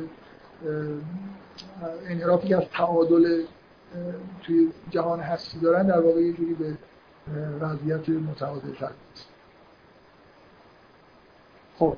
انحرافی که از تعادل توی جهان هستی دارن در واقع یه جوری به وضعیت متعادل تر است. خب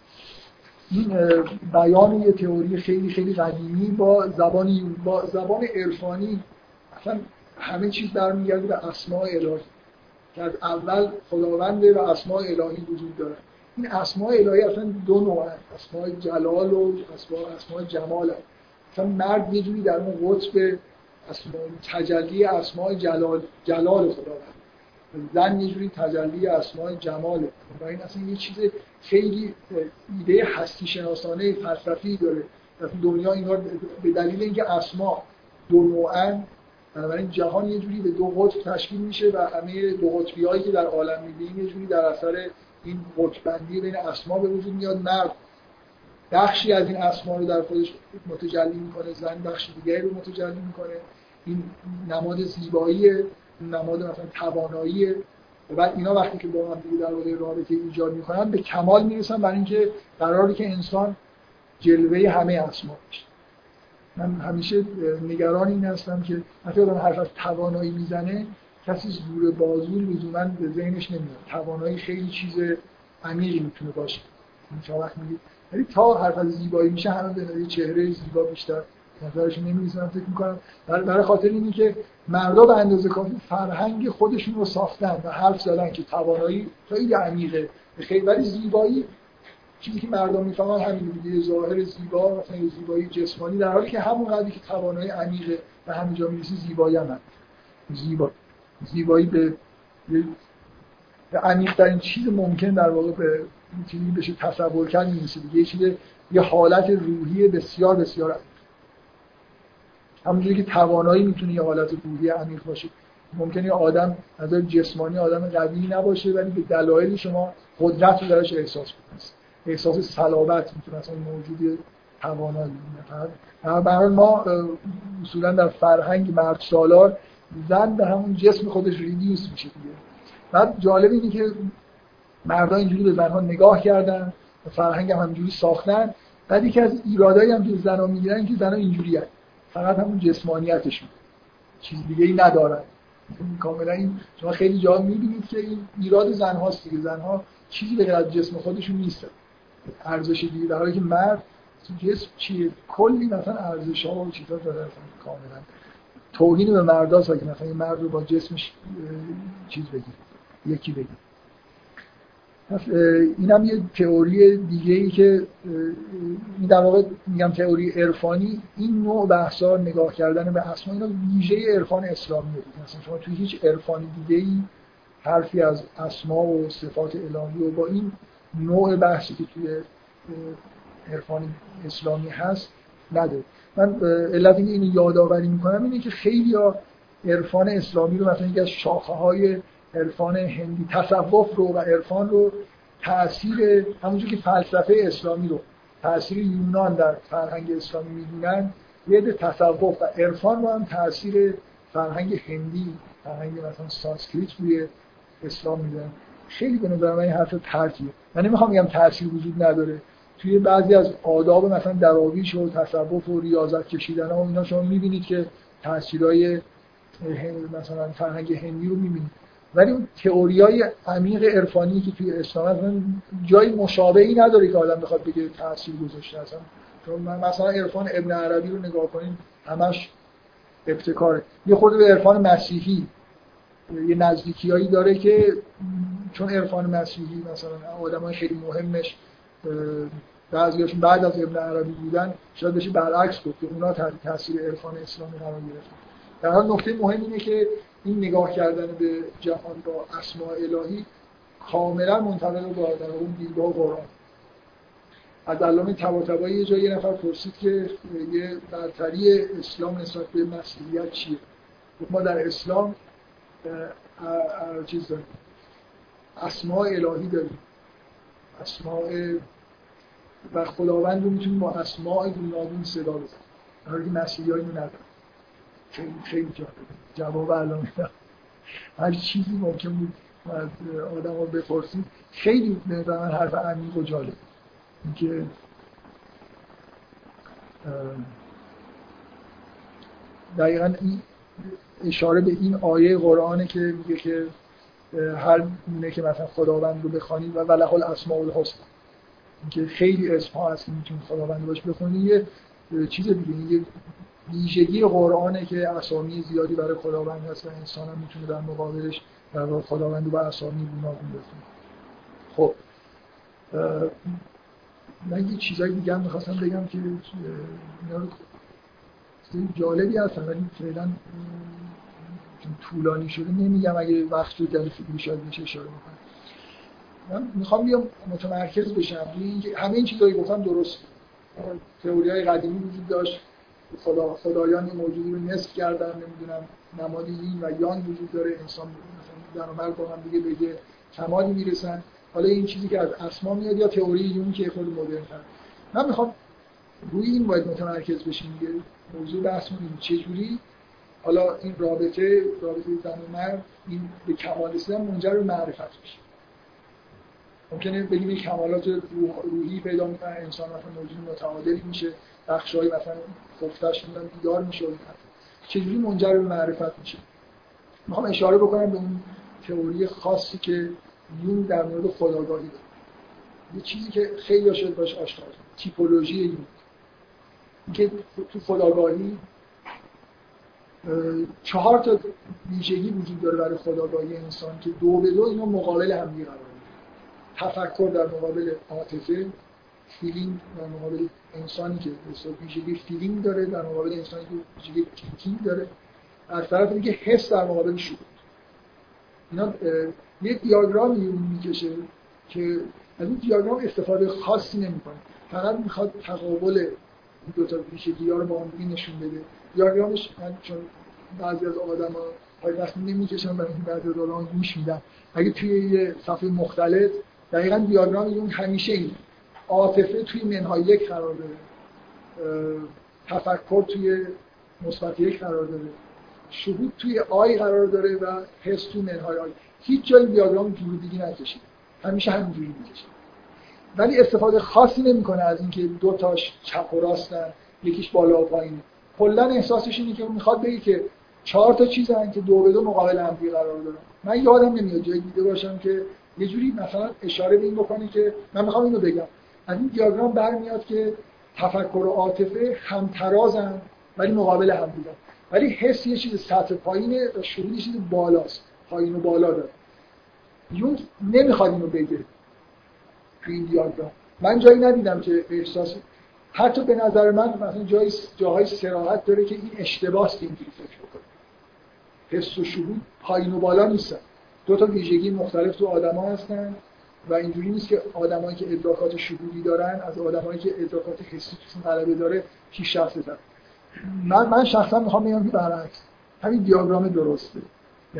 این بیان یه تئوری خیلی خیلی قدیمی با زبان با زبان عرفانی، اصلا همه چیز برمیگرده به اسماء الهی که از اول خداونده و اسماء الهی وجود داره. این اسماء الهی اصلا دو نوعه، اسماء جلال و اسماء اسماء جمال هست. مثلا مرد یه جوری در اون قطب اسماء تجلی اسماء جلال جلال خداوند، زن یه جوری تجلی اسماء جماله. و این اصلا یه چیز خیلی ایده هستی شناسانه فلسفی داره. در دنیا اینا به دلیل اینکه اسماء دو نوعن، بنابراین جهان یه جوری به دو قطب تشکیل میشه و همه دو قطبیایی که در عالم می‌بینیم یه جوری در اثر این قطب‌بندی بین اسما به وجود میاد. مرد بخشی از این اسما رو در خودش متجلی میکنه، زن بخشی دیگری رو متجلی میکنه. این نماد زیباییه، نماد مثلا تواناییه. و بعد اینا وقتی که با هم دیگه در واقع رابطه ایجاد میکنن به کمال میرسن، برای اینکه قراره که انسان جلوه همه اسما بشه. من همیشه نگران این هستم که وقتی آدم حرف از توانایی میزنه کسی زور بازو لزوما به ذهنش نمیاد. توانایی خیلی چیز عمیقی میتونه باشه. این چه وقت میگه ولی تا حرف از زیبایی میشه همه به چهره زیبا بیشتر نظرشون نمیرسن. فکر میکنم برای خاطر اینی که مردا به اندازه کافی فرهنگ خودشون رو ساختن و حرف زدن که توانایی خیلی عمیقه، خیلی ولی زیبایی چیزی که مردم میفهمن همین دیگه، ظاهر زیبا مثلا زیبایی جسمانی، در حالی که همون قدری که توانایی عمیقه و همینجا میرسه زیبایی هم زیبا زیبایی به به عمیق‌ترین چیز ممکن در واقع به چیزی بشه تصور کرد میرسه دیگه. یه چیز یه حالت روحی بسیار بسیار عمیق. همونجوری که توانایی میتونه یه حالت روحی عمیق باشه، ممکنه یه آدم از نظر جسمانی آدم قوی نباشه ولی به دلایل شما قدرت رو درش احساس کنید. احساس صلابت میتونه اصلا موجود توانایی باشه. به هر حال ما اصولا در فرهنگ مرد سالار زن به همون جسم خودش ریدیوس میشه دیگه. بعد جالب اینه که مردا اینجوری به زنها نگاه کردن و فرهنگ هم همینجوری ساختن. بعد یکی از ایرادایی هم که زنها میگیرن که زنها اینجوریه، فقط همون جسمانیتشون، چیز دیگه ای ندارن. کاملا این شما خیلی جا میبینید که این ایراد زنهاست دیگه. زنها چیزی به غیر از جسم خودشون نیست، ارزش دیگه، در حالی که مرد جسم چیه، کلی مثلا ارزش‌ها و چیزا داره. کاملا توهین به مرداست که مثلا این مرد رو با جسمش چیز بگیر، یکی بگیر. اینم یه تئوری دیگه ای که این در واقع میگم تئوری عرفانی، این نوع بحثا نگاه کردن به اسما اینا ویژه عرفان اسلامی بود. مثلا شما توی هیچ عرفانی دیگه ای حرفی از اسما و صفات الهی و با این نوع بحثی که توی عرفان اسلامی هست نداره. من علت اینکه اینو یادآوری میکنم اینه که خیلی‌ها عرفان اسلامی رو مثلا یکی از شاخه‌های عرفان هندی تصوف رو و عرفان رو تأثیر همونجور که فلسفه اسلامی رو تأثیر یونان در فرهنگ اسلامی می‌دونن، یه عده تصوف و عرفان رو هم تأثیر فرهنگ هندی، فرهنگ مثلا سانسکریت روی اسلام می‌دونن. خیلی به نظر من این حرف ترکیه. من نمیخوام بگم تأثیر وجود نداره. توی بعضی از آداب مثلا دراویش و تصوف و ریاضت کشیدن ها و اینا شما می‌بینید که تأثیرهای مثلا فرهنگ هندی رو می‌بینید. ولی اون تئوریای عمیق عرفانی که توی اسلام هست جای مشابهی نداره که آدم بخواد بگه تأثیر گذاشته. اصلا چون مثلا عرفان ابن عربی رو نگاه کنیم همش ابتکاره. یه خورده به عرفان مسیحی یه نزدیکیایی داره که چون عرفان مسیحی مثلا آدمای خیلی مهمش بعضیاشون بعد از ابن عربی بودن، شاید بشه برعکس بود که اونا تاثیر عرفان اسلامی قرار گرفتن. در حال نکته مهم اینه که این نگاه کردن به جهان با اسماء الهی کاملا منطبق با در اون دیدگاه قرآن. از علامه طباطبایی یه جایی یه نفر پرسید که یه برتری اسلام نسبت به مسیحیت چیه؟ ما در اسلام چیز داریم، اسماء الهی داریم، اسماء و خداوند رو میتونیم با اسماء گوناگون صدا بزنیم، در حالی که مسیحی‌ها اینو ندارن. خیلی خیلی جواب علامه هر چیزی ممکن بود از آدم ها بپرسید. خیلی به نظر من حرف عمیق و جالب اینکه دقیقاً این اشاره به این آیه قرآنه که میگه که هر گونه که مثلا خداوند رو بخوانید و وله الاسماء الحسنی، اینکه خیلی اسم ها هست که میتونید خداوند باش بخونید. یه چیز دیگه، یه ویژگی قرآنه که اسامی زیادی برای خداوند هست و انسان هم میتونه در مقابلش در واقع خداوند رو با اسامی گوناگون بخونه. خب من یه چیزای دیگه هم میخواستم بگم که اینا رو جالبی هستن ولی فعلا چون طولانی شده نمیگم، اگه وقت رو جلسه دیگه شاید میشه اشاره بکنم. من میخوام بیام متمرکز بشم روی اینکه همه این چیزایی گفتم درست، تئوریای قدیمی وجود داشت، خدا خدایان موجودی رو نصف کردن، نمیدونم نمادی یین و یانگ وجود داره، انسان مثلا زن و مرد با هم دیگه به یه کمالی میرسن. حالا این چیزی که از اسما میاد یا تئوری یون که خود مدرن تر. من میخوام روی این باید متمرکز بشیم دیگه. موضوع بحثمون اینه چجوری حالا این رابطه رابطه زن و مرد این به کمال رسیدن منجر به معرفت میشه. ممکنه بگیم این کمالات روح، روحی پیدا میکنه، انسان مثلا موجود متعادلی میشه، بخشای مثلا خفتش میدن بیدار میشه. چجوری منجر به معرفت میشه؟ میخوام اشاره بکنم به اون تئوری خاصی که یون در مورد خودآگاهی داره. یه چیزی که خیلی شاید باش آشنا هست، تیپولوژی یون. که تو خودآگاهی چهار تا ویژگی وجود داره برای خودآگاهی انسان که دو به دو اینا مقابل هم دیگه قرار داره. تفکر در مقابل عاطفه، فیلینگ در مقابل انسانی که ویژگی فیلینگ داره، در مقابل انسانی که ویژگی تینکینگ داره، از طرف دیگه حس در مقابل شهود. اینا یه دیاگرامی میکشه که از این دیاگرام استفاده خاصی نمیکنه، فقط میخواد تقابل این دو تا ویژگی‌ها رو با هم دیگه نشون بده. دیاگرامش من چون بعضی از آدما های وقتی نمیکشن برای این بعضی از آدما گوش میدن، اگه توی یه صفحه مختلف دقیقاً دیاگرام اون همیشه این عاطفه توی منهای یک قرار داره، تفکر توی مثبت یک قرار داره، شهود توی آی قرار داره و حس توی منهای آی. هیچ جای دیاگرام جور دیگه نکشید، همیشه همینجوری میکشه. ولی استفاده خاصی نمیکنه از اینکه دو تاش چپ و راستن، یکیش بالا و پایینه. کلا احساسش اینه که میخواد بگه که چهار تا چیزن که دو به دو مقابل هم دیگه قرار دارن. من یادم نمیاد جایی دیده باشم که یه جوری مثلا اشاره به این بکنه که من میخوام اینو بگم. از این دیاگرام برمیاد که تفکر و عاطفه همترازن ولی مقابل هم دیگه. ولی حس یه چیز سطح پایینه و شهود یه چیز بالاست، پایین و بالا داره. یون نمیخواد اینو بگه تو این دیاگرام. من جایی ندیدم که احساس، حتی به نظر من مثلا جای جاهای صراحت داره که این اشتباهه که اینجوری فکر بکنه. حس و شهود پایین و بالا نیستن، دو تا ویژگی مختلف تو آدما هستن و اینجوری نیست که آدمایی که ادراکات شهودی دارن از آدمایی که ادراکات حسی توشون غلبه داره پیشرفت دارن. من من شخصا میخوام بگم که برعکس همین دیاگرام درسته. یعنی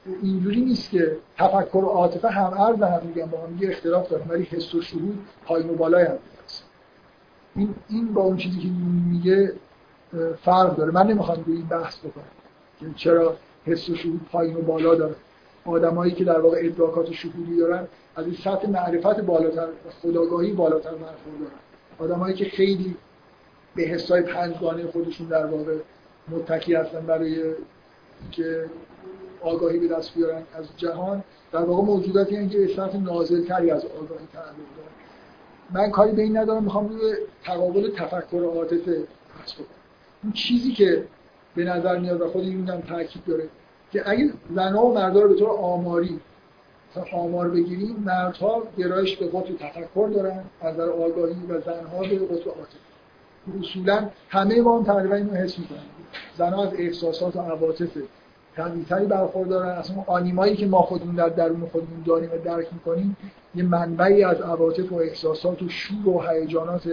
اینجوری نیست که تفکر و عاطفه هم عرض هم میگن با هم یه اختلاف دارن، ولی حس و شهود پایین و بالای هم هست. این این با اون چیزی که میگه فرق داره. من نمیخوام روی این بحث بکنم که چرا حس و شهود پایین و بالا داره. آدمایی که در واقع ادراکات شهودی دارن از این سطح معرفت بالاتر، خودآگاهی بالاتر برخوردارن. آدمایی که خیلی به حسای پنجگانه خودشون در واقع متکی هستن برای که آگاهی به دست بیارن از جهان، در واقع موجوداتی هستن که به سطح نازل‌تری از آگاهی تعلق دارن. من کاری به این ندارم، میخوام روی تقابل تفکر و عاطفه بحث کنم. اون چیزی که به نظر میاد و خود این هم تاکید داره که اگه زن‌ها و مردها رو به طور آماری مثلا آمار بگیریم، مردها گرایش به قطب تفکر دارن از نظر آگاهی و زن‌ها به قطب عاطفه. اصولا همه ما هم تقریبا اینو حس می‌کنیم. زن‌ها از احساسات و عواطف کمی‌تری برخوردارن. اصلا آنیمایی که ما خودمون در درون خودمون داریم و درک می‌کنیم یه منبعی از عواطف و احساسات و شور و هیجانات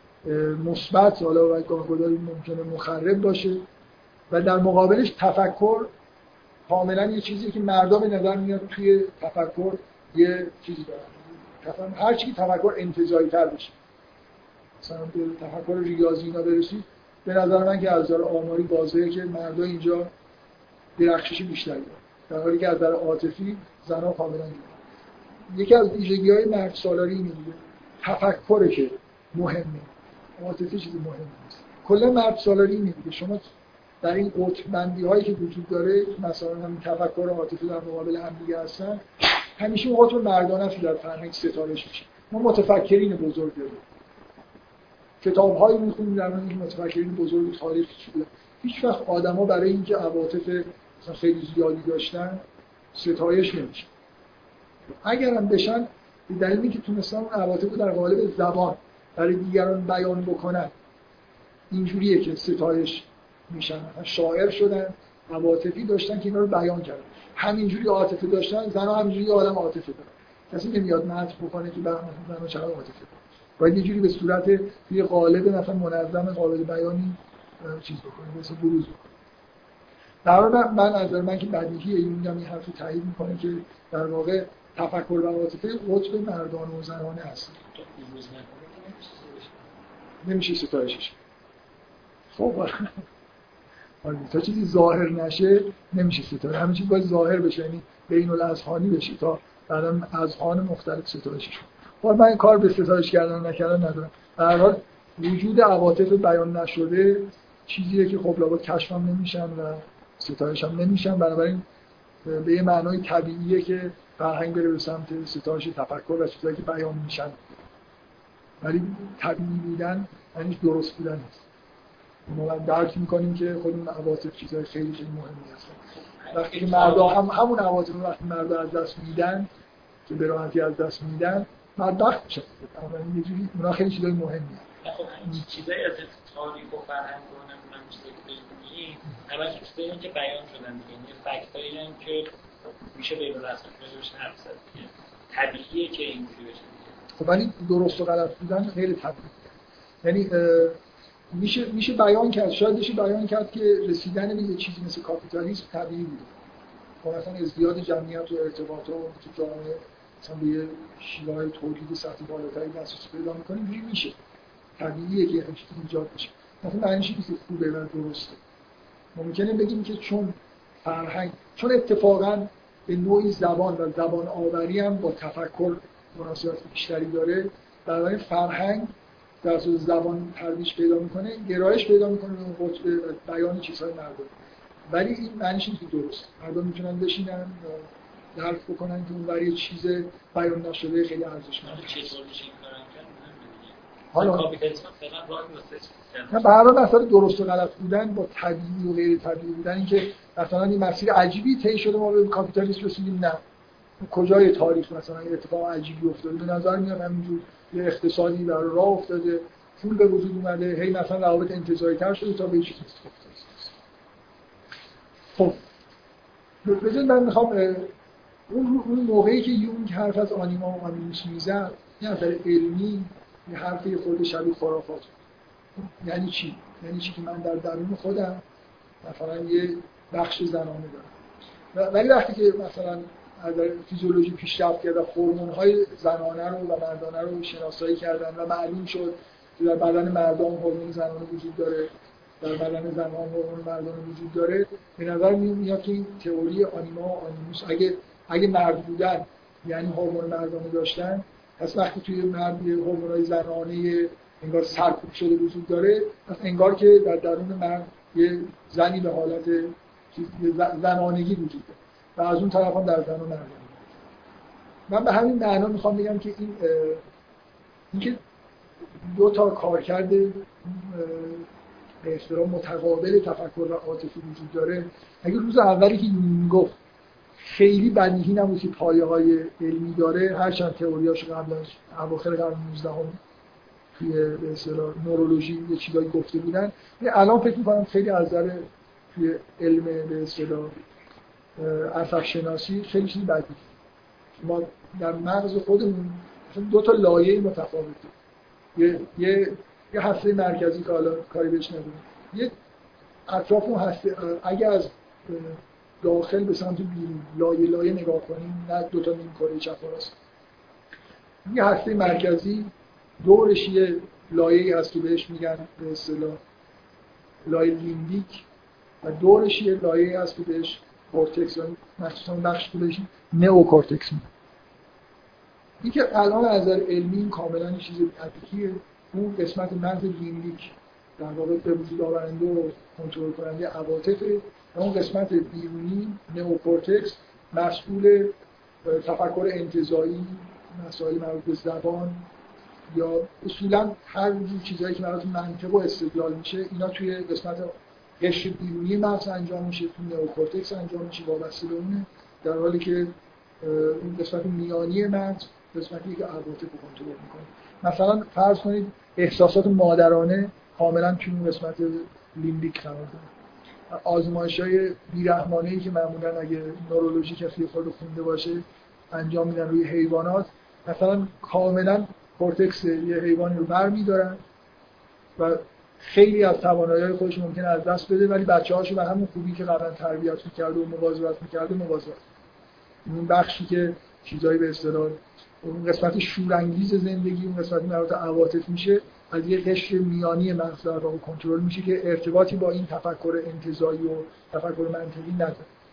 مثبت، حالا و گاه‌گداری ممکنه مخرب باشه، و در مقابلش تفکر کاملا یه چیزی که مردم به نظر میاد توی تفکر یه چیزی دارن. هر چی تفکر انتزاعی تر بشه، مثلا به تفکر ریاضی اینا برسید، به نظر من که از نظر آماری واضحه که مردم اینجا درخشش بیشتری دارن، در حالی که از نظر عاطفی زن‌ها کاملا جلوه. یکی از ویژگی‌های مرد سالاری اینه دیگه، تفکره که مهمه، عاطفه چیز مهمی نیست. کلا مرد سالاری اینه دیگه، شما در این قطب‌بندی هایی که وجود داره، مثلا همین تفکر و عاطفه در مقابل هم دیگه هستن، همیشه اون قطب مردانه است در فرهنگ ستایش میشه. ما متفکرین بزرگ داریم، کتاب‌هایی می‌خونیم در مورد این متفکرین بزرگ تاریخ شده. هیچ وقت آدم‌ها برای اینکه عواطف مثلا خیلی زیادی داشتن ستایش نمیشه. اگرم بشن به دلیل اینکه تونستن اون عواطف رو در قالب زبان برای دیگران بیان بکنن، اینجوریه که ستایش میشن. شاعر شدن، عواطفی داشتن که اینا رو بیان کردن. همینجوری عاطفه داشتن، زن‌ها همینجوری آدم عاطفه دارن. کسی نمیاد مدح بکنه که بعد زن‌ها چقدر عاطفه دارن. باید یه جوری به صورت توی قالب مثلا منظم قابل بیانی چیز بکنه، مثلا بروز بکنه. در واقع من از نظر من که بدیهیه، این میگم این حرفو تایید میکنه که در واقع تفکر و عاطفه قطب مردانه و زنانه هست. نمیشه ستایشش. خب تا چیزی ظاهر نشه نمیشه ستایش. همه چیز باید ظاهر بشه، یعنی بین الاذهانی بشه تا بعداً اذهان مختلف ستایشش. خب من این کار به ستایش کردن نکردن ندارم. در هر حال وجود عواطف بیان نشده چیزیه که خب لابد کشفم نمیشن و ستایش هم نمیشن، بنابراین به یه معنای طبیعیه که فرهنگ بره به سمت ستایش تفکر و چیزایی که بیان میشن، ولی طبیعی بودن یعنی درست بودن نیست. ما درک میکنیم که خودمون عواطف چیزای خیلی خیلی مهمی هستن. وقتی که مردا هم همون عواطف رو وقتی مردا از دست میدن که به راحتی از دست میدن، مرد بخت میشه. یه جوری اونا خیلی چیزای مهمی هستن. خب این چیزای از تاریخ و فرهنگ رو نمیدونم چیزایی که بگیم، همش چیزایی که بیان شدن دیگه، یعنی فکتایی که میشه به این رسم بهش حرف زد دیگه. طبیعیه که اینجوری بشه. خب ولی درست و غلط بودن خیلی طبیعیه. یعنی میشه میشه بیان کرد، شاید میشه بیان کرد که رسیدن به یه چیزی مثل کاپیتالیسم طبیعی بوده. خب مثلا ازدیاد جمعیت و ارتباطات تو جامعه مثلا به یه شیوه تولید سطحی بالاتری دسترسی پیدا می‌کنه، اینجوری میشه. طبیعیه که ایجاد بشه. مثلا معنیش اینه که خوبه و درسته. ممکنه بگیم که چون فرهنگ، چون اتفاقاً به نوعی زبان و زبان آوری هم با تفکر مناسبت بیشتری داره، بنابراین فرهنگ در صورت زبان ترویج پیدا میکنه، گرایش پیدا میکنه به اون قطب بیان چیزهای مردم. ولی این معنیش اینه که درست مردم میتونن بشینن و درک بکنن که اون برای چیز بیان نشده خیلی ارزشمنده. چطور میشه این کارو کرد؟ حالا کاپیتالیسم فعلا راه واسه نه، به هر حال مثلا درست و غلط بودن با طبیعی و غیر طبیعی بودن، اینکه مثلا این مسیر عجیبی طی شده ما به کاپیتالیسم رسیدیم، نه کجای تاریخ مثلا این اتفاق عجیبی افتاده؟ به نظر میاد همینجور یه اقتصادی در راه افتاده، پول به وجود اومده، هی مثلا روابط انتزاعی تر شده تا به چیزی افتاده. خب ببینید من میخوام اون اون موقعی که یونگ حرف از آنیما و آنیموس میزد، یه نظر علمی یه حرفی خود شبیه خرافات. یعنی چی؟ یعنی چی که من در درون خودم مثلا یه بخش زنانه دارم، ولی وقتی که مثلا در فیزیولوژی پیشرفت کرد و هورمون‌های زنانه رو و مردانه رو شناسایی کردن و معلوم شد که در بدن مردان هورمون زنانه وجود داره، در بدن زنان هورمون مردانه وجود داره، به نظر میاد که این تئوری آنیما و آنیموس اگه اگه مرد بودن یعنی هورمون مردانه داشتن، پس وقتی توی مرد هورمون‌های زنانه انگار سرکوب شده وجود داره، پس انگار که در درون مرد یه زنی به حالت زنانگی وجود داره و از اون طرف هم در زن و مرد. من به همین معنا میخوام بگم که این اینکه دو تا کارکرد به اصطلاح متقابل تفکر و عاطفی وجود داره، اگه روز اولی که یونگ گفت خیلی بدیهی نبود که پایه‌های علمی داره، هرچند تئوریاش قبل از اواخر قرن نوزدهم توی به اصطلاح نورولوژی یه چیزایی گفته بودن، الان فکر می‌کنم خیلی از نظر توی علم به اصطلاح عصب شناسی خیلی چیز بدیهی. ما در مغز خودمون دو تا لایه متفاوته، یه یه یه هسته مرکزی که حالا کاری بهش نداریم، یه اطراف اون هسته اگه از داخل به سمت بیرون لایه لایه نگاه کنیم، نه دو تا نیم کره چپ و راست، یه هسته مرکزی دورش یه لایه‌ای هست که بهش میگن به اصطلاح لایه لیمبیک و دورش یه لایه‌ای هست که بهش کورتکس، یعنی مخصوصا بخش که بهش نئوکورتکس میگن. این که الان از نظر علمی کاملا یه چیز بدیهیه، اون قسمت مغز لیمبیک در واقع به وجود آورنده و کنترل کننده عواطفه، اون قسمت بیرونی نئوکورتکس مسئول تفکر انتزاعی، مسائل مربوط به زبان یا اصولا هر جور چیزایی که مربوط به منطق و استدلال میشه، اینا توی قسمت قشر بیرونی مغز انجام میشه، توی نئوکورتکس انجام میشه وابسته به اونه، در حالی که این قسمت میانی مغز قسمتی که عواطف رو کنترل میکنه. مثلا فرض کنید احساسات مادرانه کاملا توی این قسمت لیمبیک قرار داره. آزمایش‌های بی‌رحمانه‌ای که معمولا اگه نورولوژی کسی خود خونده باشه انجام میدن روی حیوانات، مثلا کاملا کورتکس یه حیوانی رو برمی‌دارن و خیلی از توانایی‌های خودش ممکنه از دست بده، ولی بچه‌هاشو به همون خوبی که قبلا تربیت می‌کرده و مواظبت می‌کرده مواظبت. این بخشی که چیزایی به اصطلاح اون قسمت شورانگیز زندگی، اون قسمت مربوط به عواطف میشه، از یه قشر میانی مغز در واقع کنترل میشه که ارتباطی با این تفکر انتزاعی و تفکر منطقی نداره.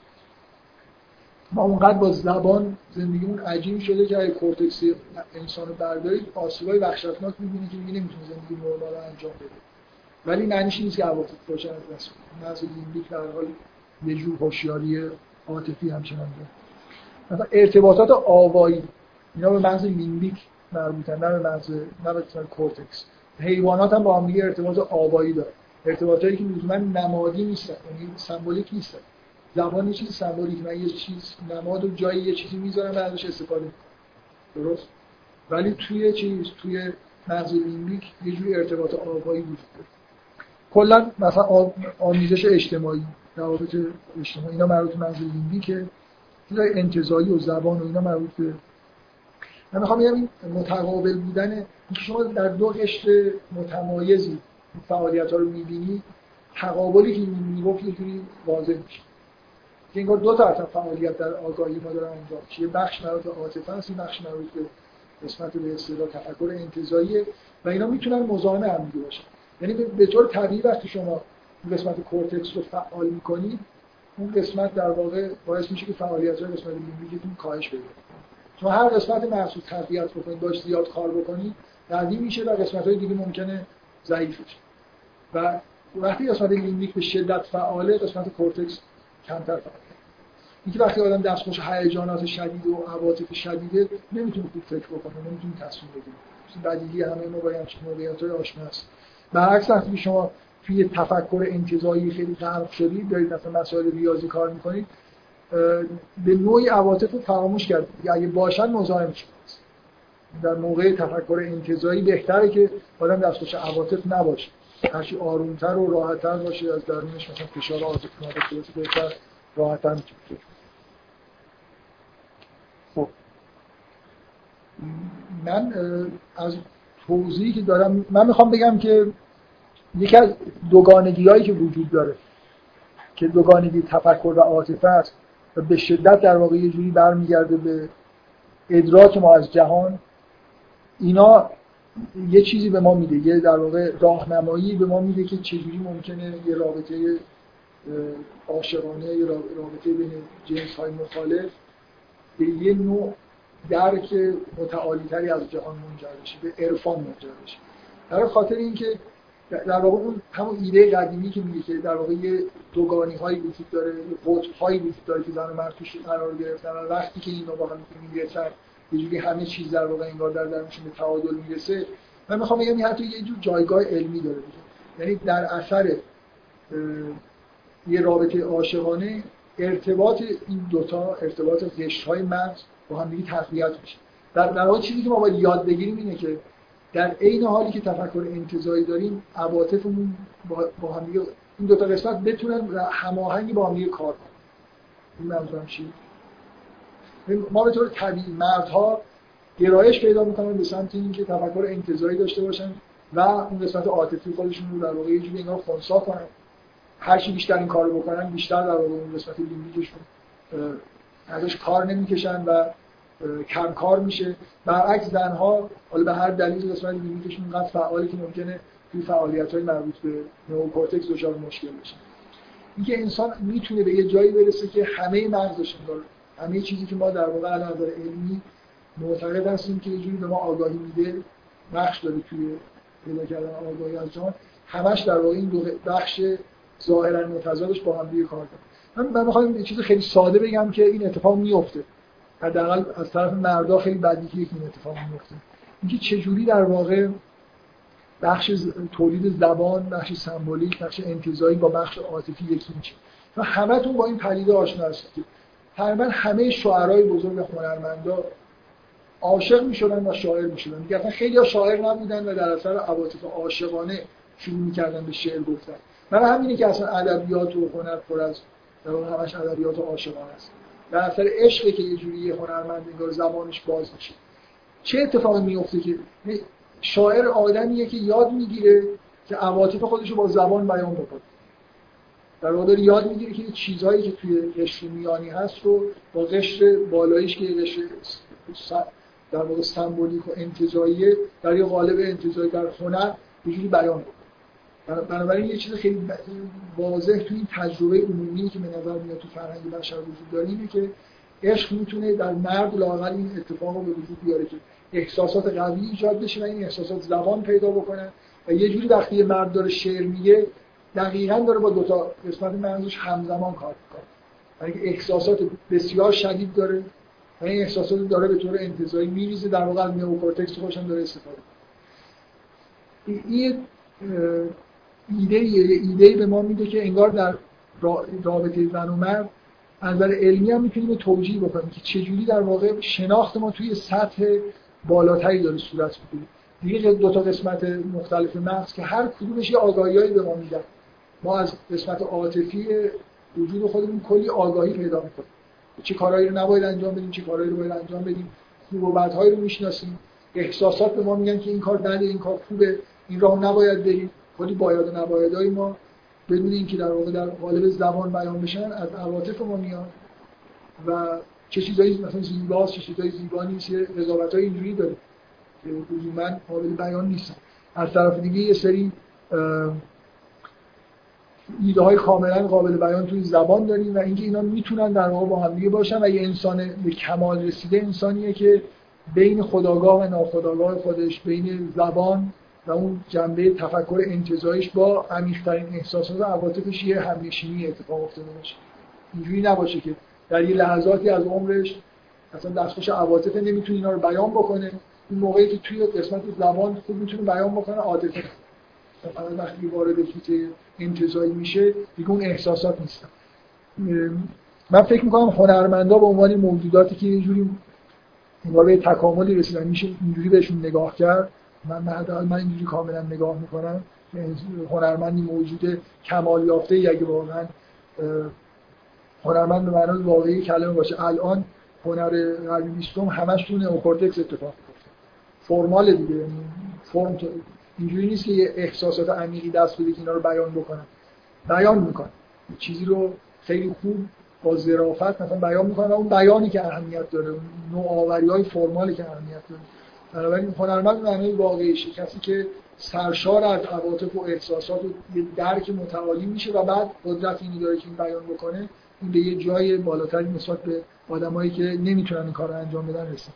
ما اونقدر با زبان زندگیمون عجیب شده که اگه کورتکس انسان رو بردارید آسیبای وحشتناک می‌بینید که دیگه نمیتونه زندگی نرمال انجام بده. ولی معنیش نیست که عواطف باشه از دست بده. مغز لیمبیک در حال یه جور هوشیاری عاطفی همچنان داره. مثلا ارتباطات آوایی اینا به مغز لیمبیک مربوطن، نه به مغز نه به کورتکس. حیوانات هم با هم دیگه ارتباط آوایی دارن، ارتباطایی که لزوما نمادی نیستن، یعنی سمبولیک نیستن. زبان یه چیز سمبولیک، من یه چیز نماد و جای یه چیزی میذارم ازش استفاده میکنم، درست؟ ولی توی چیز توی مغز لیمبیک یه جوری ارتباط آوایی وجود داره. کلا مثلا آمیزش اجتماعی، روابط اجتماعی اینا مربوط به مغز لیمبیکه. چیزای انتزاعی و زبان و اینا مربوط به، من میخوام بگم این متقابل بودن، اینکه شما در دو قشر متمایزی فعالیت‌ها رو می‌بینی، تقابلی که میگفت یه جوری واضح میشه که انگار دو تا اصلا فعالیت در آگاهی ما دارن انجام میشه. یه بخش مربوط به عاطفه است، یه بخش مربوط به قسمت به اصطلاح تفکر انتزاعیه و اینا میتونن مزاحم هم دیگه باشن. یعنی به طور طبیعی وقتی شما قسمت کورتکس رو فعال می‌کنید، اون قسمت در واقع باعث میشه که فعالیت‌های قسمت لیمبیکتون کاهش پیدا کنه. شما هر قسمت مغز رو تقویت بکنید، باش زیاد کار بکنید، قوی میشه و قسمت‌های دیگه ممکنه ضعیف بشه. و وقتی قسمت لیمبیک به شدت فعاله، قسمت کورتکس کمتر فعاله. اینکه وقتی آدم دستخوش هیجانات شدید و عواطف شدیده، نمیتونه خوب فکر بکنه، نمیتونه تصمیم بگیره. بدیهی همه ما با همچین موقعیت‌های آشناست. برعکس وقتی شما توی تفکر انتزاعی خیلی غرق شدید، دارید مثلا مسائل ریاضی کار می‌کنید، به نوعی عواطف رو فراموش کرد. اگه باشن مزاحم شید. در موقع تفکر انتزاعی بهتره که آدم دستخوش عواطف نباشه. هرچی آرومتر و راحت‌تر باشه، از درونش مثلا فشار عاطفی نداشته باشه، بهتر راحت‌تر میشه. خب من از توضیحی که دارم، من میخوام بگم که یکی از دوگانگی‌هایی که وجود داره که دوگانگی تفکر و عاطفه است، و به شدت در واقع یه جوری برمیگرده به ادراک ما از جهان. اینا یه چیزی به ما میده، یه در واقع راهنمایی به ما میده که چجوری ممکنه یه رابطه عاشقانه، یه رابطه بین جنس‌های مخالف به یه نوع درک متعالی‌تری از جهان منجر بشه، به عرفان منجر بشه. در خاطر اینکه در واقع اون همون ایده قدیمی که میگه که در واقع یه دوگانی‌هایی وجود داره، قطب‌هایی وجود داره که زن و مرد توش قرار گرفتن و وقتی که اینا با هم میرسن یه جوری همه چیز در واقع انگار در درونشون به تعادل میرسه. من میخوام بگم این حتی یه جور جایگاه علمی داره دیگه. یعنی در اثر یه رابطه عاشقانه ارتباط این دوتا، ارتباط قشرهای مغز با هم دیگه تقویت میشه. در در واقع چیزی که ما باید یاد بگیریم اینه که در عین حالی که تفکر انتزاعی داریم، عواطفمون با, با هم دیگه این دو تا قسمت بتونن هماهنگی با هم دیگه کار کنن. این منظورم چیه؟ ما به طور طبیعی مردها گرایش پیدا میکنن به سمت اینکه تفکر انتزاعی داشته باشن و اون قسمت عاطفی خودشون رو در واقع یه جوری انگار خنثی کنن. هر چی بیشتر این کارو بکنن بیشتر در واقع اون قسمت لیمبیکشون ازش کار نمیکشن و کم کار میشه. برعکس زنها حالا به هر دلیل قسمت لیمبیکشون اینقدر فعاله که ممکنه توی فعالیت‌های مربوط به نئوکورتکس دچار مشکل بشه. اینکه انسان میتونه به یه جایی برسه که همه مغزش انگار همه چیزی که ما در واقع از نظر علمی معتقد هستیم که یه جوری به ما آگاهی میده، نقش داره توی پیدا کردن آگاهی از جهان، همش در واقع این دو بخش ظاهرا متضادش با هم دیگه کار کنه. من من می‌خوام یه چیز خیلی ساده بگم که این اتفاق میفته. حداقل از طرف مردا خیلی بدیهیه که این اتفاق میفته. اینکه چه جوری در واقع بخش تولید زبان، بخش سمبولیک، بخش انتزاعی با بخش عاطفی یکی میشه. و همتون با این پدیده آشنا هستید. تقریبا همه شاعرای بزرگ هنرمندا عاشق میشدن و شاعر میشدن. دیگه اصلا خیلی‌ها شاعر نبودن و در اثر عواطف عاشقانه شروع می‌کردن به شعر گفتن. برای همینه که اصلا ادبیات و هنر پر از در واقع همش ادبیات عاشقانه است. در اثر عشقی که یه جوری هنرمند انگار زبانش باز میشه. چه اتفاقی میفته که شاعر آدمیه که یاد میگیره که عواطف خودش رو با زبان بیان بکنه. در واقع یاد میگیره که چیزهایی که توی قشر میانی هست رو با قشر بالاییش که قشر در واقع سمبولیک و انتزاعیه در یه قالب انتزاعی در هنر یه جوری بیان بکنه. بنابراین یه چیز خیلی واضح توی این تجربه عمومی که به نظر میاد تو فرهنگ بشر وجود داره اینه که عشق میتونه در مرد لااقل این اتفاق رو به وجود بیاره که احساسات قوی ایجاد بشه و این احساسات زبان پیدا بکنن و یه جوری وقتی یه مرد داره شعر میگه دقیقاً داره با دو تا قسمت مغزش همزمان کار میکنه. یعنی احساسات بسیار شدید داره و این احساسات داره به طور انتزاعی میریزه، در واقع از نئوکورتکس خودش هم داره استفاده میکنه. این ایده یه ایده به ما میده که انگار در رابطه زن و مرد از نظر علمی هم میتونیم توجیه بکنیم که چجوری در واقع شناخت ما توی سطح بالاتری داره صورت میگیره. دیگه دو تا قسمت مختلف مغز که هر کدومش یه آگاهیایی به ما میدن. ما از قسمت عاطفی وجود خودمون کلی آگاهی پیدا میکنیم. چه کارهایی رو نباید انجام بدیم، چه کارهایی رو باید انجام بدیم. خوب و بدهایی رو میشناسیم. احساسات به ما میگن که این کار بده، این کار خوبه، این راه نباید بریم. کلی باید و نبایدهای ما بدون اینکه در واقع در قالب زبان بیان بشن از عواطف ما میاد و چه چیزایی مثلا زیباست، چه چیزایی زیبا نیست، قضاوت‌های اینجوری داره که لزوماً قابل بیان نیستن. از طرف دیگه یه سری ایده های کاملا قابل بیان توی زبان داریم و اینکه اینا میتونن در واقع با هم دیگه باشن و یه انسان به کمال رسیده انسانیه که بین خودآگاه و ناخودآگاه خودش، بین زبان و اون جنبه تفکر انتزاعیش با عمیق‌ترین احساسات و عواطفش یه همنشینی اتفاق افتاده باشه. اینجوری نباشه که در یه لحظاتی از عمرش اصلا دستخوش عواطف نمیتونه اینا رو بیان بکنه، این موقعی که توی قسمت زبان خوب میتونه بیان بکنه عاطفه. مثلا وقتی وارد فیت انتزاعی میشه دیگه اون احساسات نیستن. من فکر میکنم هنرمندا به عنوان موجوداتی که یه جوری انگار به تکاملی رسیدن میشه اینجوری بهشون نگاه کرد. من من من اینجوری کاملا نگاه میکنم هنرمندی موجود کمال یافته ای اگه واقعا هنرمند به معنای واقعی کلمه باشه. الان هنر قرن بیستم همش تو نئوکورتکس اتفاق میفته. فرمال دیگه، یعنی فرم اینجوری نیست که یه احساسات عمیقی دست بده که اینا رو بیان بکنن. بیان میکنن چیزی رو خیلی خوب با ظرافت مثلا بیان میکنن و اون بیانی که اهمیت داره، اون نوآوری‌های فرمالی که اهمیت داره. بنابراین هنرمند به معنای واقعیشه کسی که سرشار از عواطف و احساسات و یه درک متعالی میشه و بعد قدرت اینی داره که این بیان بکنه، این به یه جای بالاتری نسبت به آدمایی که نمیتونن این کار رو انجام بدن رسید.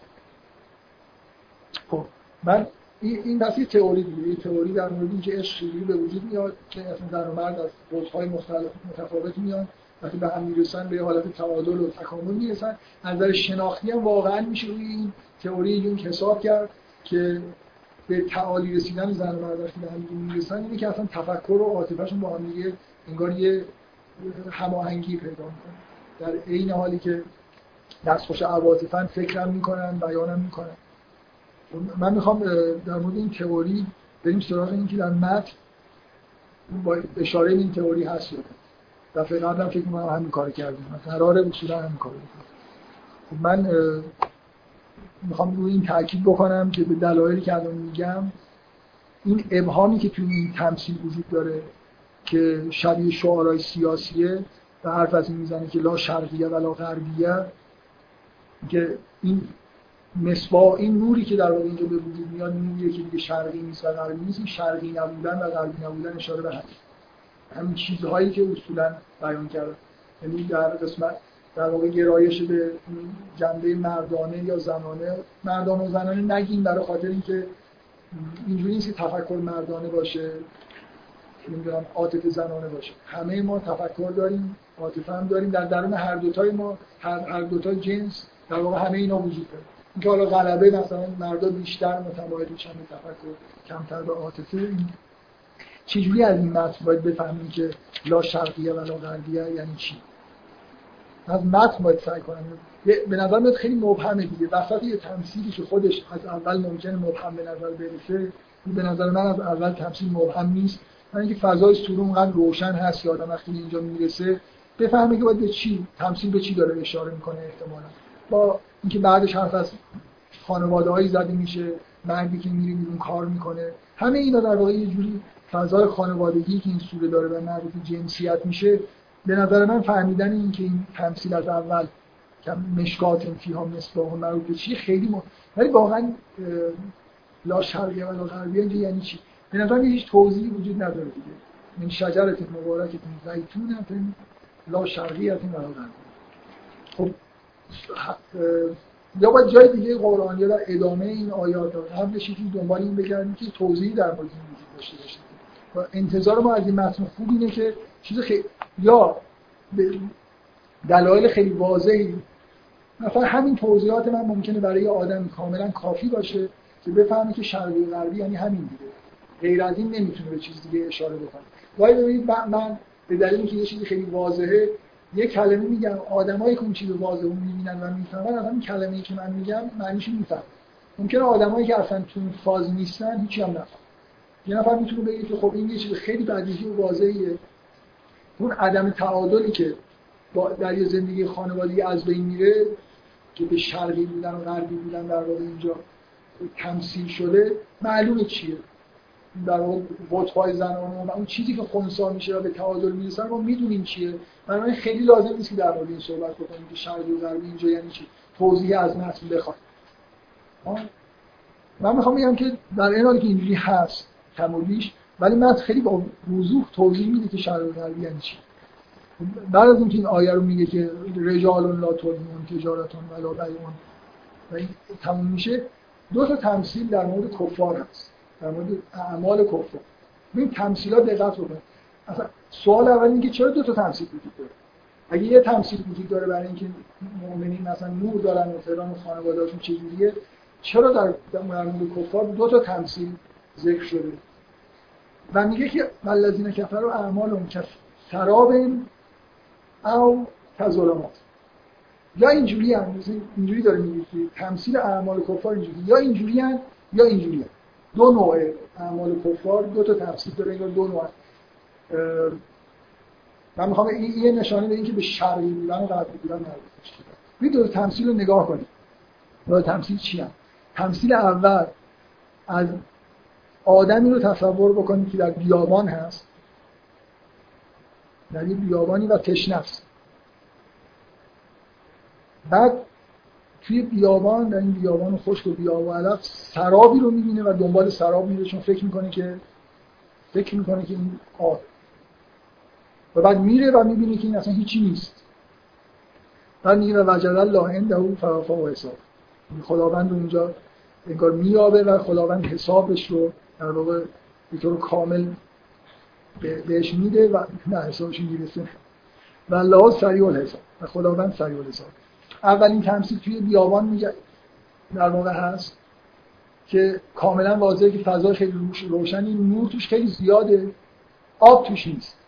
خب من این این بحثی تئوری دیگه، تئوری در مورد اینکه عشق چجوری به وجود میاد که اصلا زن و مرد از قطب‌های مختلف متفاوت میان، وقتی به هم میرسن به حالت تعادل و تکامل میرسن. از نظر شناختی هم واقعا میشه روی این تئوری یونگ حساب کرد که به تعالی رسیدن زن و مرد وقتی به هم میرسن اینه که اصلا تفکر و عاطفه‌شون با هم دیگه انگار یه هماهنگی پیدا میکنه، در عین حالی که دستخوش عواطفن فکرم میکنن، بیانم میکنن. من میخوام در مورد این تئوری بریم سراغ این که در متن با اشاره این تئوری هست شده. دفعه قبلم فکر می‌کنم همین کارو کردیم، قراره اصولا همین کارو بکنم. من میخوام روی این تاکید بکنم که به دلایلی که الان میگم این ابهامی که توی این تمثیل وجود داره که شبیه شعارهای سیاسیه و حرف از این میزنه که لا شرقیه ولا غربیه، که این مصباح این نوری که در واقع اینجا به وجود میاد نوریه که دیگه شرقی نیست و غربی نیست. این شرقی نبودن و غربی نبودن اشاره به همین چیزهایی که اصولا بیان کرده، یعنی در قسمت در واقع گرایش به جنبه مردانه یا زنانه، مردانه و زنانه نگیم برای خاطر اینکه اینجوری نیست که تفکر مردانه باشه نمیدونم عاطفه زنانه باشه. همه ما تفکر داریم، عاطفه هم داریم، در درون هر دوتای ما هر هر دوتا جنس در واقع همه اینا وجود داره. اینکه حالا غلبه مثلا مردا بیشتر متمایل میشن به تفکر، کمتر به عاطفه. این چجوری از این متن باید بفهمیم که لا شرقیه ولا غربیه یعنی چی؟ از متن باید سعی کنم. به نظر میاد خیلی مبهمه دیگه، وسط یه تمثیلی که خودش از اول ممکنه مبهم به نظر برسه، به نظر من از اول تمثیل مبهم نیست. من اینکه فضای سطور اونقدر روشن هست که آدم وقتی اینجا میرسه بفهمه که باید به چی تمثیل به چی داره اشاره میکنه. احتمالاً با اینکه بعدش حرف از خانواده‌هایی زده میشه، مردی که میره بیرون کار میکنه، همه اینا در واقع یه جوری فضای خانوادگی که این سوره داره و مربوط به جنسیت میشه. به نظر من فهمیدن این که این تمثیل از اول که مشکات فیها مصباح مربوط به چی خیلی م... ولی واقعا لا شرقیه ولا غربیه اینجا یعنی چی؟ به نظر من هیچ توضیحی وجود نداره دیگه. این شجرت مبارکه زیتون لا شرقیه ولا غربیه. خب یا باید جای دیگه قرآن یا در ادامه این آیات هم بشه که دنبال این بگردیم که توضیحی در مورد این وجود داشته باشه. و انتظار ما از این متن خوب اینه که چیز خیلی یا دلایل خیلی واضحی، مثلا همین توضیحات من ممکنه برای آدم کاملا کافی باشه که بفهمه که شرقی و غربی یعنی همین دیگه، غیر از این نمیتونه به چیز دیگه اشاره بکنه. ولی ببینید من به دلیل اینکه یه چیزی خیلی واضحه یه کلمه میگم، آدمایی که اون چیزو واضحه میبینن و میفهمن، از همین کلمه‌ای که من میگم معنیشو میفهمن. ممکنه آدمایی که اصلا تو این فاز نیستن هیچی هم نفهمن. یه نفر میتونه بگه که خب این یه چیز خیلی بدیهی و واضحه، اون عدم تعادلی که در یه زندگی خانوادگی از بین میره که به شرقی بودن و غربی بودن در واقع اینجا تمثیل شده، معلومه چیه. در واقع قطب‌های زنانه و اون چیزی که خنثی میشه و به تعادل میرسن ما میدونیم چیه. برای خیلی لازم نیست که در مورد این صحبت بکنیم که شرقی و غربی اینجا یعنی چی، توضیح از متن بخوایم. من میخوام بگم که در این حالی که اینجوری هست کم و بیش، ولی متن خیلی با وضوح توضیح میده که شرقی و غربی یعنی چی. بعد از اینکه این آیه رو میگه که رجال لا تلهیهم تجارت ولا بیع و این تموم میشه، دو تا تمثیل در مورد کفار هست، در مورد اعمال کفار. این تمثیلات دقت بکنید. اصلا سوال اول اینه که چرا دو تا تمثیل وجود داره؟ اگه یه تمثیل وجود داره برای اینکه مؤمنین مثلا نور دارن و فلان خانواده‌هاشون چجوریه، چرا در در مورد کفار دو تا تمثیل ذکر شده؟ و میگه که والذین کفروا اعمالهم کسراب او کظلمات. یا اینجوری هم اینجوری داره میگه که تمثیل اعمال کفار اینجوری، یا اینجوری هم یا اینجوری هم. دو نوع اعمال کفار دو تا تفسیر داره، انگار دو نوع. من میخوام این یه نشانه به این که به شرعی بودن و غربی بودن مربوط میشه. این دو تمثیل رو نگاه کنید. دو تمثیل چی هم؟ تمثیل اول از آدمی رو تصور بکنید که در بیابان هست، در یه بیابانی و تشنه است بعد توی بیابان، در این بیابان خشک و بیابان علف سرابی رو میبینه و دنبال سراب میره، چون فکر میکنه که فکر میکنه که این آب، و بعد میره و میبینه که این اصلا هیچی نیست. بعد میگه وجد الله عنده فوفا و حساب، خداوند اونجا انگار میابه و خداوند حسابش رو در واقع به طور کامل بهش میده و نه حسابش میرسه و الله سریع الحساب و خداوند سریع الحساب. اولین تمثیل توی بیابان میگه در واقع هست که کاملا واضحه که فضا خیلی روشنی، نور توش خیلی زیاده، آب توش نیست.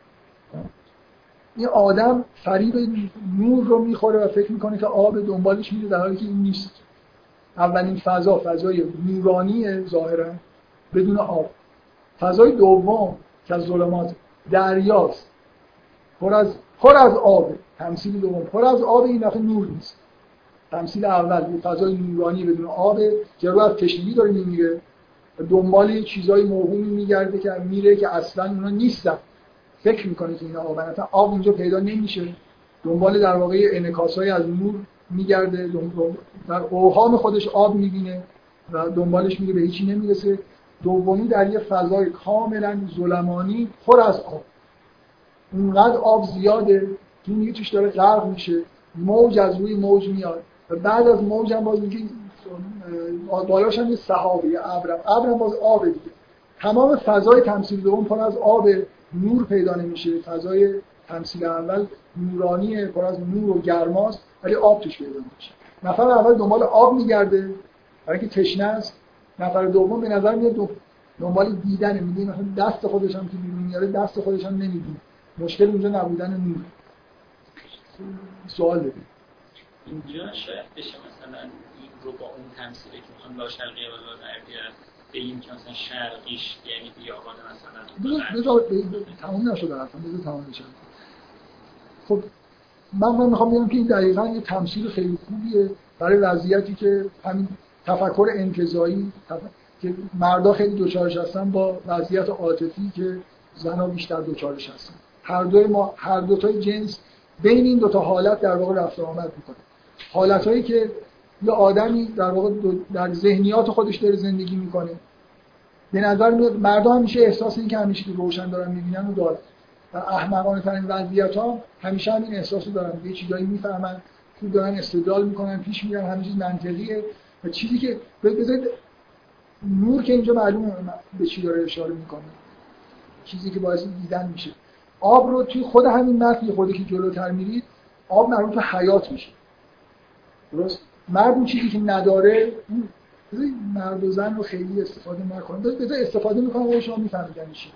این آدم فریب نور رو میخوره و فکر میکنه که آب دنبالش میره، در حالی که این نیست. اولین فضا فضای نورانی ظاهرا بدون آب. فضای دوم که از ظلمات دریاست، پر از پر از آب. تمثیل دوم پر از آب، این دفعه نور نیست. تمثیل اول یه فضای نورانی بدون آب که رو از تشنگی داره میمیره، دنبال یه چیزای موهومی میگرده که میره که اصلا اونا نیستن، فکر میکنه که اینا آبن، اصلا آب اینجا پیدا نمیشه، دنبال در واقع انعکاسای از نور میگرده، در اوهام خودش آب میبینه و دنبالش میره، به هیچی نمیرسه. دومی در یه فضای کاملا ظلمانی پر از آب، اونقدر آب زیاده که میگه توش داره غرق میشه، موج از روی موج میاد و بعد از موج هم باز میگه بالاش هم یه سحابه، یه ابرم ابرم باز آب دیگه. تمام فضای تمثیل دوم پر از آب، نور پیدا نمیشه. فضای تمثیل اول نورانیه، پر از نور و گرماست، ولی آب توش پیدا نمیشه. نفر اول دنبال آب میگرده برای اینکه تشنه است، نفر دوم به نظر میاد دنبال دیدن، میگه مثلا دست خودش هم که بیرون میاره دست خودش هم نمیبینه. مشکل اونجا نبودن نور. سوال بدید. اینجا شاید بشه مثلا این رو با اون تمثیلی که اون لا شرقیه و لا غربیه به این که مثلا شرقیش یعنی بیابان مثلا بذار تمام نشده حرفم، بذار تمام بشه. خب من من میخوام بگم که این دقیقاً یه تمثیل خیلی خوبیه برای وضعیتی که همین تفکر انتزاعی تف... که مردا خیلی دوچارش هستن با وضعیت عاطفی که زنها بیشتر دوچارش هستن. هر دوی ما هر دو تای جنس بین این دو تا حالت در واقع رفت و آمد میکنه. حالتایی که یه آدمی در واقع در ذهنیات خودش داره زندگی میکنه، به نظر میاد مردا همیشه احساس این که همیشه که روشن دارن میبینن و دارن، و احمقانه ترین وضعیت‌ها همیشه همین احساسو دارن، یه چیزایی میفهمن، خوب دارن استدلال میکنن، پیش میرن، همه چیز منطقیه. و چیزی که بذارید نور که اینجا معلومه به چی داره اشاره میکنه، چیزی که باعث دیدن میشه. آب رو توی خود همین متن خودی که جلوتر میرید، آب مربوط به حیات میشه. درست؟ مرد اون چیزی که نداره، اون مرد و زن رو خیلی استفاده نکنید. بذار استفاده میکنم و شما میفهمید یعنی چی.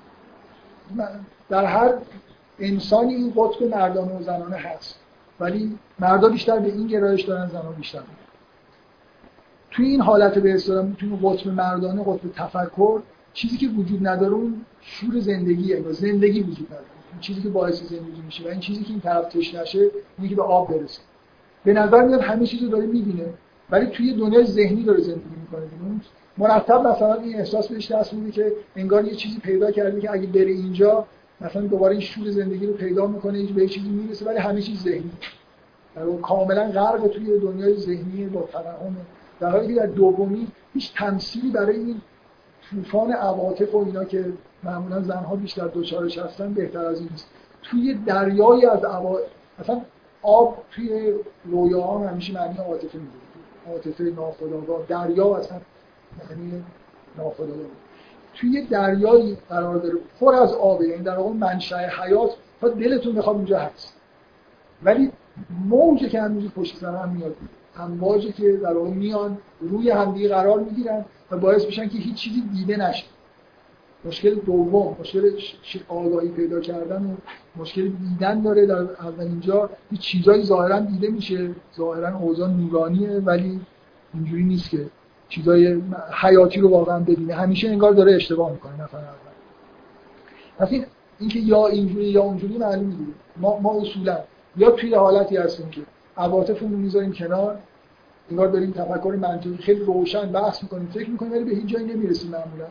در هر انسانی این قطب مردانه و زنانه هست، ولی مردا بیشتر به این گرایش دارن، زنها بیشتر. توی این حالت به اصطلاح توی قطب مردانه، قطب تفکر، چیزی که وجود نداره اون شور زندگیه، زندگی وجود نداره. این چیزی که باعث زندگی میشه و این چیزی که این طرف تشنه شه، اینی که به آب برسه. به نظر میاد همه چیزو داره میبینه، ولی توی دنیای ذهنی داره زندگی میکنه. اون مرتب مثلا این احساس بهش دست میده که انگار یه چیزی پیدا کرده که اگه بره اینجا مثلا دوباره این شور زندگی رو پیدا میکنه، هیچ به هیچ چیزی میرسه، ولی همه چیز ذهنی. در واقع کاملا غرق توی دنیای ذهنی با توهم، در حالی که در دومی هیچ تمثیلی برای این طوفان عواطف و اینا که معمولا زنها بیشتر دوچارش هستن بهتر از این نیست. توی دریایی از عواطف، مثلا آب توی رویاها همیشه معنی عاطفه میده، عاطفه ناخودآگاه، دریا اصلا معنی ناخودآگاه. توی دریایی قرار داره پر از آبه، یعنی در واقع منشأ حیات تا دلتون بخواد اونجا هست، ولی موجی که همینجوری پشت سر هم میاد، امواجی که در واقع میان روی همدیگه قرار میگیرن و باعث میشن که هیچ چیزی دیده نشه. مشکل دوم، مشکل آگاهی پیدا کردن و مشکل دیدن داره. در اولین جا هیچ چیزایی ظاهرا دیده میشه، ظاهرا اوضاع نورانیه، ولی اینجوری نیست که چیزای حیاتی رو واقعا ببینه. همیشه انگار داره اشتباه میکنه نفر اول. پس این اینکه یا اینجوری یا اونجوری معلوم نیست. ما ما اصولا یا توی حالتی هستیم که عواطفمون رو میذاریم کنار، انگار داریم تفکر منطقی خیلی روشن بحث میکنیم، فکر میکنیم، ولی به هیچ جایی نمیرسیم. معمولا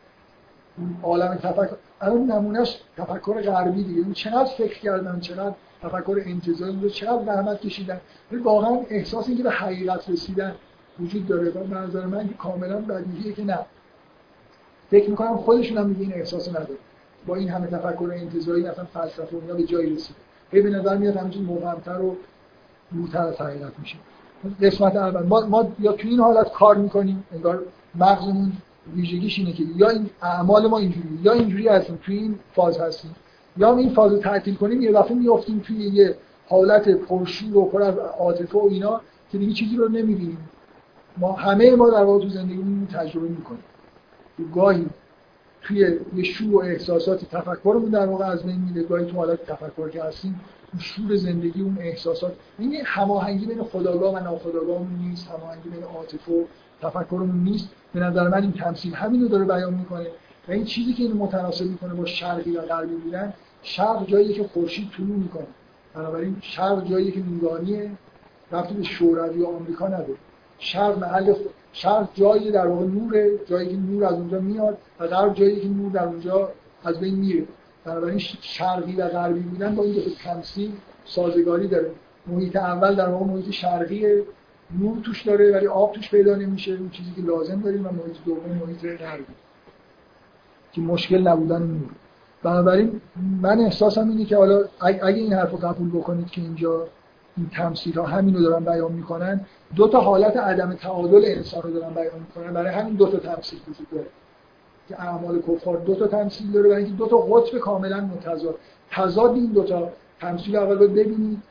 عالم تفکر الان نمونهش تفکر غربی دیگه، اون چقدر فکر کردن، چقدر تفکر انتزاعی اونجا چقدر زحمت کشیدن. ولی واقعا احساس اینکه به حقیقت رسیدن وجود داره و به نظر من کاملا بدیهیه که نه. فکر می‌کنم خودشون هم دیگه این احساس نداره. با این همه تفکر انتزاعی مثلا فلسفه اینا به جایی رسید. به نظر میاد همچین مبهم‌تر و دورتر از حقیقت میشه. قسمت اول ما ما یا تو این حالت کار می‌کنیم انگار مغزمون ویژگیش اینه که یا این اعمال ما اینجوری یا اینجوری هستیم توی این فاز هستیم یا این فاز رو تعطیل کنیم یه دفعه میافتیم توی یه حالت پرشور و پر از عاطفه و اینا که دیگه چیزی رو نمی‌بینیم. ما همه ما در واقع تو زندگیمون تجربه می‌کنیم. گاهی توی یه شور و احساساتی تفکرمون در واقع از بین میره، گاهی تو حالت تفکر که هستیم اون شور زندگی، اون احساسات، این هماهنگی بین خودآگاه و ناخودآگاهمون نیست، هماهنگی بین عاطفه و تفکرمون نیست. به نظر من این تمثیل همین رو داره بیان میکنه و این چیزی که اینو متناسب میکنه با شرقی و غربی بودن. شرق جاییه که خورشید طلوع میکنه، بنابراین شرق جاییه که نورانیه، ربطی به شوروی و آمریکا نداره. شرق محل خود... شرق جایی در واقع نوره، جایی که نور از اونجا میاد و غرب جایی که نور در اونجا از بین میره. بنابراین شرقی و غربی بودن با این دو تمثیل سازگاری داره. محیط اول در واقع محیط شرقیه، نور توش داره ولی آب توش پیدا نمیشه، اون چیزی که لازم داریم، و محیط دوم محیط غربی که مشکل نبودن نور. بنابراین من احساسم اینه که حالا اگه این حرفو قبول بکنید که اینجا این تمثیل‌ها همین رو دارن بیان میکنن، دو تا حالت عدم تعادل انسان رو دارن بیان میکنن. برای همین دو تا تمثیل وجود داره که اعمال کفار دو تا تمثیل داره، برای اینکه دو تا قطب کاملا متضاد. تضاد این دو تا تمثیل اول رو ببینید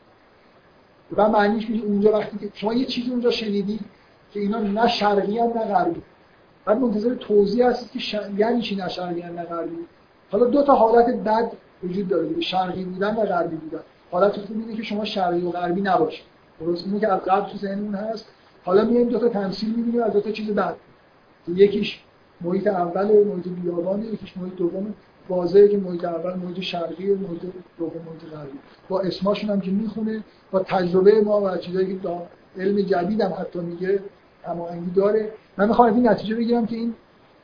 و معنیش میشه اونجا وقتی که شما یه چیزی اونجا شنیدید که اینا نه شرقی ان نه غربی، بعد منتظر توضیح هستید که ش... یعنی چی نه شرقی ان نه غربی. حالا دو تا حالت بد وجود داره، شرقی بودن و غربی بودن. حالت خوب اینه که شما شرقی و غربی نباشید، درست اینه که از قبل تو ذهنمون هست. حالا میایم دو تا تمثیل می‌بینیم از دو تا چیز بد، یکیش محیط اول محیط بیابانه، یکیش محیط دوم. واضحه که محیط اول محیط شرقی، محیط دوم محیط غربی. با اسمشون هم که میخونه، با تجربه ما و چیزایی که دا علم جدید هم حتی میگه هماهنگی داره. من میخوام این نتیجه بگیرم که این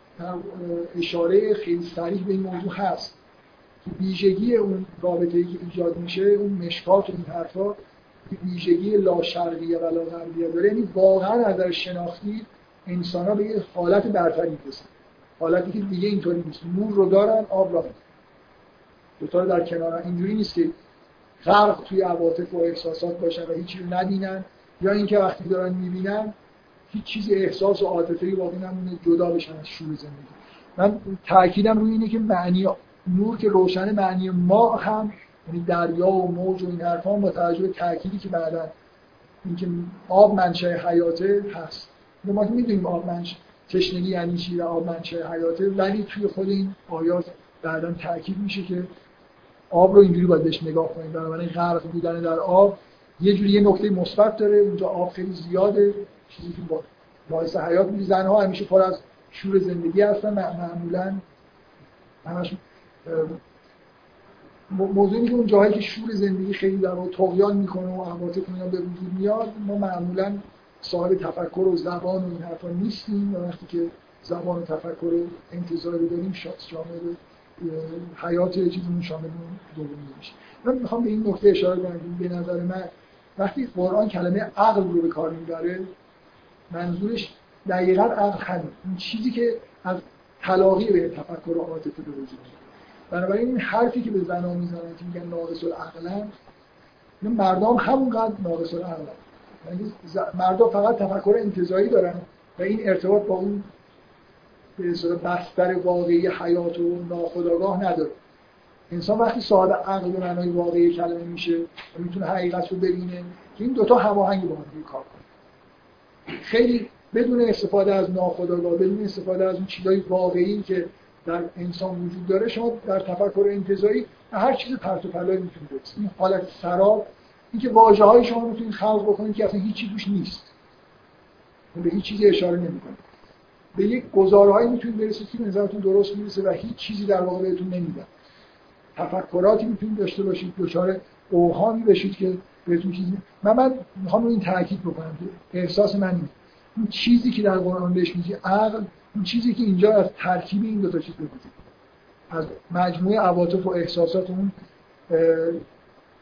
اشاره خیلی صریح به این موضوع هست که ویژگی اون رابطه‌ای که ایجاد میشه، اون مشکات و این حرفا، که ویژگی لا شرقیه و لا غربیه داره. یعنی واقعا از نظر شناختی انسان‌ها به یه حالت برتری میرسن، حالتی که دیگه اینطوری نیست. نور رو دارن، آب رو دو تا در کنار. اینجوری نیست که غرق توی عواطف و احساسات باشن و هیچی رو نبینن، یا اینکه وقتی دارن میبینن هیچ چیزی احساس و عاطفه‌ای باقی نمونه، جدا بشن از شور زندگی. من تأکیدم روی اینه که معنی نور که روشن، معنی ما هم، یعنی دریا و موج و این حرفا، با توجه به تأکیدی که بعداً اینکه آب منشأ حیاته هست. ما که میدونیم آب منشأ تشنگی یعنی چی و آب منشأ حیاته، ولی توی خود این آیات بعداً تأکید میشه که آب رو اینجوری باید بهش نگاه کنید. بنابراین غرق بودن در آب یه جوری یه نکته مثبت داره، اونجا آب خیلی زیاده، چیزی که با باعث حیات میشه. زنها همیشه پر از شور زندگی هستن، معمولاً همش موضوعی که اون جاهایی که شور زندگی خیلی در واقع طغیان میکنه و عواطف اینا به وجود میاد، ما معمولاً صاحب تفکر و زبان و این حرفا نیستیم، و وقتی که زبان و تفکر انتزاعی رو داریم شامل حیات چیزمون شامل دومی میشه. من میخوام به این نکته اشاره کنم که به نظر من وقتی قرآن کلمه عقل رو به کار میبره، منظورش دقیقاً عقل همین، این چیزی که از تلاقی به تفکر و عاطفه به وجود میاد. بنابراین این حرفی که به زنا میزنن که میگن ناقص العقلن، مردم همونقدر ناقص العقلن. یعنی مردم فقط تفکر انتزاعی دارن و این ارتباط با اون به اصطلاح بستر واقعی حیات و ناخودآگاه نداره. انسان وقتی صاحب عقل به معنای واقعی کلمه میشه و میتونه حقیقت رو ببینه که این دوتا هماهنگ با هم کار کنه. خیلی بدون استفاده از ناخودآگاه، بدون استفاده از اون چیزای واقعی که در انسان وجود داره، شما در تفکر انتزاعی هر چیز پرت و پلایی میتونید برسید. این حالت سراب، اینکه واژه‌های شما میتونید خلق بکنید که اصلا هیچی توش نیست، به هیچ چیزی اشاره نمی‌کنه، به یک گزارهایی میتونید برسید که به نظرتون درست میرسه و هیچ چیزی در واقع بهتون نمیدن. تفکراتی میتونید داشته باشید، دچار اوهامی بشید که بهتون چیزی. من من میخوام رو این تاکید بکنم که احساس من اینه، این چیزی که در قرآن بهش میگه عقل، این چیزی که اینجا از ترکیب این دو تا چیز به وجود، از مجموعه عواطف و احساسات اون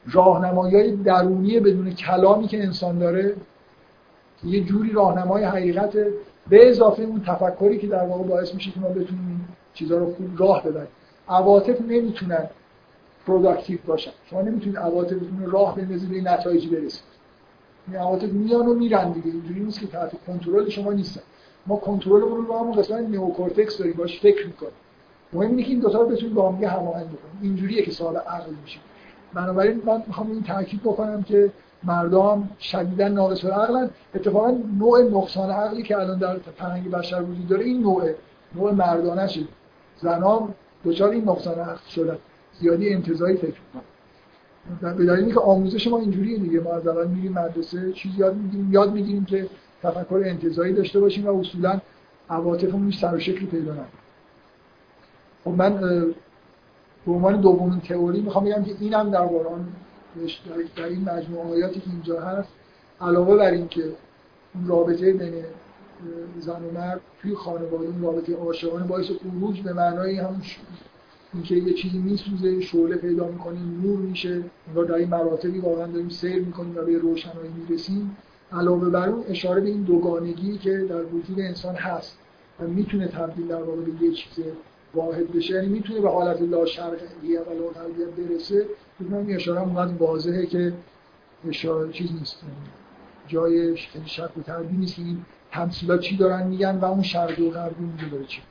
راهنمایی درونی بدون کلامی که انسان داره یه جوری راهنمای حقیقت، به اضافه اون تفکری که در واقع باعث میشه که ما بتونیم چیزا رو خوب راه ببریم. عواطف نمیتونن پروداکتیو باشن. شما نمیتونید عواطفتون رو راه بندازید به نتایجی برسید. این عواطف میان و میرن دیگه، اینجوری نیست که تحت کنترل شما نیستن. ما کنترلمون رو همون قسمت نئوکورتکس داریم، باش فکر میکنیم. مهم اینه که این دو تا رو بتونید با هم دیگه هماهنگ بکنید. اینجوریه که سوال عقل میشه. بنابراین من میخوام این تاکید بکنم که مردم شدیداً ناقص العقلن. اتفاقا نوع نقصان عقلی که الان در فرهنگ بشر وجود داره این نوع نوع مردانه شه. زنان دچار این نقصان عقل شدن، زیادی انتزاعی فکر میکنن. به دلیلی که آموزش ما اینجوریه دیگه، ما از اول میریم مدرسه چیز یاد میگیریم یاد میگیریم که تفکر انتزاعی داشته باشیم و اصولاً عواطفمون سر و شکلی پیدا نکنه. خب من به عنوان دومین تئوری میخوام بگم که اینم در قرآن در این مجموعه آیاتی که اینجا هست، علاوه بر این که اون رابطه بین زن و مرد توی خانواده، اون رابطه عاشقانه باعث خروج به معنای همون اینکه یه چیزی میسوزه، شعله پیدا میکنیم، نور میشه، انگار در این مراتبی واقعا داریم سیر میکنیم و به روشنایی میرسیم. علاوه بر اون اشاره به این دوگانگی که در وجود انسان هست و میتونه تبدیل در واقع به یه چیز واحد بشه، یعنی میتونه به حالت لا شرقیه و لا غربیه برسه. میتونم این اشاره هم اونقدر واضحه که اشاره چیز نیست، جای خیلی شک و تردید نیست که این تمثیلات چی دارن میگن و اون شرق و غرب اونجا داره چی.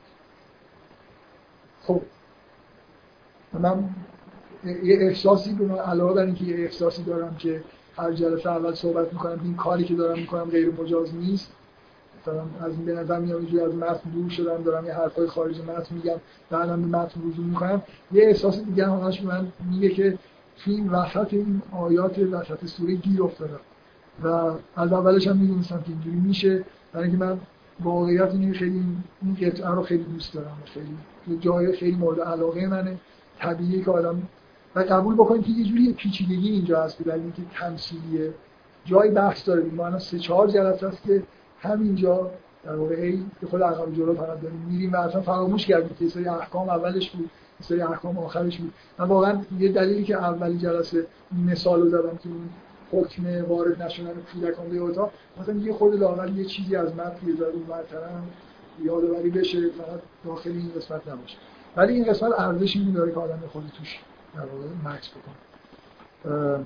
خب من یه احساسی به من علاوه بر اینکه یه احساسی دارم که هر جلسه اول صحبت میکنم این کاری که دارم میکنم غیر مجاز نیست، مثلا از این به نظر میاد اینجوری از متن دور شدم، دارم یه حرفای خارج متن میگم، بعدم به متن رجوع میکنم. یه احساس دیگه هم همش من میگه که توی این وسط این آیات وسط سوره گیر افتادم و از اولش هم میدونستم که اینجوری میشه، برای اینکه من واقعیت اینه خیلی این قطعه رو خیلی دوست دارم، خیلی جای خیلی مورد علاقه منه. طبیعیه که آدم و قبول بکنید که یه جوری پیچیدگی اینجا هست، برای اینکه تمثیلیه، جای بحث داره. ما الان سه چهار جلسه است که همینجا در واقع هی خود عقب جلو فقط داریم میریم و اصلا فراموش کردیم که سری احکام اولش بود، سری احکام آخرش بود. من واقعا یه دلیلی که اولی جلسه مثال رو زدم که اون حکم وارد نشدن کودکان به اتاق، مثلا یه خود لااقل یه چیزی از متن یه ذره اونورتر هم یادآوری بشه، فقط داخل این قسمت نباشه. ولی این قسمت ارزش اینو داره که آدم خود توش در واقع مکس بکنه.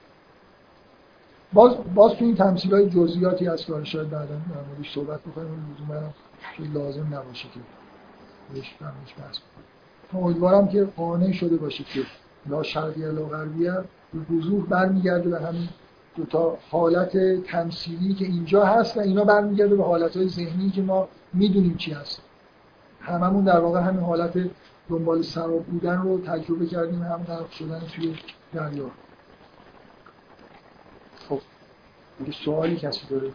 باز باز تو این تمثیل‌های جزئیاتی هست که شاید بعداً در موردش صحبت بکنیم، لزوما خیلی لازم نباشه که بهش بهش بحث کنیم. امیدوارم که قانع شده باشید که لا شرقیه لا غربیه به وضوح برمیگرده به همین دو تا حالت تمثیلی که اینجا هست و اینا برمیگرده به حالت‌های ذهنی که ما میدونیم چی هست. هممون در واقع همین حالت دنبال سراب بودن رو تجربه کردیم، هم غرق شدن توی دریا. خب یه سوالی کسی داره؟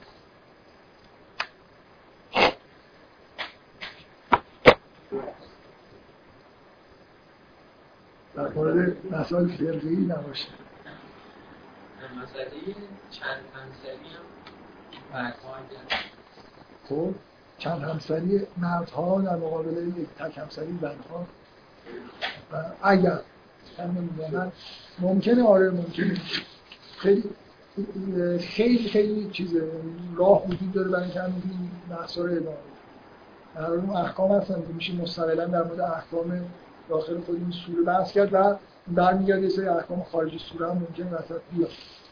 در مورد مسائل فرقی نباشه. مسئله چند همسری هم مردها خب چند همسری مردها در مقابل یک تک همسری زنها، و اگر من نمیدونم ممکنه، آره ممکنه، خیلی خیلی خیلی چیزه راه وجود داره برای اینکه همین بحثا رو ادامه بدیم. در اون احکام هستن که میشه مستقلاً در مورد احکام داخل خود این سوره بحث کرد و برمیگرده یه سری احکام خارج سوره هم ممکنه وسط بیاد.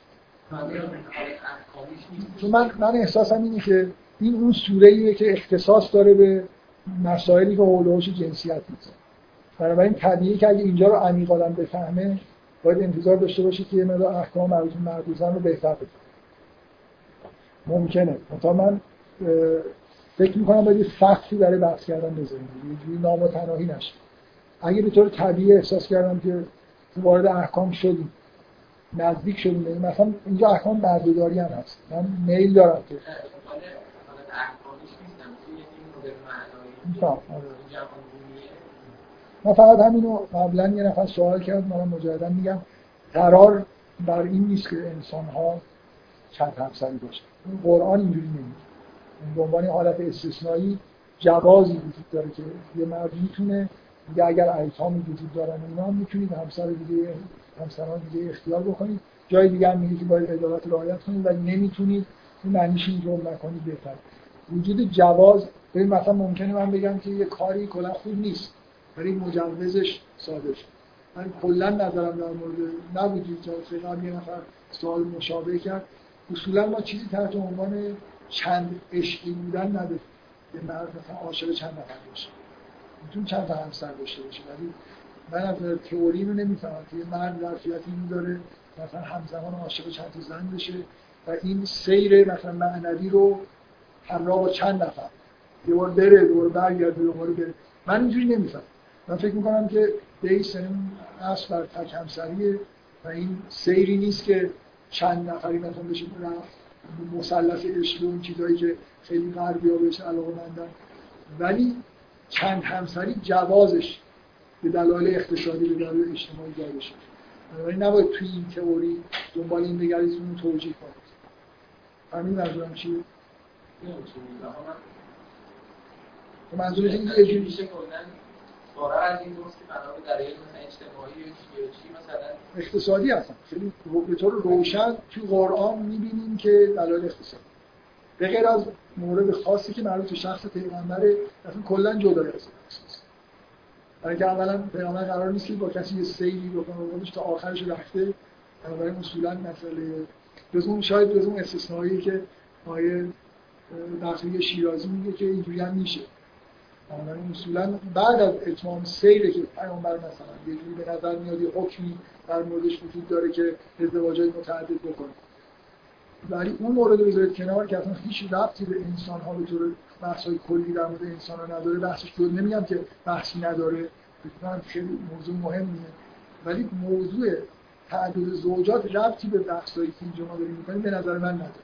چون من من احساسم اینه که این اون سوره‌ایه که اختصاص داره به مسائلی که حول و حوش جنسیت می‌ذاره. بنابراین طبیعیه که اگه اینجا رو عمیق آدم بفهمه باید انتظار داشته باشه که یه مقدار احکام مربوط به مرد و زن رو بهتر بفهمه. ممکنه. مثلا من فکر می‌کنم باید یه سقفی برای بحث کردن بذاریم، یه جوری نامتناهی نشه. اگه به طور طبیعی احساس کردم که وارد احکام شدیم، نزدیک شدیم، مثلا اینجا احکام بردهداری هم هست، من میل دارم که من فقط همینو قبلا یه نفر سوال کرد، من مجددا میگم قرار بر این نیست که انسان ها چند همسری باشن. قرآن اینجوری نمیگه. به عنوان حالت استثنایی جوازی وجود داره که یه مرد میتونه، دیگه اگر ایتامی وجود دارن اینا میتونید همسر دیگه همسران دیگه اختیار بکنید. جای دیگه هم میگه که باید عدالت رعایت کنید و نمیتونید این معنیش این جمله نکنید بهتر. وجود جواز، ببین مثلا ممکنه من بگم که یه کاری کلا خوب نیست ولی مجوزش صادر شد. من کلا نظرم در مورد نبودی جلسه قبل یه نفر سوال مشابه کرد، اصولا ما چیزی تحت عنوان چند عشقی بودن نداریم. یه مرد مثلا عاشق چند نفر باشه، میتونه چند تا همسر داشته باشه، ولی من از نظر تئوری رو نمیفهمم که یه مرد ظرفیت این داره مثلا همزمان عاشق چند تا زن بشه و این سیر مثلا معنوی رو همراه با چند نفر یه بار بره دوباره برگرده دوباره بره. من اینجوری نمیفهمم. من فکر میکنم که بیس این اصل بر تک همسریه و این سیری نیست که چند نفری مثلا بشه رفت مثلث عشق و اون چیزایی که خیلی غربی‌ها بهش علاقه‌مندن، ولی چند همسری جوازش به دلایل اقتصادی به دلایل اجتماعی جاری شده. بنابراین نباید توی این تئوری دنبال این بگردید اون توجیه کنید. همین منظورم چیه؟ منظورش این یه جوری میشه کلاً فارغ از این درست که بنا به دلایل مثلا اجتماعی یا چی مثلا اقتصادی هستن. خیلی به طور روشن توی قرآن می‌بینیم که دلایل اقتصادی به غیر از مورد خاصی که مربوط به شخص پیغمبره اصلا کلا جدا از اقتصاد. برای که اولا پیغمبر قرار نیست که با کسی یه سیری بکنه خودش تا آخرش رفته، بنابراین اصولا مسئله جز اون شاید جز اون استثنایی که آیه داخلی شیرازی میگه که اینجوری هم میشه. بنابراین اصولا بعد از اتمام سیره که پیغمبر مثلا یه جوری به نظر میاد یه حکمی در موردش وجود داره که ازدواجای متعدد بکنه. ولی اون مورد رو بذارید کنار که اصلا هیچ ربطی به انسان ها به طور بحث‌های کلی در مورد انسان ها نداره. بحثش رو نمیگم که بحثی نداره، بکنم خیلی موضوع مهمیه، ولی موضوع تعدد زوجات ربطی به بحثایی که اینجا ما داریم می‌کنیم به نظر من نداره.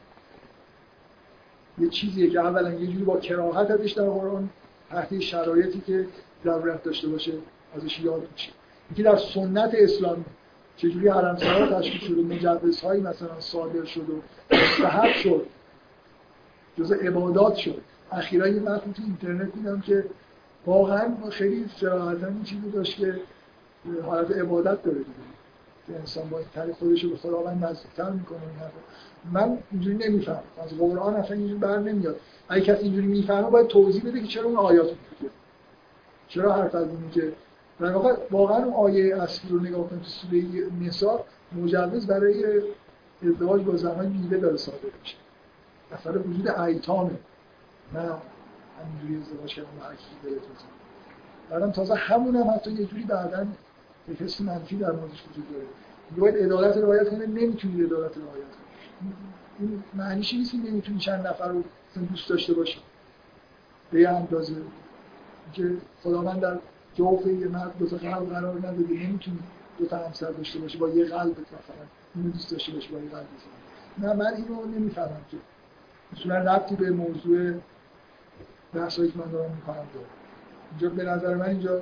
یه چیزیه که اولا یه جوری با کراهت ازش در قرآن تحت شرایطی که ضرورت داشته باشه ازش یاد میشه. اینکه در سنت اسلام چجوری حرمسرا تشکیل شده، مجوزهایی مثلا صادر شد و مستحب شد، جزء عبادات شد. اخیرا یه متن تو اینترنت دیدم که واقعا خیلی صراحتاً این چیزی داشت که حالت عبادت داره دیگه، که انسان با این طریق خودش رو به خداوند نزدیک‌تر میکنه. من اینجوری نمیفهمم، از قرآن اصلا اینجوری بر نمیاد. اگه کسی اینجوری میفهمه باید توضیح بده که چرا اون آیات میگه، چرا حرف از اینه که در واقع واقعا اون آیه اصلی رو نگاه کنید تو سوره نساء مجوز برای ازدواج با زنان بیوه داره صادر میشه. اثر وجود ایتامه، نه همینجوری ازدواج کردن با هر کی دلت بزنه. بعدم تازه همون هم حتی یه جوری بعداً یه حس منفی در موردش وجود داره. باید عدالت رعایت کنه، نمیتونی عدالت رعایت کنی. این معنیش نیست که نمیتونی چند نفر رو دوست داشته باشی به یه اندازه که خداوند در جوف یه مرد دو تا قلب قرار نداده، نمیتونی دو تا همسر داشته باشی با یه قلب مثلا اینو دوست داشته باشی با یه قلب. نه من اینو نمیفهمم که اصولا ربطی به موضوع بحثایی که من دارم میکنم داره. اینجا به نظر من اینجا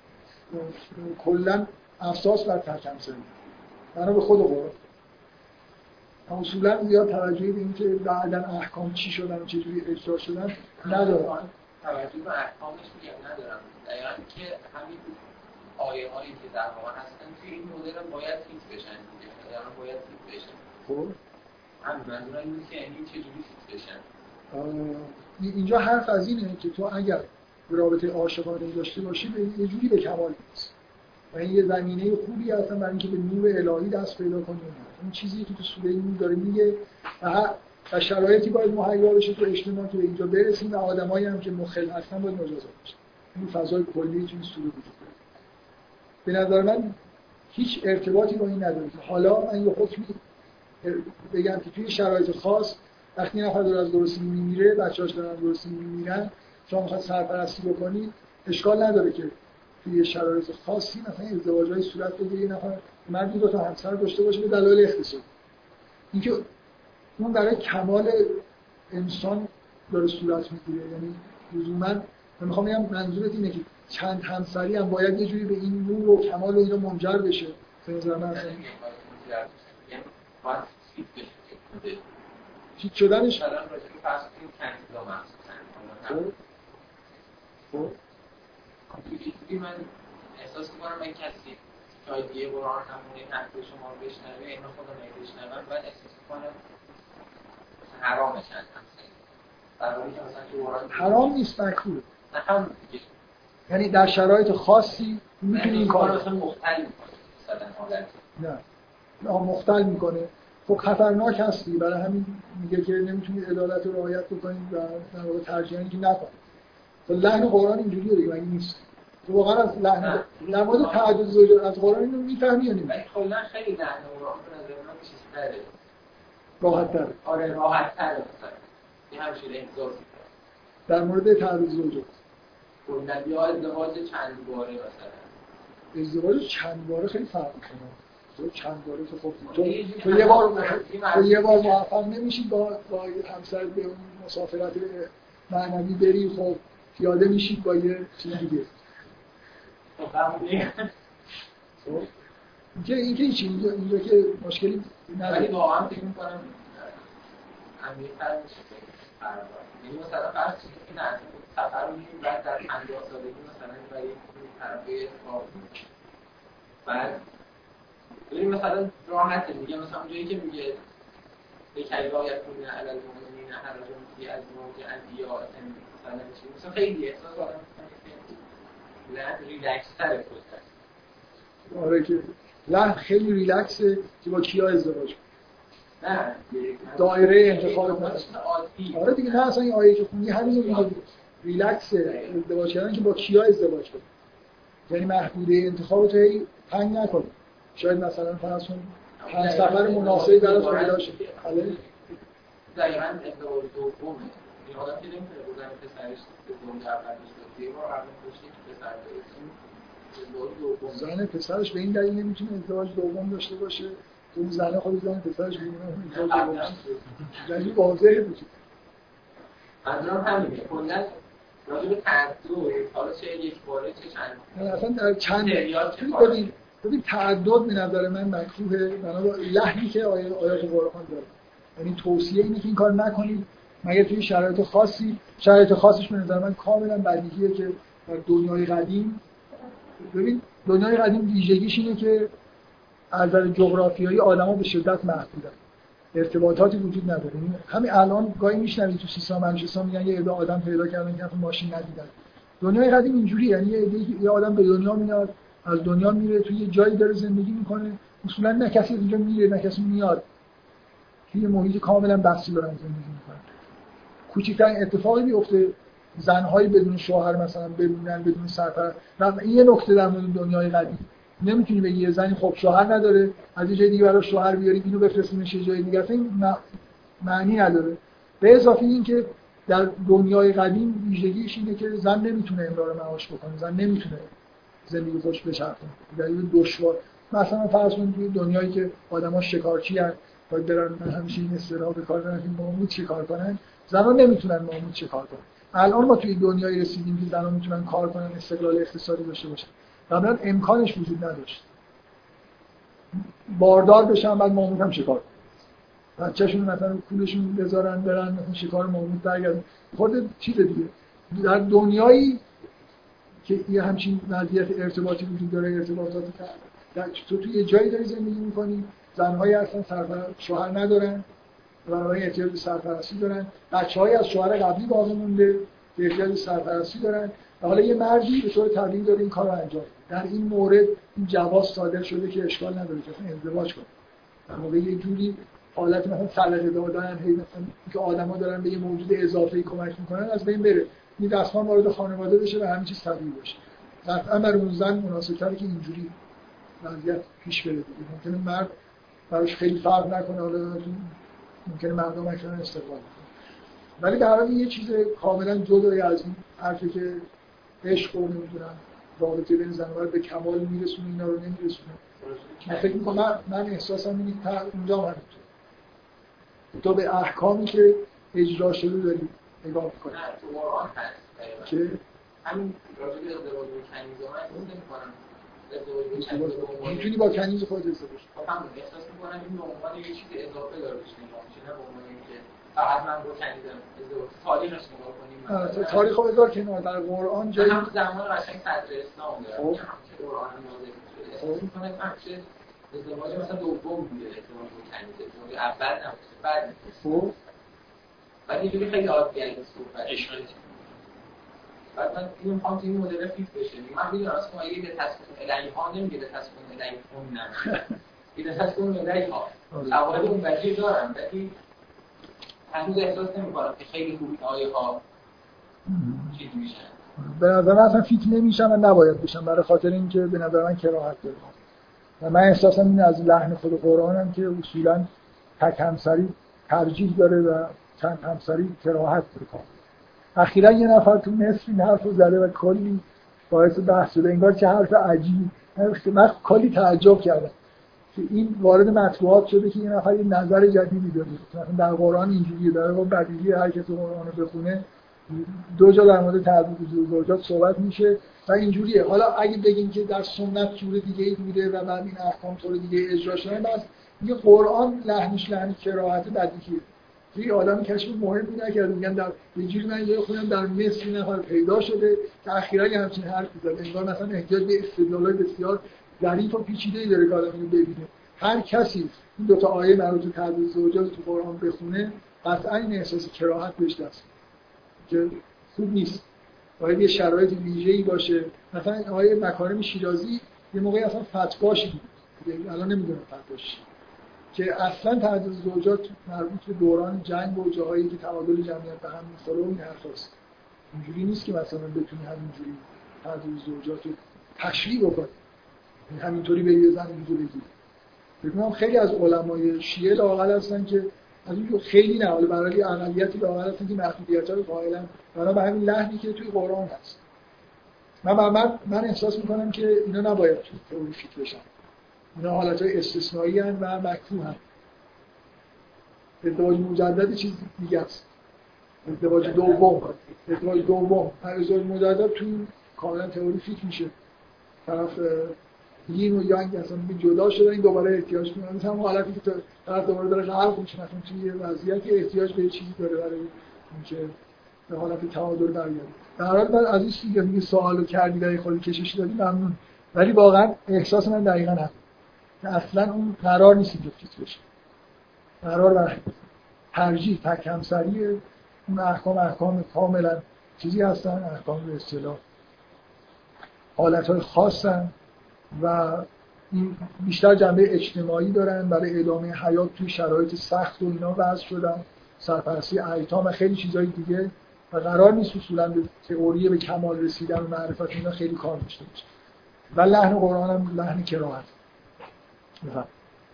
کلا اساس بر تک همسری بنا به خود قرآن اصولا زیاد توجهی به این که بعداً احکام چی شدن و چجوری اجرا شدن ندارم. توجه به احکامش میگم ندارم. دقیقاً که همین آیه هایی که در واقع هستن توی این مدل هم باید فیکس بشن دیگه. دقیقاً باید فیکس بشن. خب همین منظورم اینه که یعنی چجوری فیکس بشن. اینجا حرف از اینه که تو اگر رابطه عاشقانه داشته باشی به یه جوری به کمال میرسی. و این یه زمینه خوبی هستن برای اینکه به نور الهی دست پیدا کنیم. این چیزی که تو سوره نور داره میگه و شرایطی باید مهیا بشه تو اجتماع که به اینجا برسیم و آدمایی هم که مخل هستن باید مجازات بشن. این فضای کلی تو این سوره وجود داره. به نظر من هیچ ارتباطی با این نداره. حالا من یه حکمی بگم که توی شرایط خاص وقتی یه نفر داره از درستی میمیره، بچه‌هاش دارن درستی میمیرن، شما می‌خواید سرپرستی بکنید، اشکال نداره که توی شرایط خاصی مثلا ازدواج‌های صورت بگیره، یه نفر مردی دو تا همسر داشته باشه به دلایل اقتصادی. اینکه اون برای کمال انسان داره صورت میگیره، یعنی لزوما من میخوام بگم منظورت اینه که چند همسری هم باید یه جوری به این نور و کمال و اینا منجر بشه. به نظر من اصلا چیت شدنش الان راجع به فرض کنیم کنیزا مخصوصا خب خب من احساس می‌کنم این کسی شاید یه قرآن همون نقد شما رو بشنوه اینو خودم بشنوم و احساس کنم حرامه چند در حالی که مثلا تو قرآن حرام نیست، مکروه. نه هم دیگه یعنی در شرایط خاصی میتونی این کارو مثلا مختل میکنه مثلا حالت نه نه مختل میکنه. خب خطرناک هستی، برای همین میگه که نمیتونید عدالت رو رعایت بکنید و در واقع ترجیحاً که نکنید. تو لحن قرآن اینجوریه دیگه، مگه نیست؟ تو واقعا از لحن در مورد تعدد زوجات از قرآن اینو میفهمی یا نه؟ کلا خیلی لحن قرآن به نظر من چیزتره، راحت‌تره. آره راحت‌تره مثلا این همش احساس در مورد تعدد زوجات کلا یا ازدواج چند باره مثلا ازدواج چند باره خیلی فرق می‌کنه. تو چند باره که خب تو, تو یه بار تو یه بار موفق نمیشی با با همسر به اون مسافرت معنوی بری، خب پیاده میشید با یه چیز دیگه. خب اینکه اینکه هیچ اینجا اینجا که مشکلی نداره. ولی واقعا فکر می‌کنم عمیق‌تر میشه. یعنی مثلا فرض کنید نه سفر رو می‌ریم بعد در پنجاه سالگی مثلا برای طرفه کار بعد ببین مثلا راحته میگه مثلا اونجایی که میگه یک ایرایت کنه علی المؤمنین حرجون فی ازواج ادعیاء مثلا چی مثلا خیلی احساس آدم نه ریلکس تره خودت. آره که لحن خیلی ریلکسه که با کیا ازدواج کنه. نه دایره انتخاب عادی. آره دیگه نه اصلا این آیه که خوندی همین رو میگه ریلکسه ازدواج کردن که با کیا ازدواج کنه. یعنی محدوده انتخابت هی تنگ نکنه. شاید مثلا فرض کن پنج سفر مناسبی برات پیدا شه. حالا دقیقاً ازدواج دومه. این آدم که نمیتونه بزنه پسرش به دنیا اولش بده. یه بار اول پشتی که پسر داره. زن پسرش به این دلیل نمیتونه ازدواج دوم داشته باشه. اون زنه خود زن پسرش میمونه ازدواج دوم. یعنی واضحه بود. منظورم همینه. کلاً راجع به تعدد حالا چه یک باره چه چند نه اصلا در چند ببین ببین تعدد به نظر من مکروهه بنابر لحنی که آیات قرآن داره. یعنی توصیه اینه که این کار نکنید مگر توی شرایط خاصی. شرایط خاصش به نظر من کاملا بدیهیه که در دنیای قدیم ببین دنیای قدیم ویژگیش اینه که از نظر جغرافیایی آدما به شدت محدودن. ارتباطاتی وجود نداره. یعنی همین الان گاهی میشنوید تو سیستان بلوچستان میگن یه عده آدم پیدا کردن که ماشین ندیدن. دنیای قدیم اینجوریه، یعنی یه عده یه آدم به دنیا میاد، از دنیا میره توی یه جایی داره زندگی میکنه، اصولا نه کسی از اونجا میره نه کسی میاد. توی یه محیط کاملا بسته دارن زندگی میکنن. کوچکترین اتفاقی میفته زن‌های بدون شوهر مثلا بمونن بدون سرپرست. این یه نکته در مورد دنیای قدیم. نمیتونی بگی یه زنی خب شوهر نداره از یه جای دیگه برای شوهر بیاریم اینو بفرستیمش یه جای دیگه، اصلا این معنی نداره. به اضافه این که در دنیای قدیم ویژگیش اینه که زن نمیتونه امرار معاش بکنه، زن نمیتونه زندگی خودش بچرخونه. دلیل دشوار مثلا فرض کنید توی دنیایی که آدما شکارچی ان باید برن همیشه این استراحت به کار برن که ماموت شکار کنن، زن‌ها نمیتونن ماموت شکار کنن. الان ما توی دنیایی رسیدیم که زن‌ها میتونن کار کنن، استقلال اقتصادی داشته باشن. قبلا امکانش وجود نداشت. باردار بشن بعد ماموت هم شکار کنن. بچه‌شون مثلا پولشون بذارن برن مثلا شکار ماموت برگردن. خود چیز دیگه. در دنیایی که یه همچین وضعیت ارتباطی وجود داره، ارتباطات در تو توی یه جایی داری زندگی می‌کنی، زن‌هایی هستن سرپرست شوهر ندارن، برای احتیاج به سرپرستی دارن، بچه‌هایی از شوهر قبلی باقی مونده که احتیاج به سرپرستی دارن. و حالا یه مردی به طور طبیعی داره این کارو انجام میده. در این مورد این جواز صادر شده که اشکال نداره که اصلا ازدواج کنه. در واقع یه جوری حالت مثلا صدقه دادن، هی مثلا که آدما دارن به یه موجود اضافه‌ای کمک میکنن از بین بره. این دستمان وارد خانواده بشه و همین چیز طبیعی باشه. قطعا برای اون زن مناسب‌تره که اینجوری وضعیت پیش بره. ممکنه مرد براش خیلی فرق نکنه، حالا ممکنه مردم اکثرا استقبال کنن. ولی در واقع یه چیز کاملا جدای از این حرفی که عشق رو نمیدونم رابطه بین زن و مرد به کمال میرسونه اینا رو نمیرسونه. من فکر میکنم من, من احساسم اینه که اونجا هم همینطور. تو به احکامی که اجرا شده داری نگاه میکنی. نه تو قرآن هست که همین راجع به ازدواج با کنیز من اون نمی‌کنم. ازدواج با کنیز میتونی با کنیز خودت ازدواج کنی. خب همون احساس میکنم این به عنوان یه چیز اضافه داره بهش نگاه میشه، نه به عنوان اینکه فقط من با کنیزم ازدواج. تاریخش نگاه کنیم. تاریخ رو بذار کنار. در قرآن جایی هم زمان قشنگ صدر اسلام داره که قرآن نازل شده احساس میکنه که ازدواج مثلا دوم بوده، ازدواج کنیزه اول نبوده بعد خب بعد یه جوری خیلی عادیه این صحبت اشاره بعد من اینو میخوام که این مدل فیت بشه. من میدونم اصلا اگه به تصمیم الهی ها نمیگه تصمیم الهی اون نه این تصمیم الهی ها قواعد اون وجهی دارم ولی هنوز احساس نمیکنم که خیلی خوب آیه ها چیز میشن. به نظر من اصلا فیت نمیشن و نباید بشن برای خاطر اینکه به نظر من کراهت داره و من احساسم این از لحن خود قرآنم که اصولا تک همسری ترجیح داره و چند همسری کراهت داره. اخیرا یه نفر تو مصر این حرف رو زده و کلی باعث بحث شده، انگار که حرف عجیبی. من کلی تعجب کردم که این وارد مطبوعات شده که یه نفر یه نظر جدیدی داره. مثلا در قرآن اینجوریه، در واقع بدیهی هر کسی قرآن رو بخونه دو جا در مورد تعدد زوجات صحبت میشه و اینجوریه. حالا اگه بگیم که در سنت جور دیگه‌ای بوده و بعد این احکام طور دیگه اجرا شده، بس میگه قرآن لحنش لحن کراهت بدیهیه. یه آدمی کشف مهمی نکرده، میگن در یه جوری من اینجا خوندم در مصر این نفر پیدا شده که اخیراً همچین حرفی زده. انگار مثلا احتیاج به استدلال‌های بسیار ظریف و پیچیده‌ای داره که آدم اینو ببینه. هر کسی این دو تا آیه مربوط به تعدد زوجات تو قرآن بخونه قطعاً این احساس کراهت بهش دست که خوب نیست. باید یه شرایط ویژه‌ای باشه. مثلا آیه مکارم شیرازی یه موقعی اصلا فتواش بود، الان نمیدونم فتواش که اصلا تعدد زوجات مربوط به دوران جنگ و جاهایی که تعادل جمعیت به هم می‌خوره و این حرفاست. اینجوری نیست که مثلا بتونی همینجوری تعدد زوجات رو تشریح بکنی، همینطوری به یه زن اینجوری بگی. ببینم خیلی از علمای شیعه لااقل هستن که از اون خیلی نه، ولی برای اقلیتی لااقل هستن که محدودیت‌ها رو قائلن بنا به همین لحنی که توی قرآن هست. من من من احساس می‌کنم که اینا نباید تئوری فیت بشن. اینا حالتهای استثنایی هستند و مکروه هستند. ازدواج مجدد چیز دیگه است. ازدواج دوم، ازدواج دوم، ازدواج مجدد تو کاملا تئوری فیت میشه. طرف یین و یانگ اصلا جدا شده، این دوباره احتیاج می‌کنه. مثلا حالتی که طرف دوباره داره غرق میشه، مثلا توی وضعیتی احتیاج به چیزی داره برای اینکه به حالت تعادل برگرده. در حال من از این چیزی که سوالو کردی برای خود کشش دادی ممنون. ولی واقعا احساس من دقیقاً همین. اصلا اون قرار نیست که فیت بشه. قرار بر ترجیح تک همسری اون احکام احکام کاملا چیزی هستن، احکام به اصطلاح حالتهای خاصن و این بیشتر جنبه اجتماعی دارن، برای ادامه حیات توی شرایط سخت و اینا وضع شدن، سرپرستی ایتام و خیلی چیزای دیگه و قرار نیست اصولا به تئوری به کمال رسیدن و معرفت اینا خیلی کار داشته باشه. و لحن قرآن هم لحن کراهت. بفهم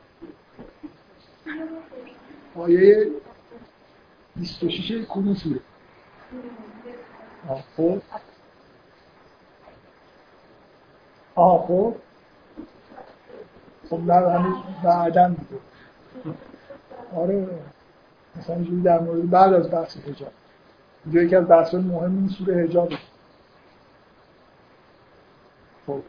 آیه بیست و شش کدوم سوره؟ آه خب آه خب خب نه همین بعداً بوده. آره مثلا اینجوری در مورد بعد از بحث حجاب اینجا یکی از بحث‌های مهم این سوره حجابه. خب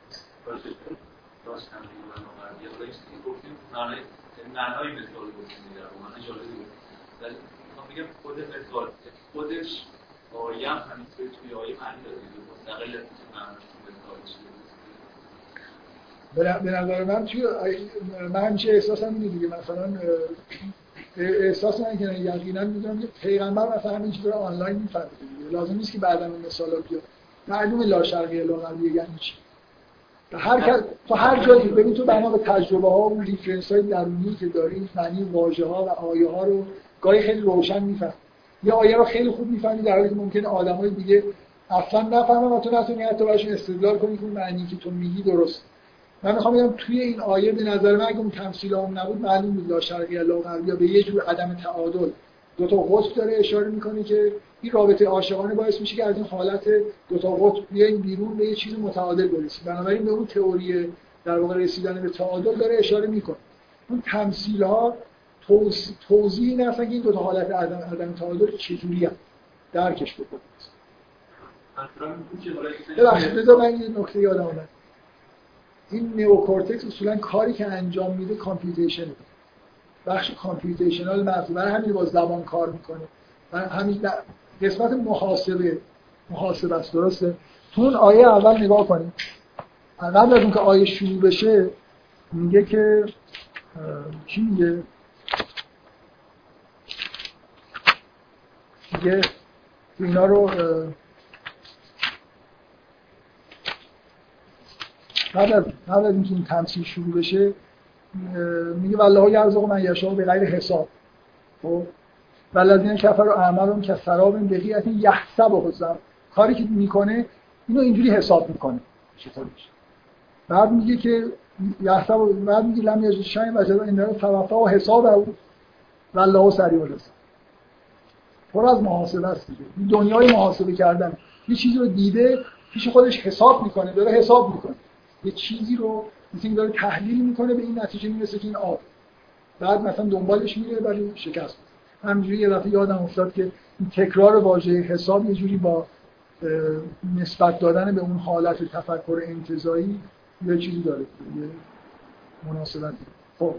داشتم دیگه من یه وقتی گفتیم معنی معنای مثال گفتیم دیگه معنی جالبی بود. ولی میخوام بگم خود مثال خودش آیه هم همینطوری توی آیه معنی داره دیگه مستقل از معنیش مثال چیه. به نظر من توی من همیشه احساسم اینه دیگه، مثلا احساس من که یقینا میدونم که پیغمبر مثلا همین چیزا رو آنلاین میفهمه دیگه، لازم نیست که بعداً اون مثالا بیاد. معلومه لا شرقی لا غربی یعنی چی. هر کس تو هر جایی ببین تو بنا به تجربه ها و ریفرنس های درونی که داری معنی واژه ها و آیه ها رو گاهی خیلی روشن میفهمی. یه آیه رو خیلی خوب میفهمی در حالی که ممکنه آدمای دیگه اصلا نفهمن و تو نتونی حتی براشون استدلال کنی که معنی که تو میگی درست. من میخوام بگم توی این آیه به نظر من اگه اون تمثیل هم نبود معلوم بود لا شرقی لا غربی به یه جور عدم تعادل دو تا قطب داره اشاره میکنه که این رابطه عاشقانه باعث میشه که از این حالت دو تا قطب بیاین بیرون به یه چیز متعادل برسید. بنابراین به اون تئوری در واقع رسیدن به تعادل داره اشاره میکنه. اون تمثیل ها توضیحی نفسن که این دو تا حالت عدم عدم تعادل چجوری هست درکش بکنید. ببخشید بذار من یه نکته یادم اومد. این نئوکورتکس اصولا کاری که انجام میده کامپیوتیشن بخش کامپیوتیشنال مغز، برای همین با زبان کار میکنه و همین قسمت محاسبه محاسبه است. درسته؟ تو اون آیه اول نگاه کنید قبل از اینکه آیه شروع بشه میگه که چی میگه؟ میگه اینا رو قبل از قبل از اینکه این تمثیل شروع بشه میگه والله یرزق من یشاء بغیر حساب. خب والذین کفروا اعمالهم کسراب بقیعة یحسبه الظمآن، کاری که میکنه اینو اینجوری حساب میکنه چطوریش. بعد میگه که یحسب، بعد میگه لم یجد شیئا وجد عنده توفا و حسابه والله سریع الحساب. پر از محاسبه است دیگه. این دنیای محاسبه کردن، یه چیزی رو دیده پیش خودش حساب میکنه، داره حساب میکنه یه چیزی رو، مثلا داره تحلیل میکنه به این نتیجه میرسه که این آب، بعد مثلا دنبالش میره ولی شکست. همینجوری یه دفعه یادم افتاد که این تکرار واژه حساب یه جوری با نسبت دادن به اون حالت تفکر انتزاعی یه چیزی داره، یه مناسبت. خب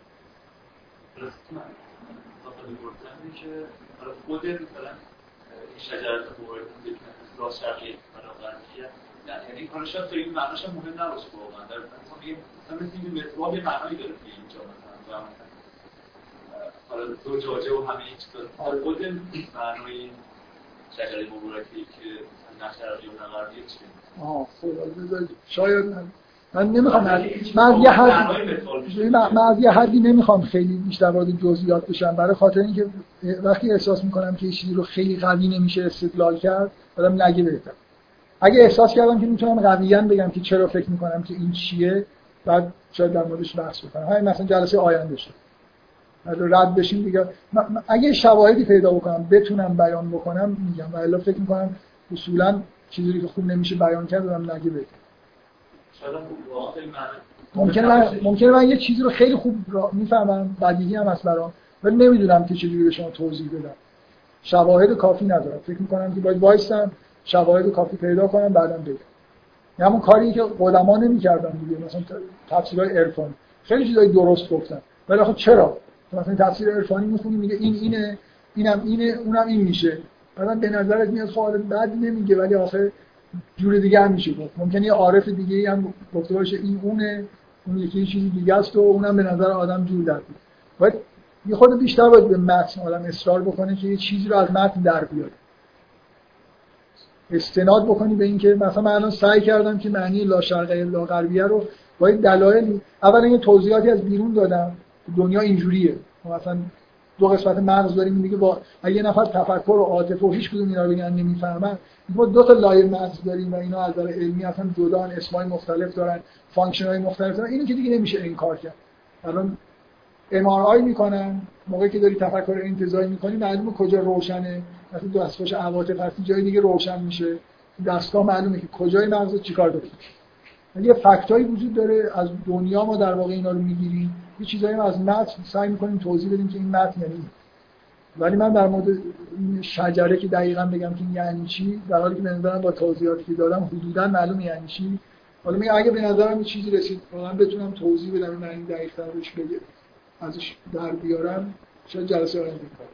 که خود مثلا شجرات مورد راست شرقی فراغربیه، یعنی کارش شاید خیلی معناش هم مهم نباشه واقعا. در مثلا میگه مثلا مثل این مترو یه معنایی داره که اینجا مثلا حالا دو جاجه و همه این چیزا خود معنای شجره مبارکی که نقش شرقی و غربی چیه؟ آه خب شاید من من نمیخوام من از یه حدی من از یه حدی نمیخوام خیلی بیشتر وارد جزئیات بشم، برای خاطر اینکه وقتی احساس میکنم که چیزی رو خیلی قوی نمیشه استدلال کرد آدم نگه بهتر. اگه احساس کردم که میتونم قویاً بگم که چرا فکر میکنم که این چیه، بعد شاید در موردش بحث بکنم. همین مثلا جلسه آینده شد رد بشیم دیگه. اگه شواهدی پیدا بکنم بتونم بیان بکنم میگم، و الا فکر میکنم اصولاً چیزی که خوب نمیشه بیان کرد آدم نگه بهتر. ممکنه من ممکنه من یه چیزی رو خیلی خوب میفهمم، بدیهی هم هست برام، ولی نمیدونم که چجوری به شما توضیح بدم. شواهد کافی ندارم. فکر میکنم که باید وایسم شواهد کافی پیدا کنم بعدم بگم. یعنی همون کاری که قدما نمی‌کردن دیگه، مثلا تفسیرهای عرفانی خیلی چیزای درست گفتن، ولی آخه چرا؟ مثلا تفسیر عرفانی میخونی میگه این اینه، اینم اینه، اونم این میشه. بعدا به نظرت میاد خالص بعد نمیگه، ولی آخه جور دیگه هم میشه گفت. ممکنه یه عارف دیگه هم گفته باشه این اونه، اون یکی چیزی دیگه است و اونم به نظر آدم جور در میاد. باید یه خود بیشتر باید به متن آدم اصرار بکنه که یه چیزی رو از متن در بیاره. استناد بکنی به این که مثلا من الان سعی کردم که معنی لا شرقیه لا غربیه رو با این دلایل، اولا یه توضیحاتی از بیرون دادم دنیا اینجوریه. مثلا دو قسمت مغز داریم میگه با اگه یه نفر تفکر و عاطفه و هیچ کدوم اینا رو بگن نمیفهمن، ما دو تا لایه مغز داریم و اینا از نظر علمی اصلا جدا، اسمای مختلف دارن، فانکشن‌های مختلف دارن. اینو که دیگه نمیشه انکار کرد. الان ام آر آی میکنن موقعی که داری تفکر انتزاعی میکنی معلومه کجا روشنه، مثلا دستگاه عواطف هستی جای دیگه روشن میشه، دستگاه معلومه که کجای مغز چیکار داره. یه فکتایی وجود داره از دنیا، ما در واقع اینا رو میگیریم، یه چیزایی ما از متن سعی میکنیم توضیح بدیم که این متن یعنی، ولی من در مورد این شجره که دقیقاً بگم که یعنی چی، در حالی که به نظرم با توضیحاتی که دادم حدوداً معلومه یعنی چی، حالا میگم اگه به نظرم یه چیزی رسید واقعا بتونم توضیح بدم این معنی دقیق‌تر روش بگم ازش در بیارم، شاید جلسه آینده کنم.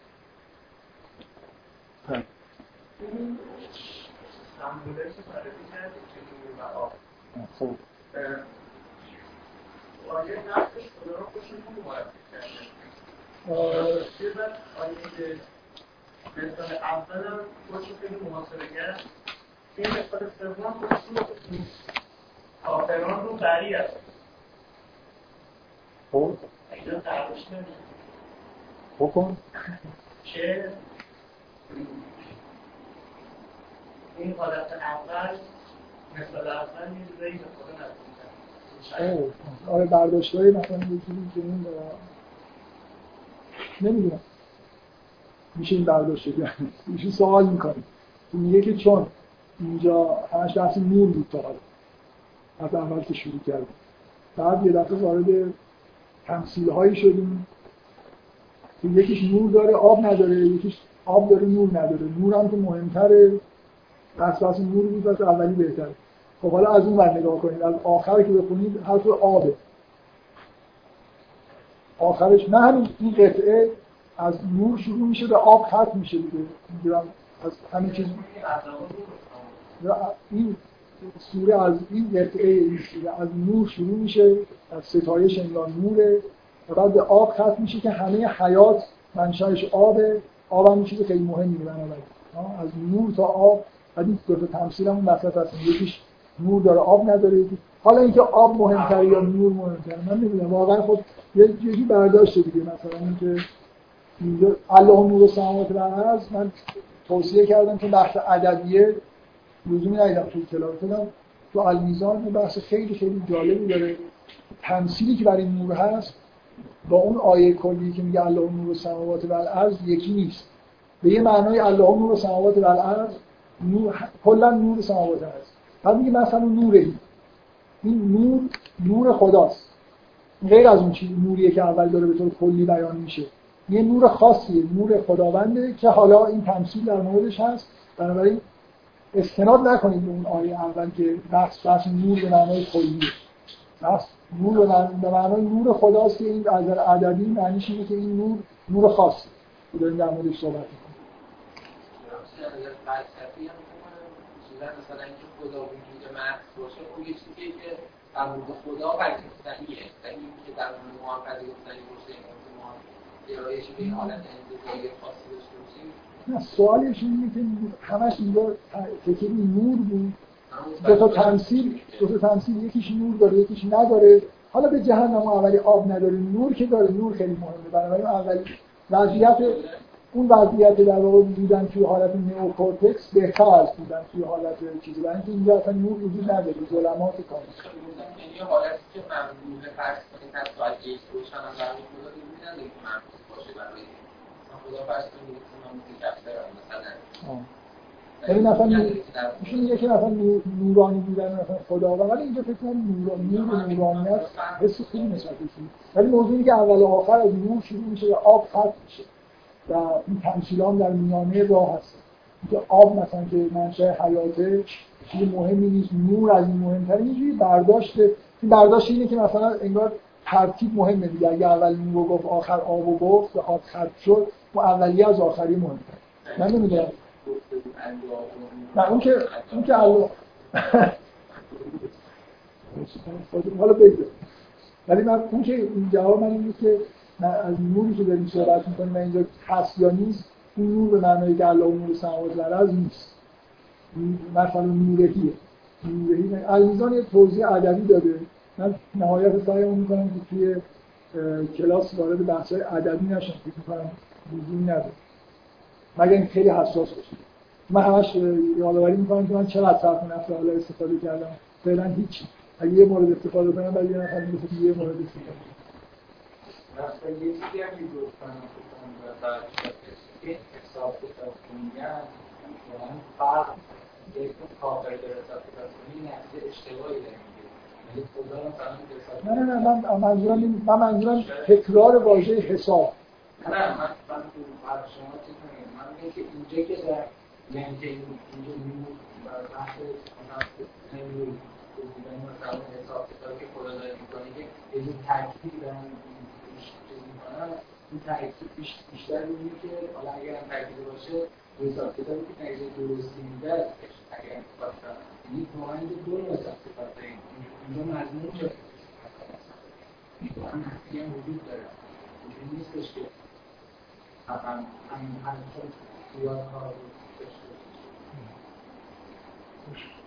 ها خب آیه نفسش خدا رو خوشون معرفی کرده. یه بعد آیه که مثال اول هم خودشو خیلی محاصره کرد، این مثال سوم خودشو کافران رو بری است. خب اینا تعبش نمید. بکن که این حالت اول مثال اول یه جایی به خدا نزدیک. آره برداشت‌های مثلا یه چیزی که این نمیدونم میشه این برداشت کرد. میشه سوال میکنیم میگه که چون اینجا همش بحث نور بود تا حالا از اول که شروع کردیم، بعد یه دفعه وارد تمثیل‌هایی شدیم که یکیش نور داره آب نداره، یکیش آب داره نور نداره. نور هم که مهمتره، بحث بحث نور بود، بس اولی بهتره. خب حالا از اون ور نگاه کنید، از آخر که بخونید حرف آبه. آخرش نه همین این قطعه از نور شروع میشه به آب ختم میشه دیگه. میگم از همین چیز این سوره از این قطعه این سوره از نور شروع میشه، از ستایش انگار نوره و بعد به آب ختم میشه که همه حیات منشأش آبه. آب هم چیز خیلی مهمی بنابراین از نور تا آب. بعد این دو تا تمثیل هم وسط هست، یکیش نور داره آب نداره. حالا اینکه آب مهمتره یا نور مهمتره من نمیدونم، واقعا خود یه جوری برداشته دیگه. مثلا اینکه اینجا الله نور السماوات و الارض من توصیه کردم که بحث ادبیه لزومی ندیدم توی کلاس بدم، تو المیزان یه بحث خیلی خیلی جالبی داره. تمثیلی که برای نور هست با اون آیه کلی که میگه الله نور السماوات و الارض یکی نیست. به یه معنای الله نور السماوات و الارض نور کلا نور سماوات هست. بعد میگه مثلا نورهی، این نور نور خداست، غیر از اون چیز نوریه که اول داره به طور کلی بیان میشه. یه نور خاصیه، نور خداونده که حالا این تمثیل در موردش هست. بنابراین استناد نکنید به اون آیه اول که بحث بحث نور به معنای کلیه. بحث نور به معنای نور خداست که این از نظر ادبی معنیش اینه که این نور نور خاصه که داریم در موردش صحبت می‌کنیم. مثلا اینکه خدا وجود محض باشه اون یه چیزیه که در مورد خدا پذیرفتنیه، ولی اینکه در مورد ما هم پذیرفتنی باشه اینکه ما ارائهش به این حالت انتزاعی خاصی داشته باشیم. نه سوالش اینه که همش اینجا فکر نور بود، دو تا تمثیل دو تا تمثیل یکیش نور داره یکیش نداره. حالا به جهنم اولی آب نداره، نور که داره، نور خیلی مهمه. بنابراین اولی وضعیت اون وضعیت در واقع بودن توی حالت نئوکورتکس بهتر از بودن توی حالت چیزی، برای اینکه اینجا اصلا نور وجود نداره، ظلمات کامل. یعنی یه حالتی که ممنوعه فرض کنید از ساعت یک روشن هم برای خدا دیگه نداره که ممنوع باشه برای خدا فرض کنید که ما میگیم کفتر مثلا یعنی مثلا میشه میگه که مثلا نورانی بودن مثلا خدا، ولی اینجا فکر کنم نور نور نورانیت حس خیلی نسبتشون، ولی موضوعی که اول و آخر از نور شروع میشه و آب ختم میشه و این تمثیلان در میانه راه هست که آب مثلا که منشأ حیاته چیز مهمی نیست، نور از این مهمتره. اینجوری برداشت این برداشت اینه که مثلا انگار ترتیب مهمه دیگه. اگه اول نور گفت آخر آب گفت و آب ختم شد و اولیه از آخری مهمتره. من نمیدونم نه اون که اون که الله حالا بگذاریم، ولی من اون که این جواب من اینه که از نوری که داریم صحبت می‌کنیم من اینجا هست یا نیست، این نور به معنای که الله نور سماوات و الارض نیست، مثلا نورهیه. نورهی المیزان یه توضیح ادبی داده. من نهایت سعیمو می‌کنم که توی کلاس وارد بحث‌های ادبی نشم، فکر می‌کنم لزومی نداره مگر این خیلی حساس باشه. من همش یادآوری می‌کنم که من چقدر صرف نفس حالا استفاده کردم، فعلا هیچ. اگه یه مورد استفاده کنم ولی نه همین مثل یه مورد استفاده مثلا یه چیزی هم میگفتن مثلا این حساب کتاب کنیان واقعا فرق یک کافر در حساب کتاب کنی نتیجه اشتباهی داره میگه، ولی خدا مثلا نه نه نه من منظورم من منظورم تکرار واژه حساب. نه من من تو فرق شما چیز نمیگم، من میگم که اینجا که در یعنی که اینجا نمود بحث مثلا نمود بودن مثلا حساب کتاب که خدا داره میکنه که یه جور تاکید دارن این تاکید بیشتر می‌بینی که حالا اگر هم تاکید باشه حساب کتابی که نتیجه درستی میده اگر انتخاب کنم یعنی واقعا اینجا دو نوع حساب کتاب داریم، اینجا مضمون چه واقعا نحسی هم وجود داره، اینجوری نیستش که هم هم هم چون زیاد کار بود داشته باشه.